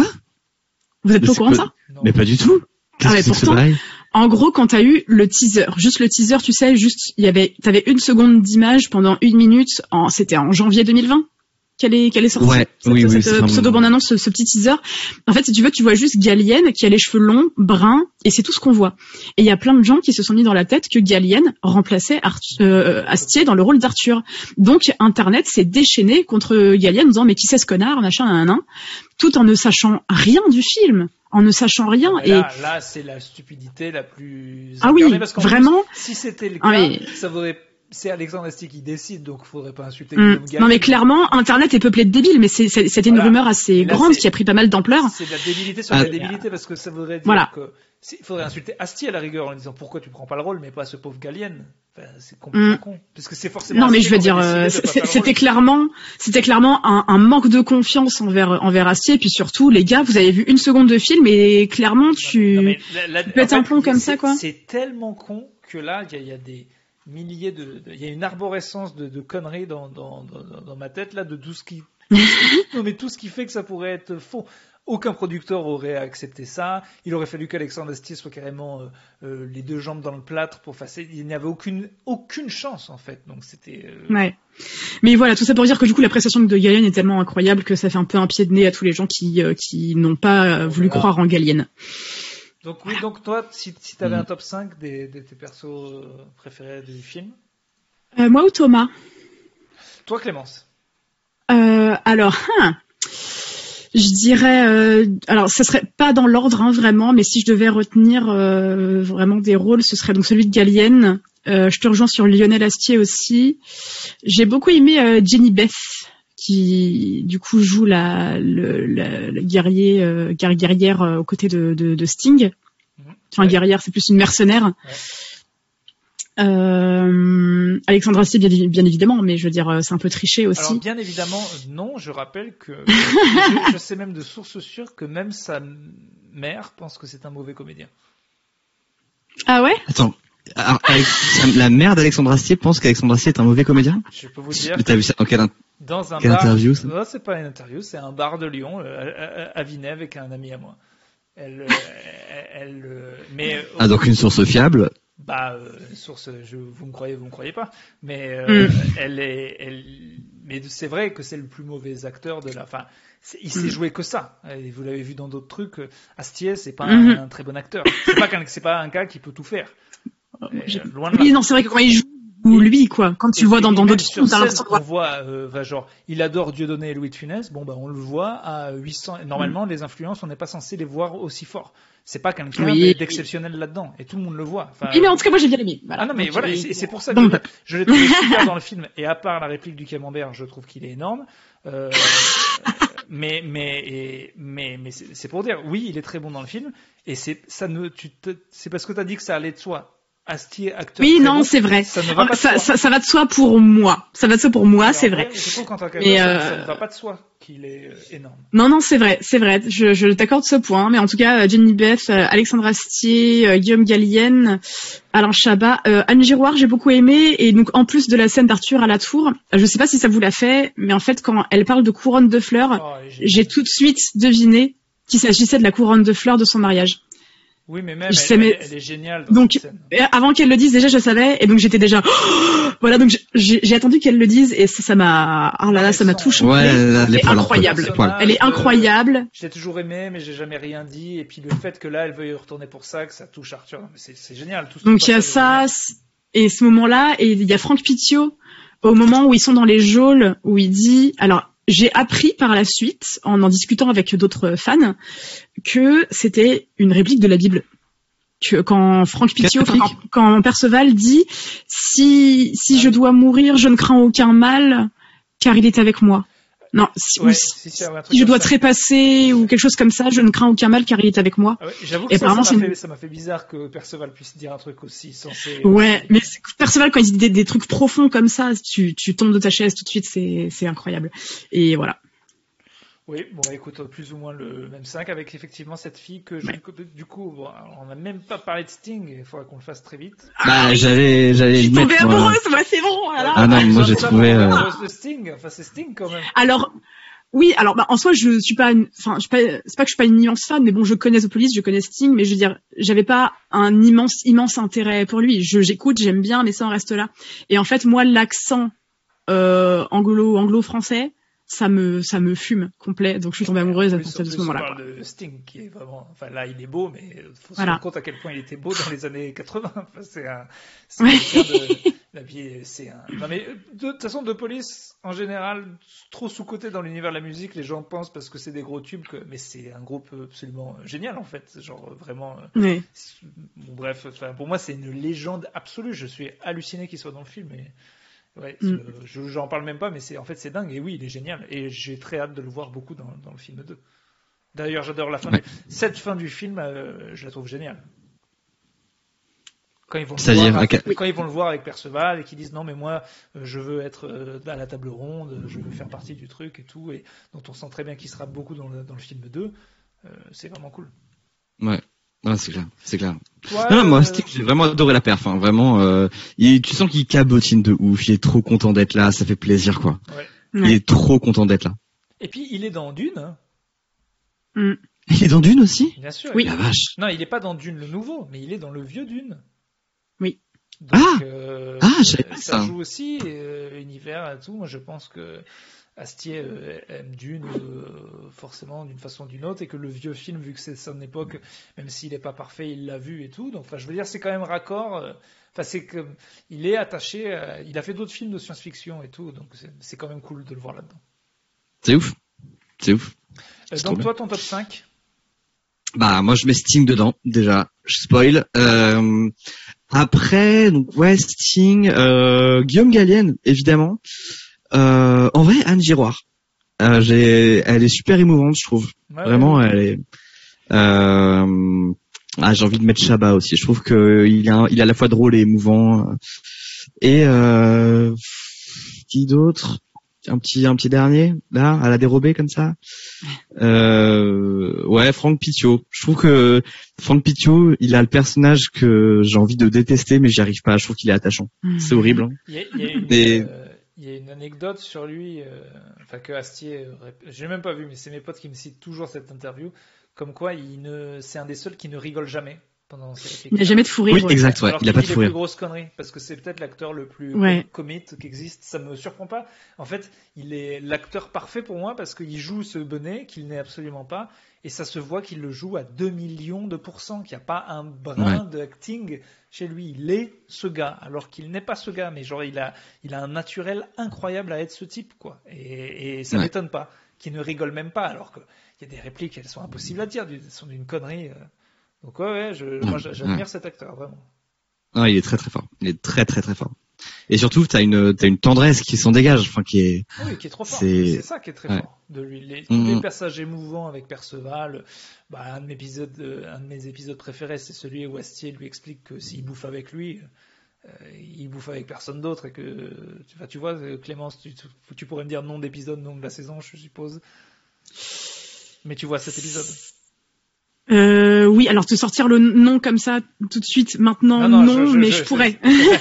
Vous êtes Mais pas au c'est courant de pas- ça? Non. mais pas du tout. Qu'est-ce Ah, mais que c'est que ce pourtant- bail En gros, quand t'as eu le teaser, juste le teaser, tu sais, juste il y avait, t'avais une seconde d'image pendant une minute. En, c'était en janvier deux mille vingt qu'elle est, qu'elle est sortie. Ouais, cette, oui, oui, cette c'est vraiment- pseudo bande annonce, ce, ce petit teaser. En fait, si tu veux, tu vois juste Gallienne qui a les cheveux longs, bruns, et c'est tout ce qu'on voit. Et il y a plein de gens qui se sont mis dans la tête que Gallienne remplaçait Arthur, euh, Astier dans le rôle d'Arthur. Donc Internet s'est déchaîné contre Gallienne en disant mais qui c'est ce connard, machin, un nain, tout en ne sachant rien du film. En ne sachant rien. Mais Et là, là, c'est la stupidité la plus. ah oui, incarnée, parce qu'en vraiment. plus, si c'était le cas, Ah, mais- ça vaudrait. C'est Alexandre Astier qui décide, donc il faudrait pas insulter Mm. Guillaume Gallienne. Non mais clairement, Internet est peuplé de débiles, mais c'est- c'est- c'était une Voilà. rumeur assez Et là, grande c'est- qui a pris pas mal d'ampleur. C'est de la débilité sur Ah, la débilité, parce que ça voudrait dire Voilà. que. Il faudrait insulter Astier à la rigueur en lui disant pourquoi tu prends pas le rôle, mais pas ce pauvre Gallienne. Enfin, c'est complètement Mm. con. Parce que c'est forcément. Non mais Astier je veux qui dire, aurait euh, décidé de pas c'est- faire le c'était rôle. clairement, c'était clairement un, un manque de confiance envers envers Astier. Et puis surtout, les gars, vous avez vu une seconde de film et clairement, tu. Non, mais la- la- tu pètes en un fait, plomb comme c'est- ça, quoi. C'est tellement con que là, il y, a- il y a des milliers de, de- il y a une arborescence de, de conneries dans, dans, dans, dans ma tête là, de tout ce qui, non mais tout ce qui fait que ça pourrait être faux. Aucun producteur aurait accepté ça. Il aurait fallu qu'Alexandre Astier soit carrément euh, euh, les deux jambes dans le plâtre pour faire ça. Il n'y avait aucune aucune chance en fait. Donc c'était. euh, Ouais. Mais voilà, tout ça pour dire que du coup, la prestation de Gallienne est tellement incroyable que ça fait un peu un pied de nez à tous les gens qui euh, qui n'ont pas euh, voulu Voilà. croire en Gallienne. Donc oui, donc toi, si, si tu avais Mm. un top cinq des, de tes persos euh, préférés du film, Euh, moi ou Thomas? toi Clémence. Euh, alors, hein, Je dirais, euh, alors ça serait pas dans l'ordre hein, vraiment, mais si je devais retenir euh, vraiment des rôles, ce serait donc celui de Gallienne. Euh, je te rejoins sur Lionel Astier aussi. J'ai beaucoup aimé euh, Jenny Beth, qui du coup joue la, le, la, la guerrier, euh, guerrière euh, aux côtés de, de, de Sting. Enfin, ouais. Guerrière, c'est plus une mercenaire. Ouais. Euh, Alexandre Astier, bien, bien évidemment, mais je veux dire, c'est un peu triché aussi. Alors, bien évidemment, non. Je rappelle que je, je sais même de sources sûres que même sa mère pense que c'est un mauvais comédien. Ah ouais? Attends, alors, la mère d'Alexandre Astier pense qu'Alexandre Astier est un mauvais comédien? Je peux vous dire. Mais t'as vu ça dans quelle, dans un quelle bar, interview ça? Non, c'est pas une interview, c'est un bar de Lyon, euh, à Vinay, avec un ami à moi. Elle, elle, elle mais ah donc une source fiable. Bah, euh, source, je, vous me croyez, vous me croyez pas, mais euh, mm. elle est, elle, mais c'est vrai que c'est le plus mauvais acteur de la. Enfin, il mm. s'est joué que ça. Et vous l'avez vu dans d'autres trucs. Astier, c'est pas mm-hmm. un, un très bon acteur. C'est pas qu'un, c'est pas un gars qui peut tout faire. Et, euh, loin de oui, là. Non, c'est vrai que quand il joue. Ou lui, quoi. Quand tu et, le vois dans, dans d'autres films, t'as l'impression de voir. On voit, euh, genre, il adore Dieudonné et Louis de Funès. Bon, bah, on le voit à huit cents. Normalement, mm. les influences, on n'est pas censé les voir aussi fort. C'est pas quelqu'un oui. d'exceptionnel là-dedans. Et tout le monde le voit. Enfin, oui, mais en tout cas, moi, j'ai bien aimé. Voilà. Ah non, mais donc, voilà. et, et c'est pour ça que donc, je, je l'ai trouvé super dans le film. Et à part la réplique du camembert, je trouve qu'il est énorme. Euh, mais, mais, et, mais, mais c'est, c'est pour dire, oui, il est très bon dans le film. Et c'est, ça ne, tu te, c'est parce que t'as dit que ça allait de soi. Astier, acteur. Oui, non, bon, c'est vrai. Ça, ne va pas ça, de soi. ça, ça va de soi pour moi. Ça va de soi pour moi, alors, c'est vrai. Je trouve qu'en tant qu'acteur, mais ça, euh... ça ne va pas de soi qu'il est euh, énorme. Non, non, c'est vrai, c'est vrai. Je, je t'accorde ce point. Mais en tout cas, Jenny Beth, Alexandre Astier, euh, Guillaume Gallienne, Alain Chabat, euh, Anne Giroir, j'ai beaucoup aimé. Et donc, en plus de la scène d'Arthur à la tour, je sais pas si ça vous l'a fait, mais en fait, quand elle parle de couronne de fleurs, oh, j'ai... j'ai tout de suite deviné qu'il s'agissait de la couronne de fleurs de son mariage. Oui, mais même, elle, elle, elle est géniale. Dans donc, avant qu'elle le dise, déjà, je savais, et donc j'étais déjà, oh voilà, donc j'ai, j'ai attendu qu'elle le dise, et ça, ça m'a, oh là là, ça m'a tout changé. Ouais, elle est incroyable. Elle est incroyable. Je l'ai toujours aimée, mais j'ai jamais rien dit, et puis le fait que là, elle veuille retourner pour ça, que ça touche Arthur, c'est, c'est génial. Tout donc il y a ça, et ce moment-là, et il y a Franck Pitiot, au moment où ils sont dans les geôles, où il dit, alors, j'ai appris par la suite, en en discutant avec d'autres fans, que c'était une réplique de la Bible. Que quand Franck Pitiot, quand, quand Perceval dit si si je dois mourir, je ne crains aucun mal, car il est avec moi. Non, si, ouais, si, si, si je dois ça. trépasser ou quelque chose comme ça, je ne crains aucun mal, car il est avec moi. Ah ouais, j'avoue que ça, ça, m'a fait, ça m'a fait bizarre que Perceval puisse dire un truc aussi censé. Ouais, aussi... mais Perceval, quand il dit des, des trucs profonds comme ça, tu, tu tombes de ta chaise tout de suite, c'est, c'est incroyable. Et voilà. Oui, bon, écoute, plus ou moins le même cinq avec effectivement cette fille que je, ouais. du coup, bon, on n'a même pas parlé de Sting, il faudra qu'on le fasse très vite. Bah, j'allais, j'allais. Je suis tombée amoureuse, moi, c'est bon, voilà. Ah non, moi j'ai trouvé. Euh... amoureuse de Sting, enfin c'est Sting quand même. Alors, oui, alors, bah, en soi, je suis pas, une... enfin, je suis pas, c'est pas que je suis pas une immense fan, mais bon, je connais The Police, je connais Sting, mais je veux dire, j'avais pas un immense, immense intérêt pour lui. Je, j'écoute, j'aime bien, mais ça en reste là. Et en fait, moi, l'accent euh, anglo, anglo-français. ça me ça me fume complet, donc je suis tombée amoureuse à ce moment-là. On parle de Sting qui est vraiment, enfin là il est beau, mais il faut se rendre compte à quel point il était beau dans les années quatre-vingts. Enfin, c'est un, c'est ouais. de, la vie, c'est un. Non mais de toute façon, The Police en général trop sous-coté dans l'univers de la musique, les gens pensent parce que c'est des gros tubes, que, mais c'est un groupe absolument génial en fait, genre vraiment. Ouais. Bon, bref, enfin, pour moi c'est une légende absolue. Je suis halluciné qu'il soit dans le film. Et... Ouais, mm. je, j'en parle même pas, mais c'est en fait c'est dingue. Et oui, il est génial. Et j'ai très hâte de le voir beaucoup dans, dans le film deux. D'ailleurs, j'adore la fin. Ouais. Du... Cette fin du film, euh, je la trouve géniale. Quand ils vont le voir, avec... quand ils vont le voir avec Perceval et qu'ils disent non, mais moi, je veux être à la table ronde, je veux faire partie du truc et tout, et dont on sent très bien qu'il sera beaucoup dans le, dans le film deux. Euh, c'est vraiment cool. Ouais. Ah, c'est clair, c'est clair. Ouais, non, non, moi, euh... Sting, j'ai vraiment adoré la perf, hein, vraiment. Euh, il, tu sens qu'il cabotine de ouf, il est trop content d'être là, ça fait plaisir, quoi. Ouais. Il ouais. est trop content d'être là. Et puis, il est dans Dune. Hein. Mm. Il est dans Dune aussi ? Bien sûr. Oui. La vache. Non, il est pas dans Dune le nouveau, mais il est dans le vieux Dune. Oui. Donc, ah, euh, ah, je savais pas ça. Ça joue aussi, euh, univers et tout. Moi, je pense que Astier euh, aime Dune euh, forcément d'une façon ou d'une autre, et que le vieux film, vu que c'est son époque, même s'il n'est pas parfait, il l'a vu et tout. Donc, enfin, je veux dire, c'est quand même raccord. Euh, enfin, c'est que il est attaché. À, il a fait d'autres films de science-fiction et tout, donc c'est, c'est quand même cool de le voir là-dedans. C'est ouf, c'est ouf. Euh, donc toi, ton top cinq? Bah moi je mets Sting dedans déjà. Je spoil. Euh, après donc ouais Sting, euh, Guillaume Gallienne évidemment. Euh, en vrai Anne Giroir. Euh, j'ai, elle est super émouvante je trouve. Ouais, Vraiment ouais. elle est. Euh, ah j'ai envie de mettre Chabat aussi. Je trouve que il est un, il est à la fois drôle et émouvant. Et euh, qui d'autre? Un petit un petit dernier là à la dérobée comme ça. Euh, ouais, Franck Pittiot. Je trouve que Franck Pittiot, il a le personnage que j'ai envie de détester, mais j'y arrive pas. Je trouve qu'il est attachant. Mmh. C'est horrible. Hein. Il y a, il y a une, Et... euh, il y a une anecdote sur lui, euh, enfin que Astier, euh, rép- j'ai même pas vu, mais c'est mes potes qui me citent toujours cette interview, comme quoi il ne, c'est un des seuls qui ne rigole jamais pendant ses répliques. Il n'a jamais de fou rire. Oui, ouais. exact. Ouais, Alors il a qu'il pas de dit fou les rire. plus grosses conneries, parce que c'est peut-être l'acteur le plus Ouais. commit qui existe. Ça me surprend pas. En fait, il est l'acteur parfait pour moi parce qu'il joue ce bonnet qu'il n'est absolument pas, et ça se voit qu'il le joue à deux millions de pourcents, qu'il n'y a pas un brin Ouais. de acting chez lui. Il est ce gars, alors qu'il n'est pas ce gars, mais genre il a, il a un naturel incroyable à être ce type, quoi. Et, et ça Ouais. m'étonne pas qu'il ne rigole même pas, alors qu'il y a des répliques, elles sont impossibles à dire, elles sont d'une connerie. euh. Donc ouais, ouais, je, moi j'admire Ouais. cet acteur vraiment. Ah, il est très très fort. Il est très très très fort. Et surtout, t'as une t'as une tendresse qui s'en dégage, enfin qui est. Oui, qui est trop fort. C'est- C'est ça qui est très ouais. fort de lui. Les, Mhm. tous les passages émouvants avec Perceval. Bah, un de mes épisodes, euh, un de mes épisodes préférés, c'est celui où Astier lui explique que s'il bouffe avec lui, euh, il bouffe avec personne d'autre et que, enfin, tu vois, euh, Clémence, tu, tu- tu pourrais me dire nom d'épisode, nom de la saison, je suppose. Mais tu vois cet épisode. Euh, oui, alors te sortir le nom comme ça tout de suite, maintenant, non, je- je- mais je- je, pourrais.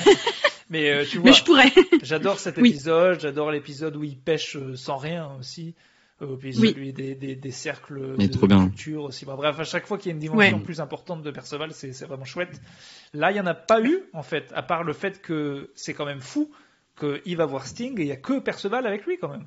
Mais euh, tu vois, mais je pourrais. j'adore cet Oui. épisode, j'adore l'épisode où il pêche euh, sans rien aussi. Euh, puis Oui. celui des, des, des cercles Il est de trop bien. culture aussi. Bah, bref, à chaque fois qu'il y a une dimension Ouais. plus importante de Perceval, c'est c'est vraiment chouette. Là, il n'y en a pas eu, en fait, à part le fait que c'est quand même fou qu'il va voir Sting et il n'y a que Perceval avec lui quand même.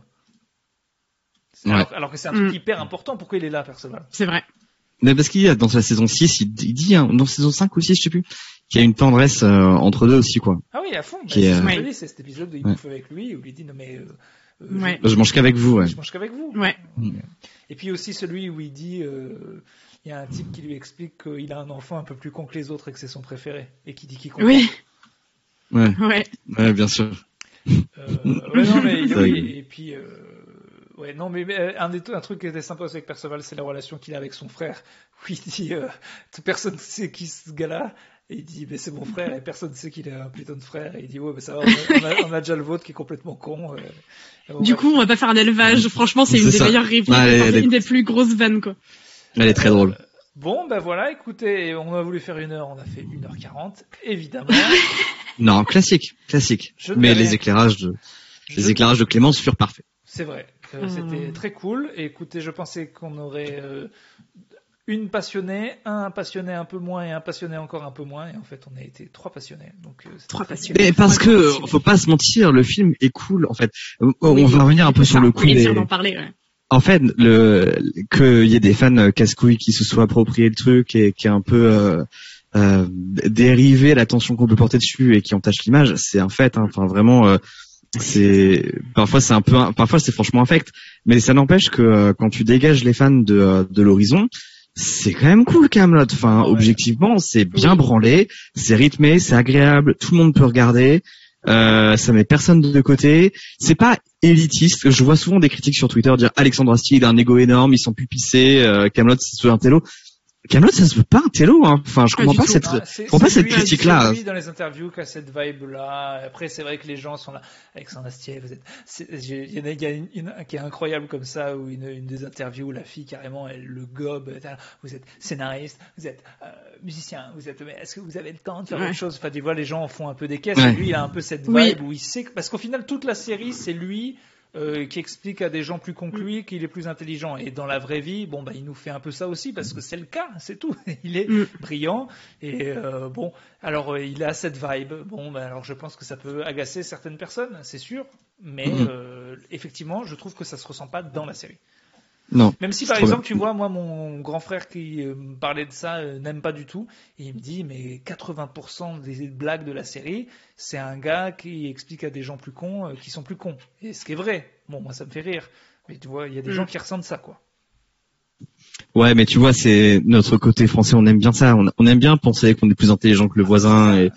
C'est- Ouais. Alors, alors que c'est un truc Mm. hyper important. Pourquoi il est là, Perceval? C'est vrai. Mais parce qu'il y a dans la saison six, il, il dit hein, dans saison cinq aussi, je sais plus, qu'il y a une tendresse euh, entre deux aussi quoi. Ah oui, à fond. Bah, Qui c'est est, ce que euh, je te dis, c'est cet épisode où il Ouais. bouffe avec lui, où il lui dit non mais euh, euh, Ouais. je, Je mange qu'avec vous, ouais. je mange qu'avec vous. Ouais. Mm. Et puis aussi celui où il dit, euh, il y a un type qui lui explique qu'il a un enfant un peu plus con que les autres et que c'est son préféré, et qui dit qu'il comprend. Oui, Ouais, ouais. ouais, bien sûr. Euh, ouais, non, mais C'est oui, vrai. et puis, euh, ouais, non, mais, mais un, des, un truc qui était sympa aussi avec Perceval, c'est la relation qu'il a avec son frère, où il dit, euh, personne ne sait qui ce gars-là, et il dit, mais c'est mon frère, et personne ne sait qu'il a un putain de frère, et il dit, ouais, mais ça va, on a, on a, on a déjà le vôtre qui est complètement con. Euh, et bon, Du bref. coup, on va pas faire un élevage. Franchement, c'est une C'est des ça. meilleures répliques, Ouais, elle est- enfin, elle est- une des plus grosses vannes, quoi. Elle est très drôle. Bon, ben voilà, écoutez, on a voulu faire une heure, on a fait une heure quarante, évidemment. Non, classique, classique. Je ne Mais verrai- les éclairages de les Je- éclairages de Clémence furent parfaits. C'est vrai, euh, Hmm. c'était très cool. Et écoutez, je pensais qu'on aurait euh, une passionnée, un passionné un peu moins et un passionné encore un peu moins. Et en fait, on a été trois passionnés. Donc, euh, c'était Trois très passionnés. bien. Mais parce Ouais, que c'est- faut pas se mentir, le film est cool en fait. Euh, On Oui, va revenir un peu sur le coup Oui, des. dire d'en parler, ouais. En fait, le qu'il y ait des fans casse-couilles qui se soient appropriés le truc et qui est un peu euh, euh, dérivé l'attention qu'on peut porter dessus et qui entache l'image, c'est un fait. Hein. Enfin, vraiment, euh, c'est parfois c'est un peu, parfois c'est franchement infect, mais ça n'empêche que euh, quand tu dégages les fans de euh, de l'horizon, c'est quand même cool Kaamelott. Enfin, Ouais. objectivement, c'est bien Oui. branlé, c'est rythmé, c'est agréable, tout le monde peut regarder. Euh, ça met personne de côté. C'est pas élitiste. Je vois souvent des critiques sur Twitter dire Alexandre Astier il a un ego énorme, il s'en pue pisser, euh, Kaamelott ça se veut un télo. Kaamelott ça se veut pas un télo. Hein. Enfin, je Pas comprends du pas tout. cette. Non, c'est- je comprends pas c'est cette lui- critique-là. c'est lui dans les interviews qui a cette vibe-là. Après, c'est vrai que les gens sont là. Alexandre Astier, vous êtes. c'est- j'ai- Il y en a, il y a une, une qui est incroyable comme ça, où une, une des interviews où la fille carrément elle le gobe. Vous êtes scénariste, vous êtes euh, musicien, vous êtes. Mais est-ce que vous avez le temps de faire Ouais. autre chose? Enfin, tu vois, les gens en font un peu des caisses. Ouais. Et lui, il a un peu cette vibe Oui. où il sait que parce qu'au final, toute la série, c'est lui. Euh, qui explique à des gens plus cons que lui qu'il est plus intelligent. Et dans la vraie vie, bon, bah, il nous fait un peu ça aussi parce que c'est le cas, c'est tout. Il est Mm. brillant et euh, bon, alors euh, il a cette vibe. Bon, bah, alors je pense que ça peut agacer certaines personnes, c'est sûr, mais Mhm. euh, effectivement, je trouve que ça se ressent pas dans la série. Non. Même si C'est par trop exemple, tu vois, moi, mon grand frère qui euh, me parlait de ça euh, n'aime pas du tout. Et il me dit, mais quatre-vingts pour cent des blagues de la série, c'est un gars qui explique à des gens plus cons euh, qui sont plus cons. Et ce qui est vrai. Bon, moi, ça me fait rire. Mais tu vois, il y a des Mm. gens qui ressentent ça, quoi. Ouais, mais tu vois, c'est notre côté français, on aime bien ça. On, on aime bien penser qu'on est plus intelligent que le voisin et,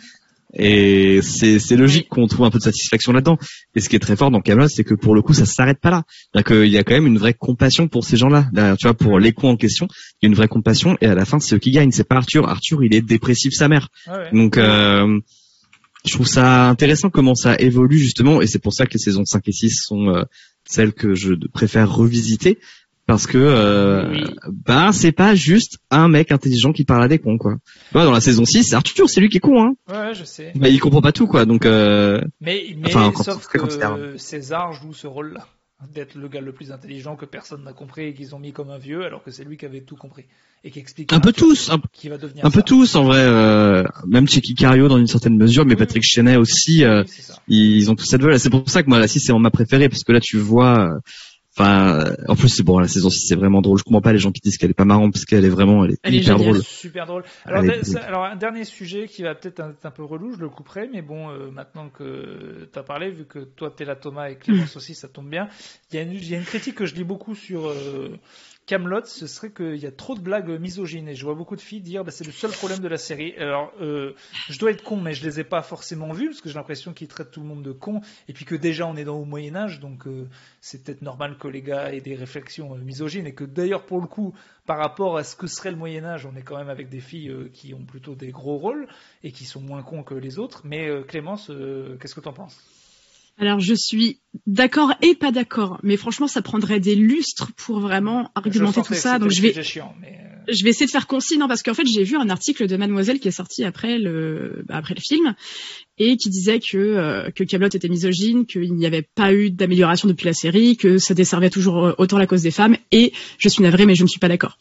et c'est, c'est logique qu'on trouve un peu de satisfaction là-dedans. Et ce qui est très fort dans Kaamelott, c'est que pour le coup, ça s'arrête pas là. C'est-à-dire qu'il y a quand même une vraie compassion pour ces gens-là. Là, tu vois, pour les cons en question, il y a une vraie compassion et à la fin, c'est eux qui gagnent. C'est pas Arthur. Arthur, il est dépressif sa mère. Ah ouais. Donc, euh, je trouve ça intéressant comment ça évolue justement et c'est pour ça que les saisons cinq et six sont euh, celles que je préfère revisiter. Parce que euh, oui. bah c'est pas juste un mec intelligent qui parle à des cons quoi. Bah, dans la saison six, c'est Arthur, c'est lui qui est con hein. Ouais, je sais. Bah il comprend pas tout quoi. Donc euh... mais mais enfin, quand, sauf quand, que quand César joue ce rôle-là, d'être le gars le plus intelligent que personne n'a compris et qu'ils ont mis comme un vieux alors que c'est lui qui avait tout compris et qui explique un peu tous un, qui va devenir un ça. peu tous en vrai euh, même Checky Cario dans une certaine mesure mais oui, Patrick Chenet aussi euh, oui, ils ont tous cette veule. C'est pour ça que moi la six c'est ma préférée parce que là tu vois euh, Enfin, en plus c'est bon, la saison six c'est vraiment drôle. Je comprends pas les gens qui disent qu'elle est pas marrante parce qu'elle est vraiment, elle est elle hyper est drôle. Super drôle. Alors, est... alors un dernier sujet qui va peut-être être un peu relou, je le couperai, mais bon, euh, maintenant que t'as parlé, vu que toi t'es là Thomas et Clémence aussi, ça tombe bien. Il y a une, il y a une critique que je lis beaucoup sur euh, Kaamelott, ce serait qu'il y a trop de blagues misogynes et je vois beaucoup de filles dire bah, c'est le seul problème de la série. Alors euh, je dois être con mais je les ai pas forcément vues parce que j'ai l'impression qu'ils traitent tout le monde de con et puis que déjà on est dans au Moyen-Âge donc euh, c'est peut-être normal que les gars aient des réflexions euh, misogynes et que d'ailleurs pour le coup par rapport à ce que serait le Moyen-Âge on est quand même avec des filles euh, qui ont plutôt des gros rôles et qui sont moins cons que les autres. Mais euh, Clémence, euh, qu'est-ce que t'en penses ? Alors je suis d'accord et pas d'accord, mais franchement ça prendrait des lustres pour vraiment argumenter tout ça. Donc je vais, chiant, mais... je vais essayer de faire concis, non parce qu'en fait j'ai vu un article de Mademoiselle qui est sorti après le, bah, après le film et qui disait que euh, que Kaamelott était misogyne, qu'il n'y avait pas eu d'amélioration depuis la série, que ça desservait toujours autant la cause des femmes. Et je suis navrée, mais je ne suis pas d'accord.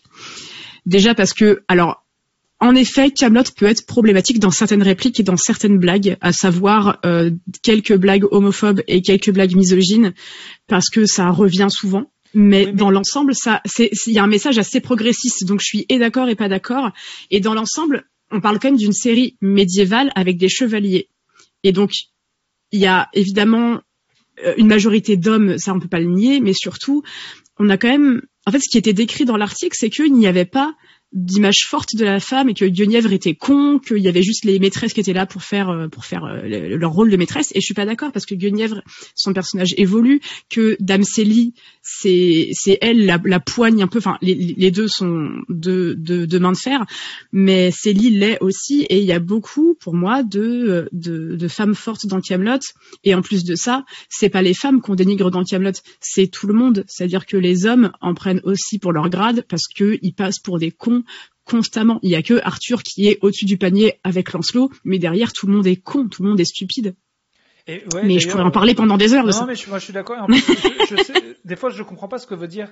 Déjà parce que alors. En effet, Kaamelott peut être problématique dans certaines répliques et dans certaines blagues, à savoir euh, quelques blagues homophobes et quelques blagues misogynes, parce que ça revient souvent. Mais, oui, mais... dans l'ensemble, ça, c'est, il y a un message assez progressiste, donc je suis et d'accord et pas d'accord. Et dans l'ensemble, on parle quand même d'une série médiévale avec des chevaliers. Et donc, il y a évidemment une majorité d'hommes, ça on peut pas le nier, mais surtout, on a quand même, en fait, ce qui était décrit dans l'article, c'est qu'il n'y avait pas d'image forte de la femme et que Guenièvre était con, qu'il y avait juste les maîtresses qui étaient là pour faire pour faire leur rôle de maîtresse. Et je suis pas d'accord parce que Guenièvre, son personnage évolue, que Dame Célie, c'est c'est elle la, la poigne un peu. Enfin, les, les deux sont de, de de main de fer, mais Célie l'est aussi. Et il y a beaucoup, pour moi, de de, de femmes fortes dans Kaamelott. Et en plus de ça, c'est pas les femmes qu'on dénigre dans Kaamelott, c'est tout le monde. C'est-à-dire que les hommes en prennent aussi pour leur grade parce que ils passent pour des cons constamment. Il y a que Arthur qui est au-dessus du panier avec Lancelot, mais derrière tout le monde est con, tout le monde est stupide. Et ouais, mais je pourrais en parler pendant des heures de non, ça. Non, mais je, moi je suis d'accord. En plus, je, je sais, des fois je comprends pas ce que veut dire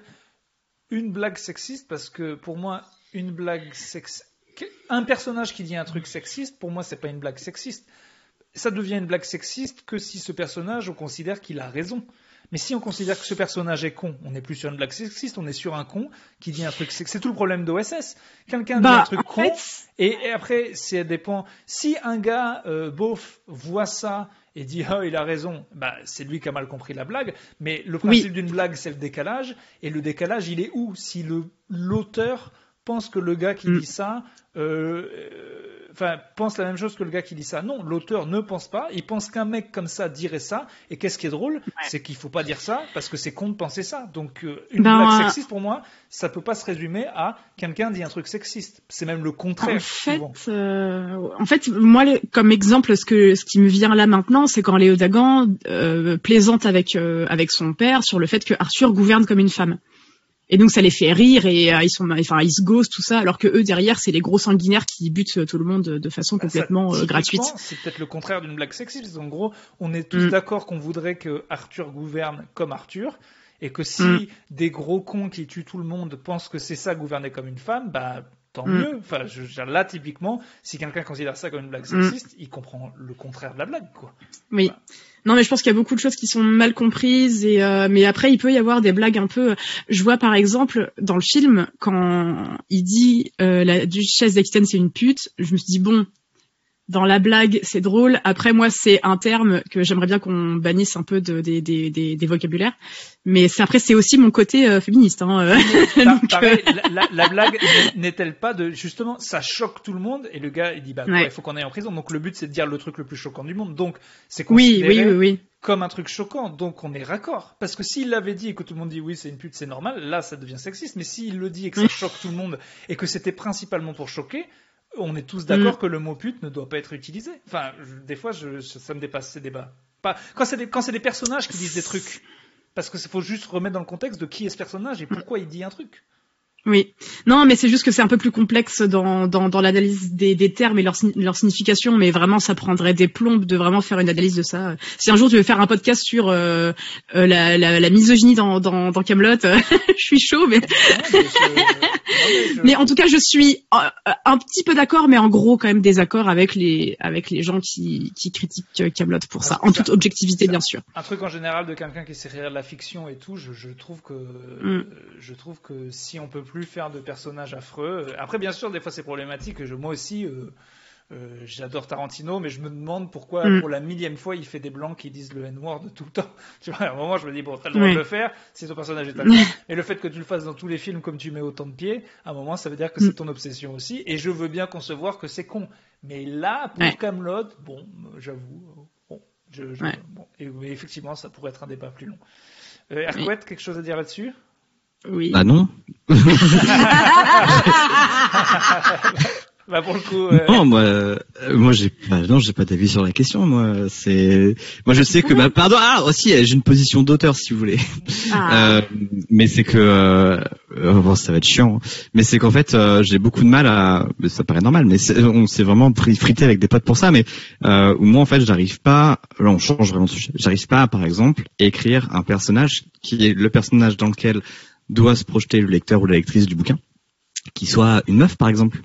une blague sexiste parce que pour moi une blague sexiste, un personnage qui dit un truc sexiste, pour moi c'est pas une blague sexiste. Ça devient une blague sexiste que si ce personnage on considère qu'il a raison. Mais si on considère que ce personnage est con, on n'est plus sur une blague sexiste, on est sur un con qui dit un truc sexiste. C'est tout le problème d'O S S. Quelqu'un bah, dit un truc con, fait... et, et après, ça dépend. Si un gars euh, beauf voit ça et dit « Oh, il a raison », bah, c'est lui qui a mal compris la blague. Mais le principe oui. d'une blague, c'est le décalage. Et le décalage, il est où ? Si le, l'auteur pense que le gars qui mm. dit ça... Euh, Enfin, pense la même chose que le gars qui dit ça. Non, l'auteur ne pense pas. Il pense qu'un mec comme ça dirait ça. Et qu'est-ce qui est drôle, ouais. c'est qu'il faut pas dire ça parce que c'est con de penser ça. Donc, euh, une ben, blague sexiste pour moi, ça peut pas se résumer à quelqu'un dit un truc sexiste. C'est même le contraire. En fait, euh, en fait, moi, comme exemple, ce que ce qui me vient là maintenant, c'est quand Léo Dagan euh, plaisante avec euh, avec son père sur le fait que Arthur gouverne comme une femme. Et donc ça les fait rire et euh, ils sont, enfin ils se ghostent tout ça, alors que eux derrière c'est les gros sanguinaires qui butent tout le monde de façon bah, complètement ça, euh, gratuite. C'est peut-être le contraire d'une blague sexiste. Parce qu'en gros, on est tous mm. d'accord qu'on voudrait que Arthur gouverne comme Arthur, et que si mm. des gros cons qui tuent tout le monde pensent que c'est ça gouverner comme une femme, bah tant mm. mieux. Enfin, je, je, là typiquement, si quelqu'un considère ça comme une blague sexiste, mm. il comprend le contraire de la blague, quoi. Oui. Voilà. Non, mais je pense qu'il y a beaucoup de choses qui sont mal comprises et euh, mais après il peut y avoir des blagues un peu. Je vois par exemple dans le film quand il dit euh, la duchesse d'Aquitaine c'est une pute, je me suis dit bon, dans la blague, c'est drôle. Après, moi, c'est un terme que j'aimerais bien qu'on bannisse un peu de, des, des, des, des vocabulaires. Mais c'est, après, c'est aussi mon côté euh, féministe. Hein. Donc, pareil, euh... la, la, la blague n'est-elle pas de justement, ça choque tout le monde et le gars il dit bah quoi, ouais. il faut qu'on aille en prison. Donc le but c'est de dire le truc le plus choquant du monde. Donc c'est considéré oui, oui, oui, oui. comme un truc choquant. Donc on est raccord. Parce que s'il l'avait dit et que tout le monde dit oui c'est une pute, c'est normal, là ça devient sexiste. Mais s'il le dit et que ça choque tout le monde et que c'était principalement pour choquer, on est tous d'accord mmh. que le mot pute ne doit pas être utilisé. Enfin, je, des fois, je, ça me dépasse ces débats. Pas, quand c'est des, quand c'est des personnages qui disent des trucs, parce que faut juste remettre dans le contexte de qui est ce personnage et pourquoi il dit un truc. Oui, non, mais c'est juste que c'est un peu plus complexe dans dans, dans l'analyse des, des termes et leur, leur signification, mais vraiment ça prendrait des plombes de vraiment faire une analyse de ça. Si un jour tu veux faire un podcast sur euh, euh, la, la, la misogynie dans dans, dans Kaamelott, euh, je suis chaud, mais. Non, mais, je... mais en tout cas, je suis un, un petit peu d'accord, mais en gros quand même désaccord avec les avec les gens qui qui critiquent Kaamelott pour ça, en toute objectivité bien sûr. Un truc en général de quelqu'un qui sait rire de la fiction et tout, je, je trouve que mm. je trouve que si on peut plus faire de personnages affreux. Après, bien sûr, des fois c'est problématique. Je, moi aussi, euh, euh, j'adore Tarantino, mais je me demande pourquoi, mm. pour la millième fois, il fait des blancs qui disent le N-word tout le temps. Tu vois, à un moment, je me dis bon, t'as le droit oui. de le faire, si ton personnage est allemand, mais le fait que tu le fasses dans tous les films comme tu mets autant de pieds, à un moment, ça veut dire que c'est ton obsession aussi. Et je veux bien concevoir que c'est con. Mais là, pour ouais. Kaamelott, bon, j'avoue, bon, je, je, ouais. bon, et, mais effectivement, ça pourrait être un débat plus long. Euh, Erquet, oui. quelque chose à dire là-dessus? Oui. Bah non. Bah pour le coup. Euh... Non, moi, euh, moi j'ai pas, non, j'ai pas d'avis sur la question. Moi, c'est, moi je sais que, bah, pardon, ah aussi, j'ai une position d'auteur si vous voulez. Ah. Euh, mais c'est que, euh, bon, ça va être chiant. Mais c'est qu'en fait, euh, j'ai beaucoup de mal à, ça paraît normal, mais c'est, on s'est vraiment frité avec des potes pour ça. Mais euh, moi en fait, j'arrive pas. Là, on change vraiment de sujet. J'arrive pas, par exemple, à écrire un personnage qui est le personnage dans lequel doit se projeter le lecteur ou la lectrice du bouquin, qui soit une meuf par exemple.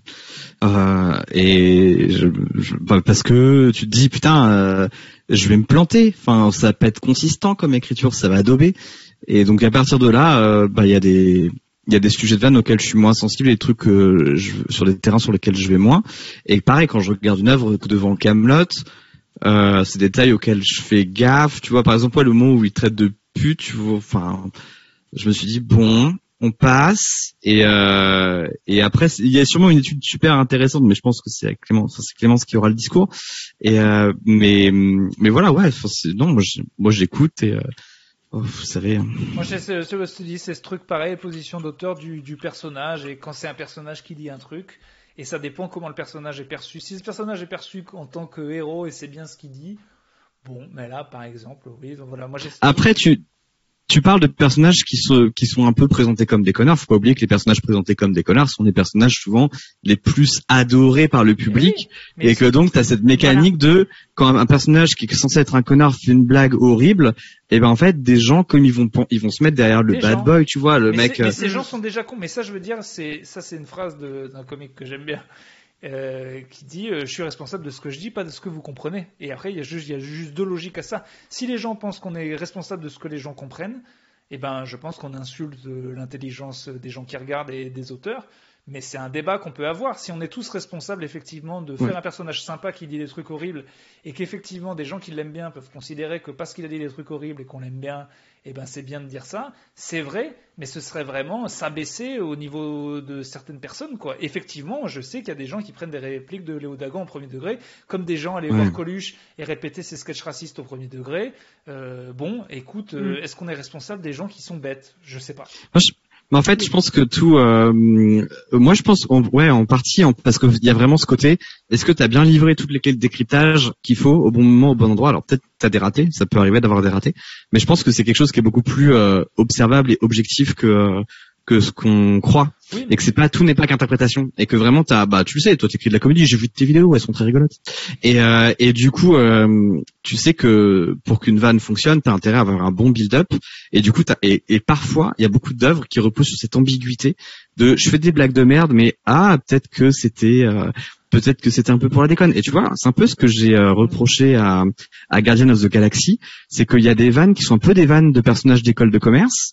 Euh, et je, je, bah, parce que tu te dis putain, euh, je vais me planter. Enfin, ça va pas être consistant comme écriture, ça va adober. Et donc à partir de là, euh, bah il y a des il y a des sujets de vanne auxquels je suis moins sensible, et des trucs euh, je, sur les terrains sur lesquels je vais moins. Et pareil, quand je regarde une œuvre devant Kaamelott, euh, c'est des détails auxquels je fais gaffe. Tu vois, par exemple, le mot où il traite de pute, tu vois, enfin. Je me suis dit bon, on passe, et euh, et après il y a sûrement une étude super intéressante, mais je pense que c'est Clémence, c'est Clémence qui aura le discours. Et euh, mais mais voilà, ouais, c'est, non, moi je, moi j'écoute et euh, oh, vous savez. Moi je sais, je te dis, c'est ce truc pareil, position d'auteur du du personnage, et quand c'est un personnage qui dit un truc, et ça dépend comment le personnage est perçu. Si le personnage est perçu en tant que héros et c'est bien ce qu'il dit, bon, mais là par exemple, oui, donc voilà, moi j'ai. Après tu Tu parles de personnages qui sont qui sont un peu présentés comme des connards. Faut pas oublier que les personnages présentés comme des connards sont des personnages souvent les plus adorés par le public, oui, et que donc t'as cette mécanique voilà. de quand un personnage qui est censé être un connard fait une blague horrible, et ben en fait des gens comme ils vont ils vont se mettre derrière le des bad gens. boy, tu vois, le mais mec. Mais ces gens sont déjà cons. Mais ça, je veux dire, c'est ça, c'est une phrase de, d'un comique que j'aime bien. Euh, qui dit euh, je suis responsable de ce que je dis, pas de ce que vous comprenez. Et après il y a juste il y a juste deux logiques à ça. Si les gens pensent qu'on est responsable de ce que les gens comprennent, eh ben je pense qu'on insulte l'intelligence des gens qui regardent et des auteurs. Mais c'est un débat qu'on peut avoir. Si on est tous responsables effectivement de faire ouais. un personnage sympa qui dit des trucs horribles, et qu'effectivement des gens qui l'aiment bien peuvent considérer que parce qu'il a dit des trucs horribles et qu'on l'aime bien, eh ben c'est bien de dire ça, c'est vrai, mais ce serait vraiment s'abaisser au niveau de certaines personnes, quoi. Effectivement, je sais qu'il y a des gens qui prennent des répliques de Léo Dagan au premier degré, comme des gens allaient ouais. voir Coluche et répéter ses sketchs racistes au premier degré. Euh, bon, écoute, euh, mm. est-ce qu'on est responsable des gens qui sont bêtes ? Je sais pas. Moi, je... Mais en fait, je pense que tout, euh, moi, je pense, en, ouais, en partie, en, parce qu'il y a vraiment ce côté. Est-ce que tu as bien livré toutes les décryptages qu'il faut au bon moment, au bon endroit ? Alors peut-être t'as des ratés, ça peut arriver d'avoir des ratés, mais je pense que c'est quelque chose qui est beaucoup plus euh, observable et objectif que euh, que ce qu'on croit, oui, et que c'est pas tout n'est pas qu'interprétation, et que vraiment t'as, bah tu le sais, toi t'écris de la comédie, j'ai vu tes vidéos, elles sont très rigolotes, et euh, et du coup euh, tu sais que pour qu'une vanne fonctionne, t'as intérêt à avoir un bon build-up, et du coup t'as et, et parfois il y a beaucoup d'œuvres qui reposent sur cette ambiguïté de je fais des blagues de merde, mais ah peut-être que c'était euh, peut-être que c'était un peu pour la déconne. Et tu vois, c'est un peu ce que j'ai euh, reproché à à Guardian of the Galaxy, c'est qu'il y a des vannes qui sont un peu des vannes de personnages d'école de commerce.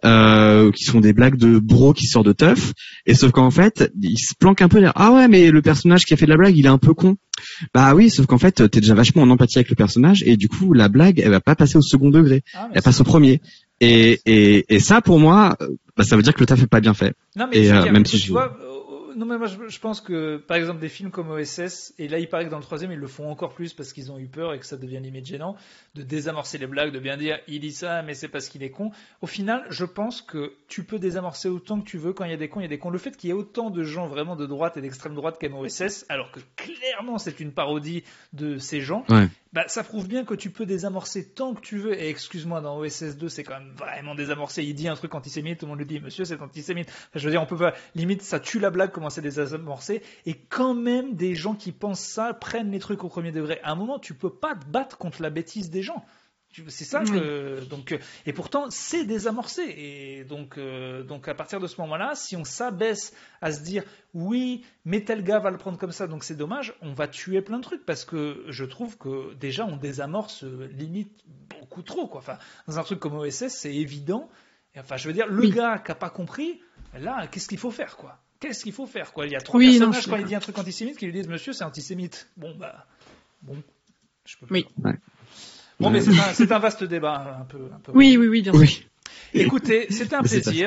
euh, qui sont des blagues de bro qui sort de teuf, et sauf qu'en fait, ils se planquent un peu. Là, ah ouais, mais le personnage qui a fait de la blague, il est un peu con. Bah oui, sauf qu'en fait, t'es déjà vachement en empathie avec le personnage, et du coup, la blague, elle va pas passer au second degré, Ah, elle passe au premier. Et, et, et ça, pour moi, bah, ça veut dire que le taf est pas bien fait. Non, mais et, je veux euh, dire, même tu si je... vois, euh, non, mais moi, je, je pense que, par exemple, des films comme O S S, et là, il paraît que dans le troisième, ils le font encore plus parce qu'ils ont eu peur et que ça devient limite gênant, de désamorcer les blagues, de bien dire, il dit ça, mais c'est parce qu'il est con. Au final, je pense que tu peux désamorcer autant que tu veux quand il y a des cons, il y a des cons. Le fait qu'il y ait autant de gens vraiment de droite et d'extrême droite qu'aiment O S S, alors que clairement, c'est une parodie de ces gens, Ouais. bah, ça prouve bien que tu peux désamorcer tant que tu veux. Et excuse-moi, dans O S S deux, c'est quand même vraiment désamorcé. Il dit un truc antisémite, tout le monde lui dit, monsieur, c'est antisémite. Enfin, je veux dire, on peut pas, limite, ça tue la blague, comment c'est désamorcé. Et quand même, des gens qui pensent ça prennent les trucs au premier degré. À un moment, tu peux pas te battre contre la bêtise des gens. C'est ça que, donc, et pourtant, c'est désamorcé. Et donc, euh, donc, à partir de ce moment-là, si on s'abaisse à se dire, oui, mais tel gars va le prendre comme ça, donc c'est dommage, on va tuer plein de trucs parce que je trouve que déjà, on désamorce limite beaucoup trop, quoi. Enfin, dans un truc comme O S S, c'est évident. Et enfin, je veux dire, le oui. gars qui a pas compris, là, qu'est-ce qu'il faut faire, quoi? Qu'est-ce qu'il faut faire, quoi? Il y a trois oui, personnages non, quand il dit un truc antisémite qui lui disent, monsieur, c'est antisémite. Bon, bah, bon, je peux. Oui. Ouais. Bon, mais c'est un, c'est un vaste débat, un peu. Un peu Oui, oui, oui, bien Oui. sûr. Écoutez, c'était un C'est plaisir.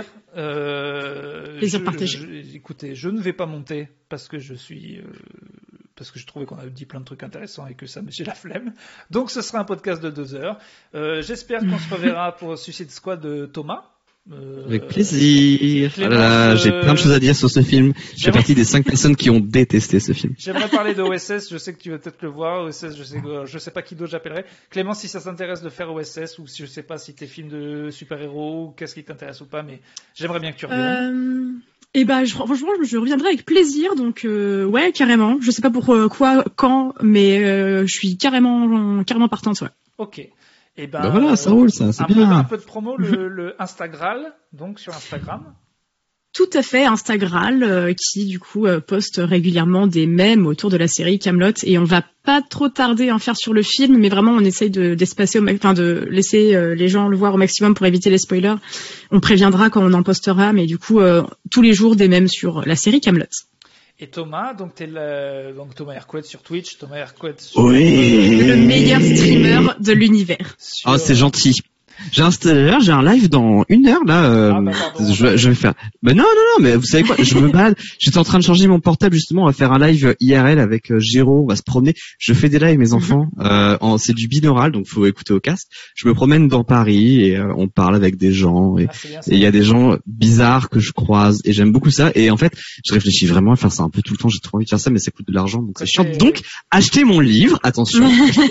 Euh, Plaisir je, partagé. je- écoutez, je ne vais pas monter parce que je suis, euh, parce que je trouvais qu'on avait dit plein de trucs intéressants et que ça, j'ai la flemme. Donc, ce sera un podcast de deux heures. Euh, j'espère qu'on se reverra pour Suicide Squad de Thomas. Euh, Avec plaisir. Clémence, Ah là là, j'ai euh, plein de choses à dire sur ce film. Je fais j'aimerais- partie des cinq personnes qui ont détesté ce film. J'aimerais parler de O S S, je sais que tu vas peut-être le voir. O S S, je sais, que- je sais pas qui d'autre j'appellerai. Clément, si ça t'intéresse de faire O S S, ou si je sais pas si tes films de super-héros, ou qu'est-ce qui t'intéresse ou pas, mais j'aimerais bien que tu reviennes. Euh, et ben, je, franchement, je reviendrai avec plaisir. Donc, euh, ouais, carrément. Je sais pas pour quoi, quand, mais euh, je suis carrément, carrément partante. Ouais. Ok. Et ben, Bah voilà, ça roule, ça, c'est un peu, bien. un peu de promo, le, le Instagram, donc sur Instagram. Tout à fait, Instagram, euh, qui du coup euh, poste régulièrement des mèmes autour de la série Kaamelott, et on va pas trop tarder à en faire sur le film, mais vraiment on essaye de d'espacer, au ma- enfin de laisser euh, les gens le voir au maximum pour éviter les spoilers. On préviendra quand on en postera, mais du coup euh, tous les jours des mèmes sur la série Kaamelott. Et Thomas, donc t'es le, donc Thomas Hercouet sur Twitch, Thomas Hercouet sur, Oui. Le meilleur streamer de l'univers. sur- Oh, c'est gentil. J'ai installé, j'ai un live dans une heure là. Euh, Ah, bah, pardon. je, je vais faire. Bah non, non, non, mais vous savez quoi, je me balade. J'étais en train de changer mon portable justement. On va faire un live I R L avec euh, Géraud. On va se promener. Je fais des lives mes enfants. Euh, en, c'est du binaural, donc faut écouter au casque. Je me promène dans Paris et euh, on parle avec des gens. Et Ah, c'est bien, ça. et il y a des gens bizarres que je croise et j'aime beaucoup ça. Et en fait, je réfléchis vraiment à faire ça un peu tout le temps. J'ai trop envie de faire ça, mais ça coûte de l'argent, donc c'est Ouais, chiant. c'est- Donc, achetez mon livre. Attention.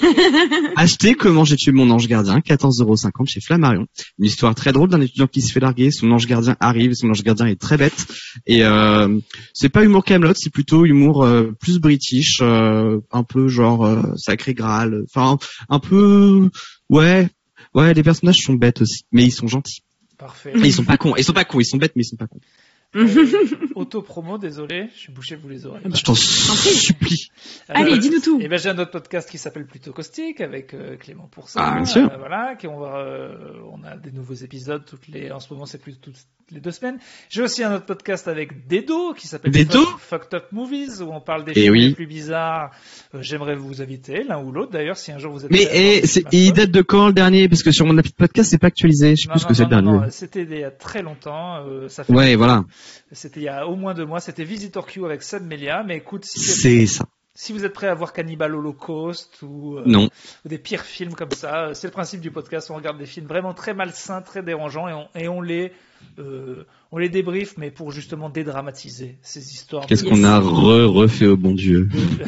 Achetez Comment j'ai tué mon ange gardien, quatorze euros cinquante chez Flammarion. Une histoire très drôle d'un étudiant qui se fait larguer, son ange gardien arrive, son ange gardien est très bête. Et euh, c'est pas humour Kaamelott, c'est plutôt humour euh, plus british, euh, un peu genre euh, Sacré Graal. Enfin, un peu, ouais, ouais. Les personnages sont bêtes aussi, mais ils sont gentils. Parfait. Et ils sont pas cons. Ils sont pas cons. Ils sont bêtes, mais ils sont pas cons. Euh, Auto-promo, désolé, je suis bouché vous les oreilles. Je t'en supplie. Allez, dis-nous tout. Et ben j'ai un autre podcast qui s'appelle Plutôt Caustique avec euh, Clément Pourcin. Ah, bien sûr. Euh, voilà, qui on va, euh, on a des nouveaux épisodes toutes les, en ce moment c'est plus toutes les deux semaines. J'ai aussi un autre podcast avec Dedo qui s'appelle Dedo Fuck- Fucked Up Movies où on parle des Eh films oui. les plus bizarres. Euh, J'aimerais vous inviter l'un ou l'autre d'ailleurs si un jour vous êtes. Mais prêts à eh, voir c'est, ma il pote. date de quand le dernier? Parce que sur mon appli de podcast, c'est pas actualisé. Je sais Non, plus ce non, que c'est non, le dernier. non, non, c'était il y a très longtemps. Euh, ça fait Ouais, voilà. C'était il y a au moins deux mois. C'était Visitor Q avec Seb Melia. Mais écoute, si, C'est ça. si vous êtes prêt à voir Cannibal Holocaust ou, euh, Non. ou des pires films comme ça, euh, c'est le principe du podcast. On regarde des films vraiment très malsains, très dérangeants et on, et on les euh, on les débriefe, mais pour justement dédramatiser ces histoires. Qu'est-ce de- qu'on a re refait au bon Dieu?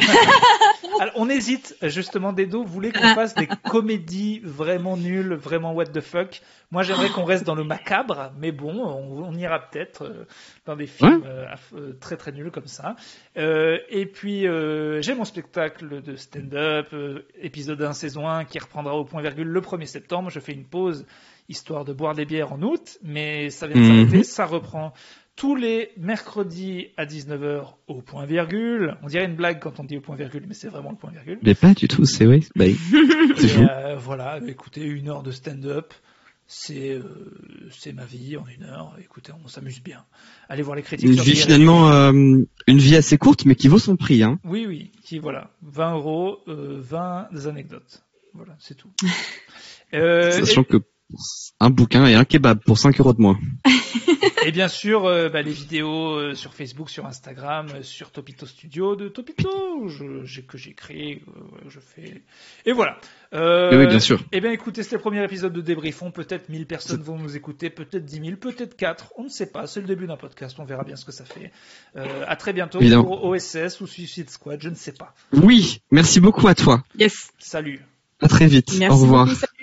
Alors, on hésite, justement, Dedo voulait qu'on fasse des comédies vraiment nulles, vraiment what the fuck. Moi, j'aimerais qu'on reste dans le macabre, mais bon, on, on ira peut-être euh, dans des films Ouais. euh, aff- euh, très très nuls comme ça. Euh, et puis, euh, j'ai mon spectacle de stand-up, euh, épisode un, saison un, qui reprendra au point virgule le premier septembre. Je fais une pause, histoire de boire des bières en août, mais ça vient de Mhm. s'arrêter, ça reprend tous les mercredis à dix-neuf heures au point virgule. On dirait une blague quand on dit au point virgule, mais c'est vraiment le point virgule. Mais pas du tout, c'est oui. Bah, c'est Et fou. euh, voilà, bah, écoutez, une heure de stand-up. C'est, euh, c'est ma vie en une heure. Écoutez, on s'amuse bien. Allez voir les critiques. Une sur vie Billy finalement, euh, une vie assez courte, mais qui vaut son prix. Hein. Oui, oui. Qui voilà, vingt euros, euh, vingt anecdotes. Voilà, c'est tout. Euh, Sachant et... que un bouquin et un kebab pour cinq euros de moins. Et bien sûr, euh, bah, les vidéos euh, sur Facebook, sur Instagram, euh, sur Topito Studio de Topito, je, j'ai, que j'ai créé, euh, je fais... Et voilà. Euh, oui, bien sûr. Eh bien, écoutez, c'était le premier épisode de Débriefons. Peut-être mille personnes vont nous écouter, peut-être dix mille, peut-être quatre. On ne sait pas. C'est le début d'un podcast. On verra bien ce que ça fait. Euh, à très bientôt Évidemment. pour O S S ou Suicide Squad. Je ne sais pas. Oui, merci beaucoup à toi. Yes. Salut. À très vite. Merci Au revoir. beaucoup.